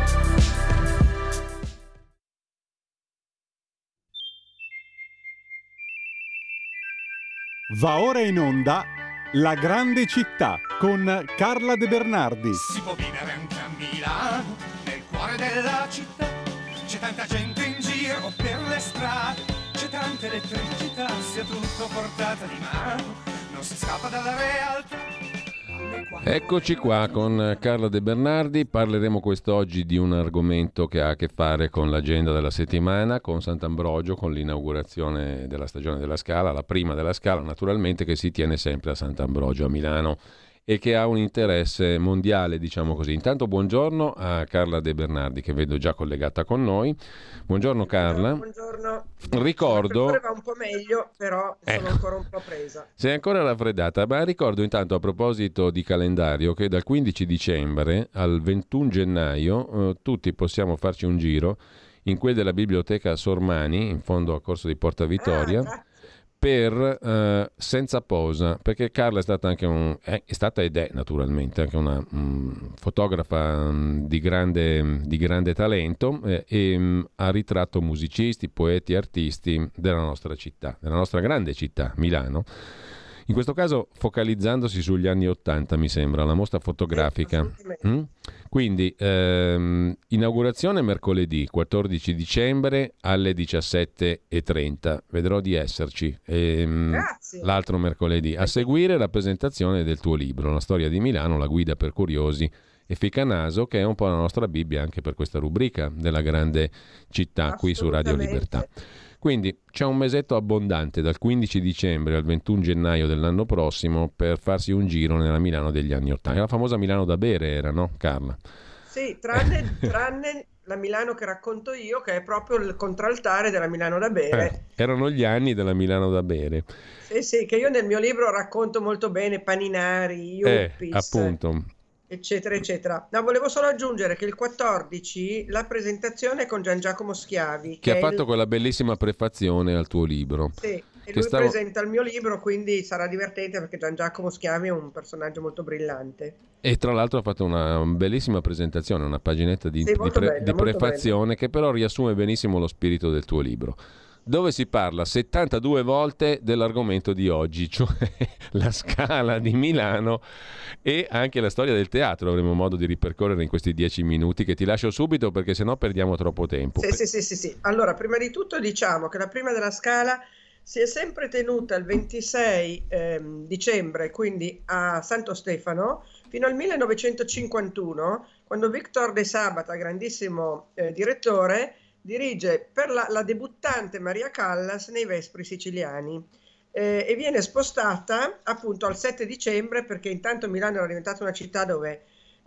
Va ora in onda La grande città con Carla De Bernardi. Si può vivere anche a Milano, nel cuore della città. C'è tanta gente in giro per le strade, c'è tanta elettricità, sia tutto portata di mano, non si scappa dalla realtà. Eccoci qua con Carla De Bernardi, parleremo quest'oggi di un argomento che ha a che fare con l'agenda della settimana, con Sant'Ambrogio, con l'inaugurazione della stagione della Scala, la prima della Scala naturalmente, che si tiene sempre a Sant'Ambrogio a Milano e che ha un interesse mondiale, diciamo così. Intanto buongiorno a Carla De Bernardi, che vedo già collegata con noi. Buongiorno Carla. Buongiorno. Ricordo... va un po' meglio, però sono ancora un po' presa. Sei ancora raffreddata, ma ricordo intanto, a proposito di calendario, che dal 15 dicembre al 21 gennaio tutti possiamo farci un giro in quel della Biblioteca Sormani, in fondo a Corso di Porta Vittoria, per Senza Posa, perché Carla è stata anche è stata ed è naturalmente anche una fotografa di grande talento e ha ritratto musicisti, poeti, artisti della nostra città, della nostra grande città, Milano. In questo caso focalizzandosi sugli anni '80, mi sembra, la mostra fotografica. Quindi inaugurazione mercoledì 14 dicembre alle 17:30. Vedrò di esserci. L'altro mercoledì. A seguire la presentazione del tuo libro, La storia di Milano, la guida per curiosi e Ficcanaso, che è un po' la nostra Bibbia anche per questa rubrica della grande città qui su Radio Libertà. Quindi c'è un mesetto abbondante dal 15 dicembre al 21 gennaio dell'anno prossimo per farsi un giro nella Milano degli anni '80. La famosa Milano da bere era, no Carla? Sì, tranne la Milano che racconto io, che è proprio il contraltare della Milano da bere. Erano gli anni della Milano da bere. Sì, che io nel mio libro racconto molto bene, Paninari, Iuppis, appunto. eccetera, eccetera. No, volevo solo aggiungere che il 14 la presentazione è con Gian Giacomo Schiavi. Che ha fatto quella bellissima prefazione al tuo libro. Sì, e lui presenta il mio libro, quindi sarà divertente perché Gian Giacomo Schiavi è un personaggio molto brillante. E tra l'altro ha fatto una bellissima presentazione, una paginetta di bella, prefazione che però riassume benissimo lo spirito del tuo libro, dove si parla 72 volte dell'argomento di oggi, cioè la Scala di Milano e anche la storia del teatro. Avremo modo di ripercorrere in questi 10 minuti che ti lascio subito perché sennò perdiamo troppo tempo. Sì. Allora, prima di tutto diciamo che la prima della Scala si è sempre tenuta il 26 dicembre, quindi a Santo Stefano, fino al 1951, quando Victor De Sabata, grandissimo direttore, dirige per la debuttante Maria Callas nei Vespri siciliani e viene spostata appunto al 7 dicembre perché intanto Milano era diventata una città dove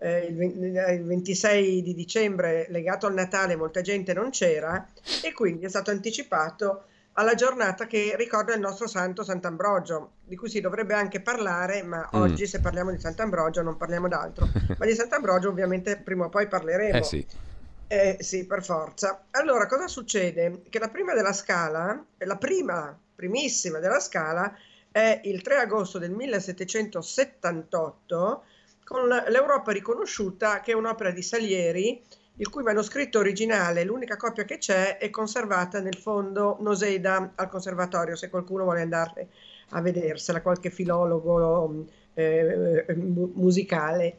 il 26 di dicembre legato al Natale molta gente non c'era e quindi è stato anticipato alla giornata che ricorda il nostro santo Sant'Ambrogio, di cui si dovrebbe anche parlare, ma oggi se parliamo di Sant'Ambrogio non parliamo d'altro, ma di Sant'Ambrogio ovviamente prima o poi parleremo. Sì, per forza. Allora, cosa succede? Che la prima della Scala, primissima della Scala, è il 3 agosto del 1778, con l'Europa riconosciuta, che è un'opera di Salieri, il cui manoscritto originale, l'unica copia che c'è, è conservata nel fondo Noseda al conservatorio, se qualcuno vuole andare a vedersela, qualche filologo musicale.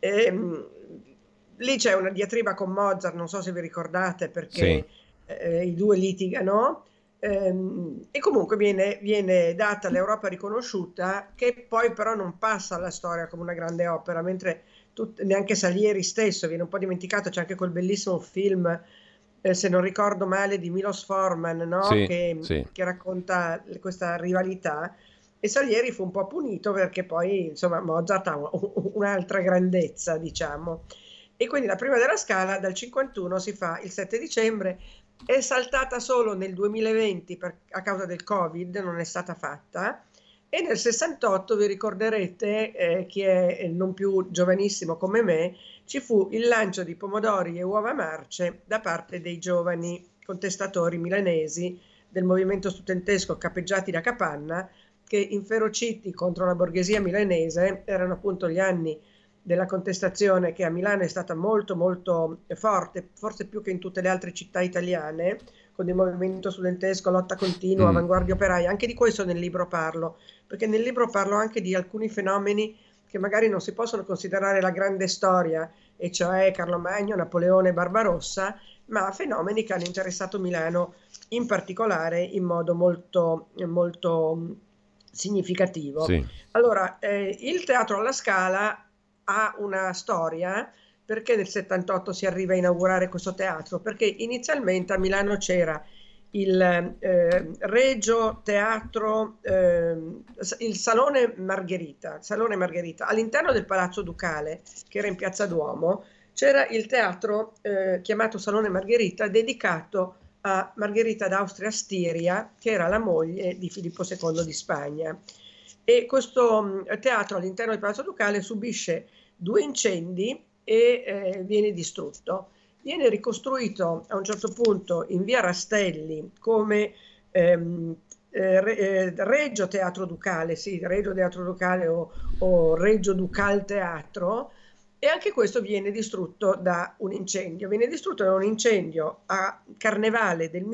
Lì c'è una diatriba con Mozart, non so se vi ricordate, perché i due litigano, e comunque viene data l'Europa riconosciuta, che poi però non passa alla storia come una grande opera, mentre neanche Salieri stesso viene un po' dimenticato. C'è anche quel bellissimo film, se non ricordo male, di Milos Forman, no? Che racconta questa rivalità, e Salieri fu un po' punito perché poi insomma Mozart ha un'altra grandezza, diciamo. E quindi la prima della Scala dal 51 si fa il 7 dicembre, è saltata solo nel 2020 a causa del Covid, non è stata fatta, e nel 68, vi ricorderete, chi è non più giovanissimo come me, ci fu il lancio di pomodori e uova marce da parte dei giovani contestatori milanesi del movimento studentesco capeggiati da Capanna, che inferociti contro la borghesia milanese. Erano appunto gli anni della contestazione, che a Milano è stata molto molto forte, forse più che in tutte le altre città italiane, con il movimento studentesco, lotta continua, avanguardia operaia. Anche di questo nel libro parlo, perché nel libro parlo anche di alcuni fenomeni che magari non si possono considerare la grande storia e cioè Carlo Magno, Napoleone e Barbarossa, ma a fenomeni che hanno interessato Milano in particolare in modo molto, molto significativo. Sì. Allora, il Teatro alla Scala ha una storia. Perché nel 78 si arriva a inaugurare questo teatro? Perché inizialmente a Milano c'era il Regio Teatro, il Salone Margherita, all'interno del Palazzo Ducale, che era in Piazza Duomo, c'era il teatro chiamato Salone Margherita, dedicato a Margherita d'Austria-Stiria, che era la moglie di Filippo II di Spagna. E questo teatro all'interno del Palazzo Ducale subisce 2 incendi e viene distrutto. Viene ricostruito a un certo punto in via Rastelli come Regio Teatro Ducale, sì, Regio Teatro Ducale o Regio Ducal Teatro, e anche questo viene distrutto da un incendio. Viene distrutto da un incendio a Carnevale del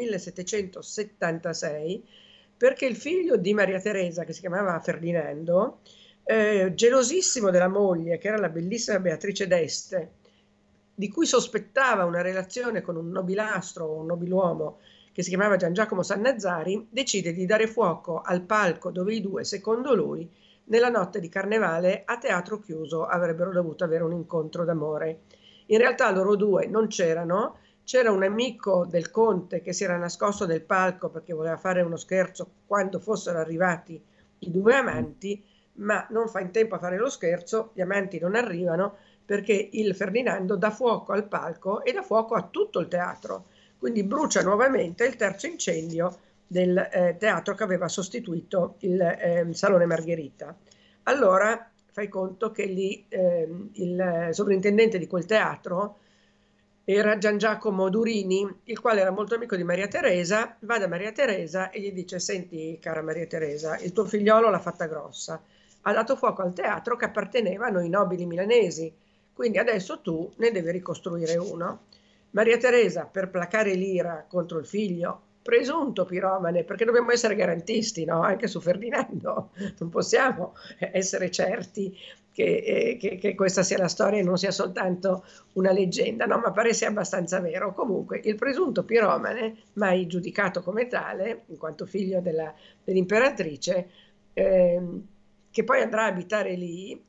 1776 perché il figlio di Maria Teresa, che si chiamava Ferdinando, gelosissimo della moglie, che era la bellissima Beatrice d'Este, di cui sospettava una relazione con un nobilastro, un nobiluomo che si chiamava Gian Giacomo Sannazzari, decide di dare fuoco al palco dove i due, secondo lui, nella notte di Carnevale a teatro chiuso avrebbero dovuto avere un incontro d'amore. In realtà loro due non c'erano, c'era un amico del conte che si era nascosto nel palco perché voleva fare uno scherzo quando fossero arrivati i 2 amanti, ma non fa in tempo a fare lo scherzo, gli amanti non arrivano perché il Ferdinando dà fuoco al palco e dà fuoco a tutto il teatro, quindi brucia nuovamente il terzo incendio del teatro che aveva sostituito il Salone Margherita. Allora fai conto che lì il sovrintendente di quel teatro era Gian Giacomo Durini, il quale era molto amico di Maria Teresa, va da Maria Teresa e gli dice: senti cara Maria Teresa, il tuo figliolo l'ha fatta grossa, ha dato fuoco al teatro che apparteneva a noi nobili milanesi, quindi adesso tu ne devi ricostruire uno. Maria Teresa, per placare l'ira contro il figlio, presunto piromane, perché dobbiamo essere garantisti, no? Anche su Ferdinando, non possiamo essere certi che questa sia la storia e non sia soltanto una leggenda, no? Ma pare sia abbastanza vero. Comunque il presunto piromane, mai giudicato come tale, in quanto figlio dell'imperatrice, che poi andrà a abitare lì,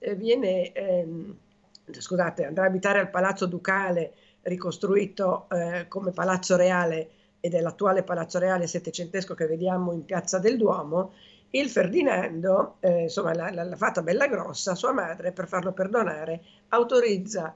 andrà a abitare al Palazzo Ducale, ricostruito come Palazzo Reale, ed è l'attuale Palazzo Reale settecentesco che vediamo in Piazza del Duomo. Il Ferdinando, insomma l'ha fatta bella grossa, sua madre, per farlo perdonare, autorizza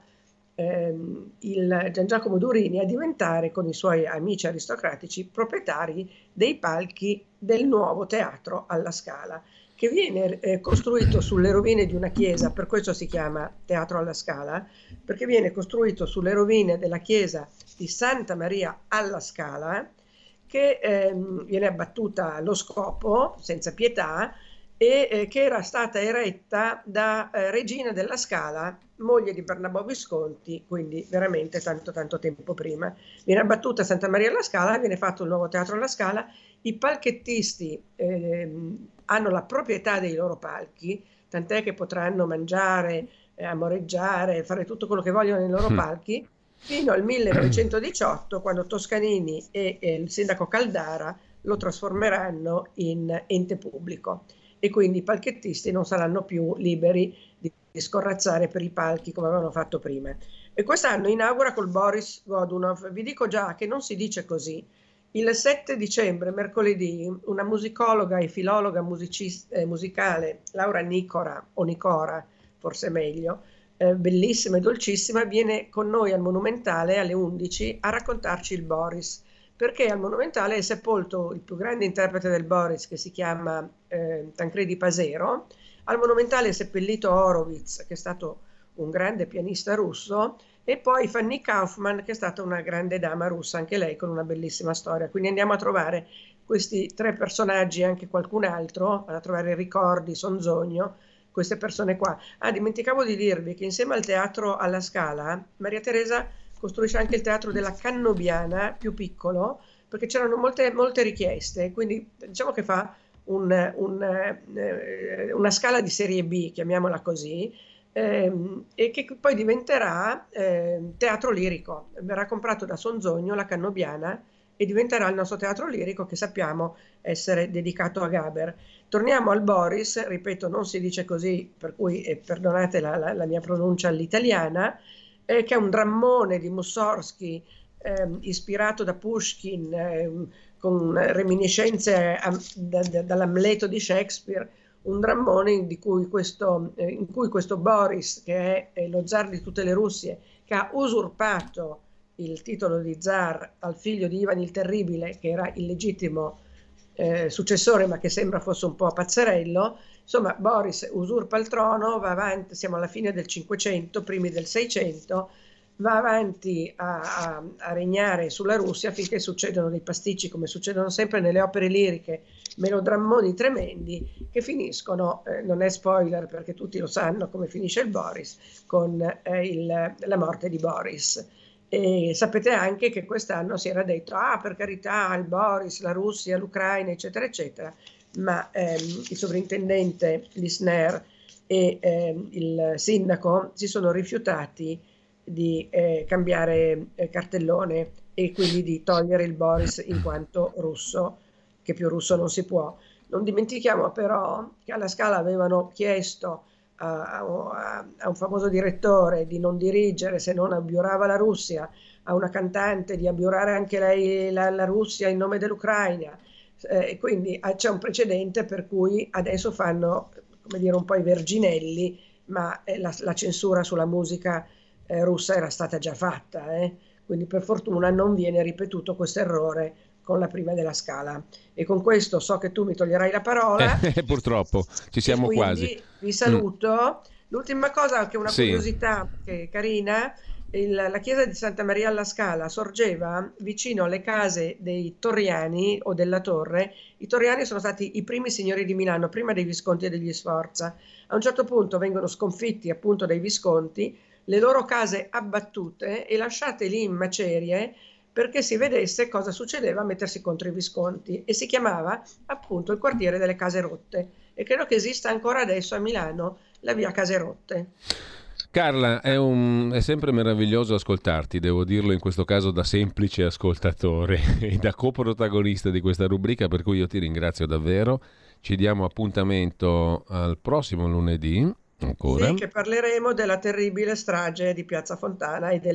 il Gian Giacomo Durini a diventare, con i suoi amici aristocratici, proprietari dei palchi del nuovo teatro alla Scala, che viene costruito sulle rovine di una chiesa, per questo si chiama Teatro alla Scala, perché viene costruito sulle rovine della chiesa di Santa Maria alla Scala, che viene abbattuta allo scopo, senza pietà, e che era stata eretta da Regina della Scala, moglie di Bernabò Visconti, quindi veramente tanto tempo prima. Viene abbattuta Santa Maria alla Scala, viene fatto il nuovo teatro alla Scala, i palchettisti hanno la proprietà dei loro palchi, tant'è che potranno mangiare, amoreggiare, fare tutto quello che vogliono nei loro palchi, fino al 1918, quando Toscanini e il sindaco Caldara lo trasformeranno in ente pubblico, e quindi i palchettisti non saranno più liberi di scorrazzare per i palchi come avevano fatto prima. E quest'anno inaugura col Boris Godunov. Vi dico già che non si dice così. Il 7 dicembre, mercoledì, una musicologa e filologa musicale, Laura Nicora, o Nicora, forse meglio, bellissima e dolcissima, viene con noi al Monumentale alle 11 a raccontarci il Boris, perché al Monumentale è sepolto il più grande interprete del Boris, che si chiama Tancredi Pasero. Al Monumentale è seppellito Horowitz, che è stato un grande pianista russo, e poi Fanny Kaufman, che è stata una grande dama russa, anche lei con una bellissima storia. Quindi andiamo a trovare questi 3 personaggi e anche qualcun altro, a trovare ricordi, Sonzogno, queste persone qua. Dimenticavo di dirvi che insieme al teatro alla Scala, Maria Teresa costruisce anche il teatro della Cannobiana, più piccolo, perché c'erano molte richieste, quindi diciamo che fa una scala di serie B, chiamiamola così, e che poi diventerà teatro lirico. Verrà comprato da Sonzogno, la Cannobbiana, e diventerà il nostro teatro lirico, che sappiamo essere dedicato a Gaber. Torniamo al Boris, ripeto, non si dice così, per cui perdonate la mia pronuncia all'italiana, che è un drammone di Mussorgsky, ispirato da Pushkin, con reminiscenze dall'Amleto di Shakespeare, un drammone in cui questo Boris, che è lo zar di tutte le Russie, che ha usurpato il titolo di zar al figlio di Ivan il Terribile, che era il legittimo successore, ma che sembra fosse un po' pazzerello. Insomma, Boris usurpa il trono, va avanti, siamo alla fine del 500, primi del 600, va avanti a regnare sulla Russia finché succedono dei pasticci, come succedono sempre nelle opere liriche, melodrammoni tremendi che finiscono, non è spoiler perché tutti lo sanno come finisce il Boris, con la morte di Boris. E sapete anche che quest'anno si era detto, per carità, il Boris, la Russia, l'Ucraina, eccetera, eccetera, ma il sovrintendente Lisner e il sindaco si sono rifiutati di cambiare cartellone e quindi di togliere il Boris in quanto russo, che più russo non si può. Non dimentichiamo però che alla Scala avevano chiesto a un famoso direttore di non dirigere se non abbiurava la Russia, a una cantante di abbiurare anche lei la Russia in nome dell'Ucraina, e quindi c'è un precedente per cui adesso fanno, come dire, un po' i verginelli, ma la censura sulla musica russa era stata già fatta, quindi per fortuna non viene ripetuto questo errore con la prima della Scala. E con questo so che tu mi toglierai la parola. Purtroppo, ci siamo quasi. Vi saluto. L'ultima cosa, che è una curiosità carina, la chiesa di Santa Maria alla Scala sorgeva vicino alle case dei Torriani o della Torre. I Torriani sono stati i primi signori di Milano, prima dei Visconti e degli Sforza. A un certo punto vengono sconfitti appunto dai Visconti, le loro case abbattute e lasciate lì in macerie, perché si vedesse cosa succedeva a mettersi contro i Visconti, e si chiamava appunto il quartiere delle Case Rotte, e credo che esista ancora adesso a Milano la via Case Rotte. Carla, è sempre meraviglioso ascoltarti, devo dirlo in questo caso da semplice ascoltatore e da coprotagonista di questa rubrica, per cui io ti ringrazio davvero. Ci diamo appuntamento al prossimo lunedì ancora. Sì, che parleremo della terribile strage di Piazza Fontana e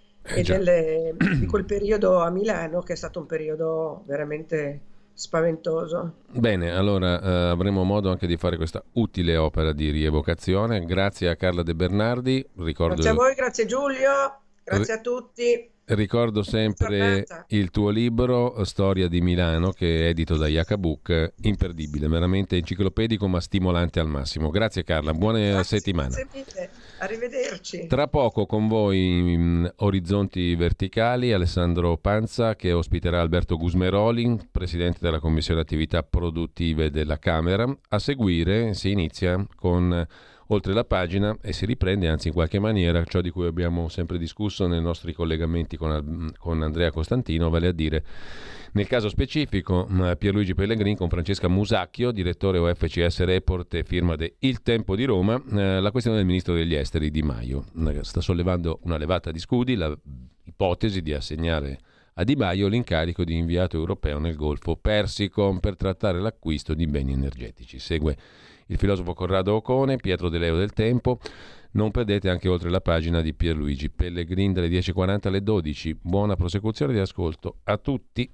di quel periodo a Milano, che è stato un periodo veramente spaventoso. Bene, allora avremo modo anche di fare questa utile opera di rievocazione. Grazie a Carla De Bernardi. Grazie a voi, grazie Giulio, grazie a tutti. Ricordo sempre il tuo libro Storia di Milano, che è edito da Iacabook, imperdibile, veramente enciclopedico ma stimolante al massimo. Grazie Carla, buona settimana. Arrivederci. Tra poco con voi Orizzonti Verticali, Alessandro Panza che ospiterà Alberto Gusmeroli, presidente della Commissione Attività Produttive della Camera. A seguire si inizia con Oltre la pagina e si riprende, anzi in qualche maniera, ciò di cui abbiamo sempre discusso nei nostri collegamenti con Andrea Costantino, vale a dire, nel caso specifico, Pierluigi Pellegrin con Francesca Musacchio, direttore OFCS Report e firma de Il Tempo di Roma, la questione del ministro degli esteri Di Maio. Sta sollevando una levata di scudi l'ipotesi di assegnare a Di Maio l'incarico di inviato europeo nel Golfo Persico per trattare l'acquisto di beni energetici. Segue il filosofo Corrado Ocone, Pietro De Leo del Tempo. Non perdete anche Oltre la pagina di Pierluigi Pellegrin dalle 10.40 alle 12. Buona prosecuzione di ascolto a tutti.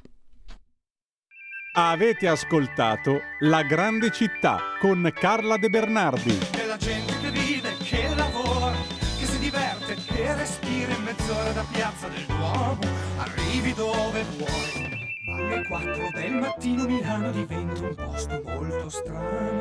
Avete ascoltato La Grande Città con Carla De Bernardi. E la gente che vive, che lavora, che si diverte, che respira in mezz'ora da Piazza del Duomo, arrivi dove vuoi. Ma alle 4 del mattino Milano diventa un posto molto strano.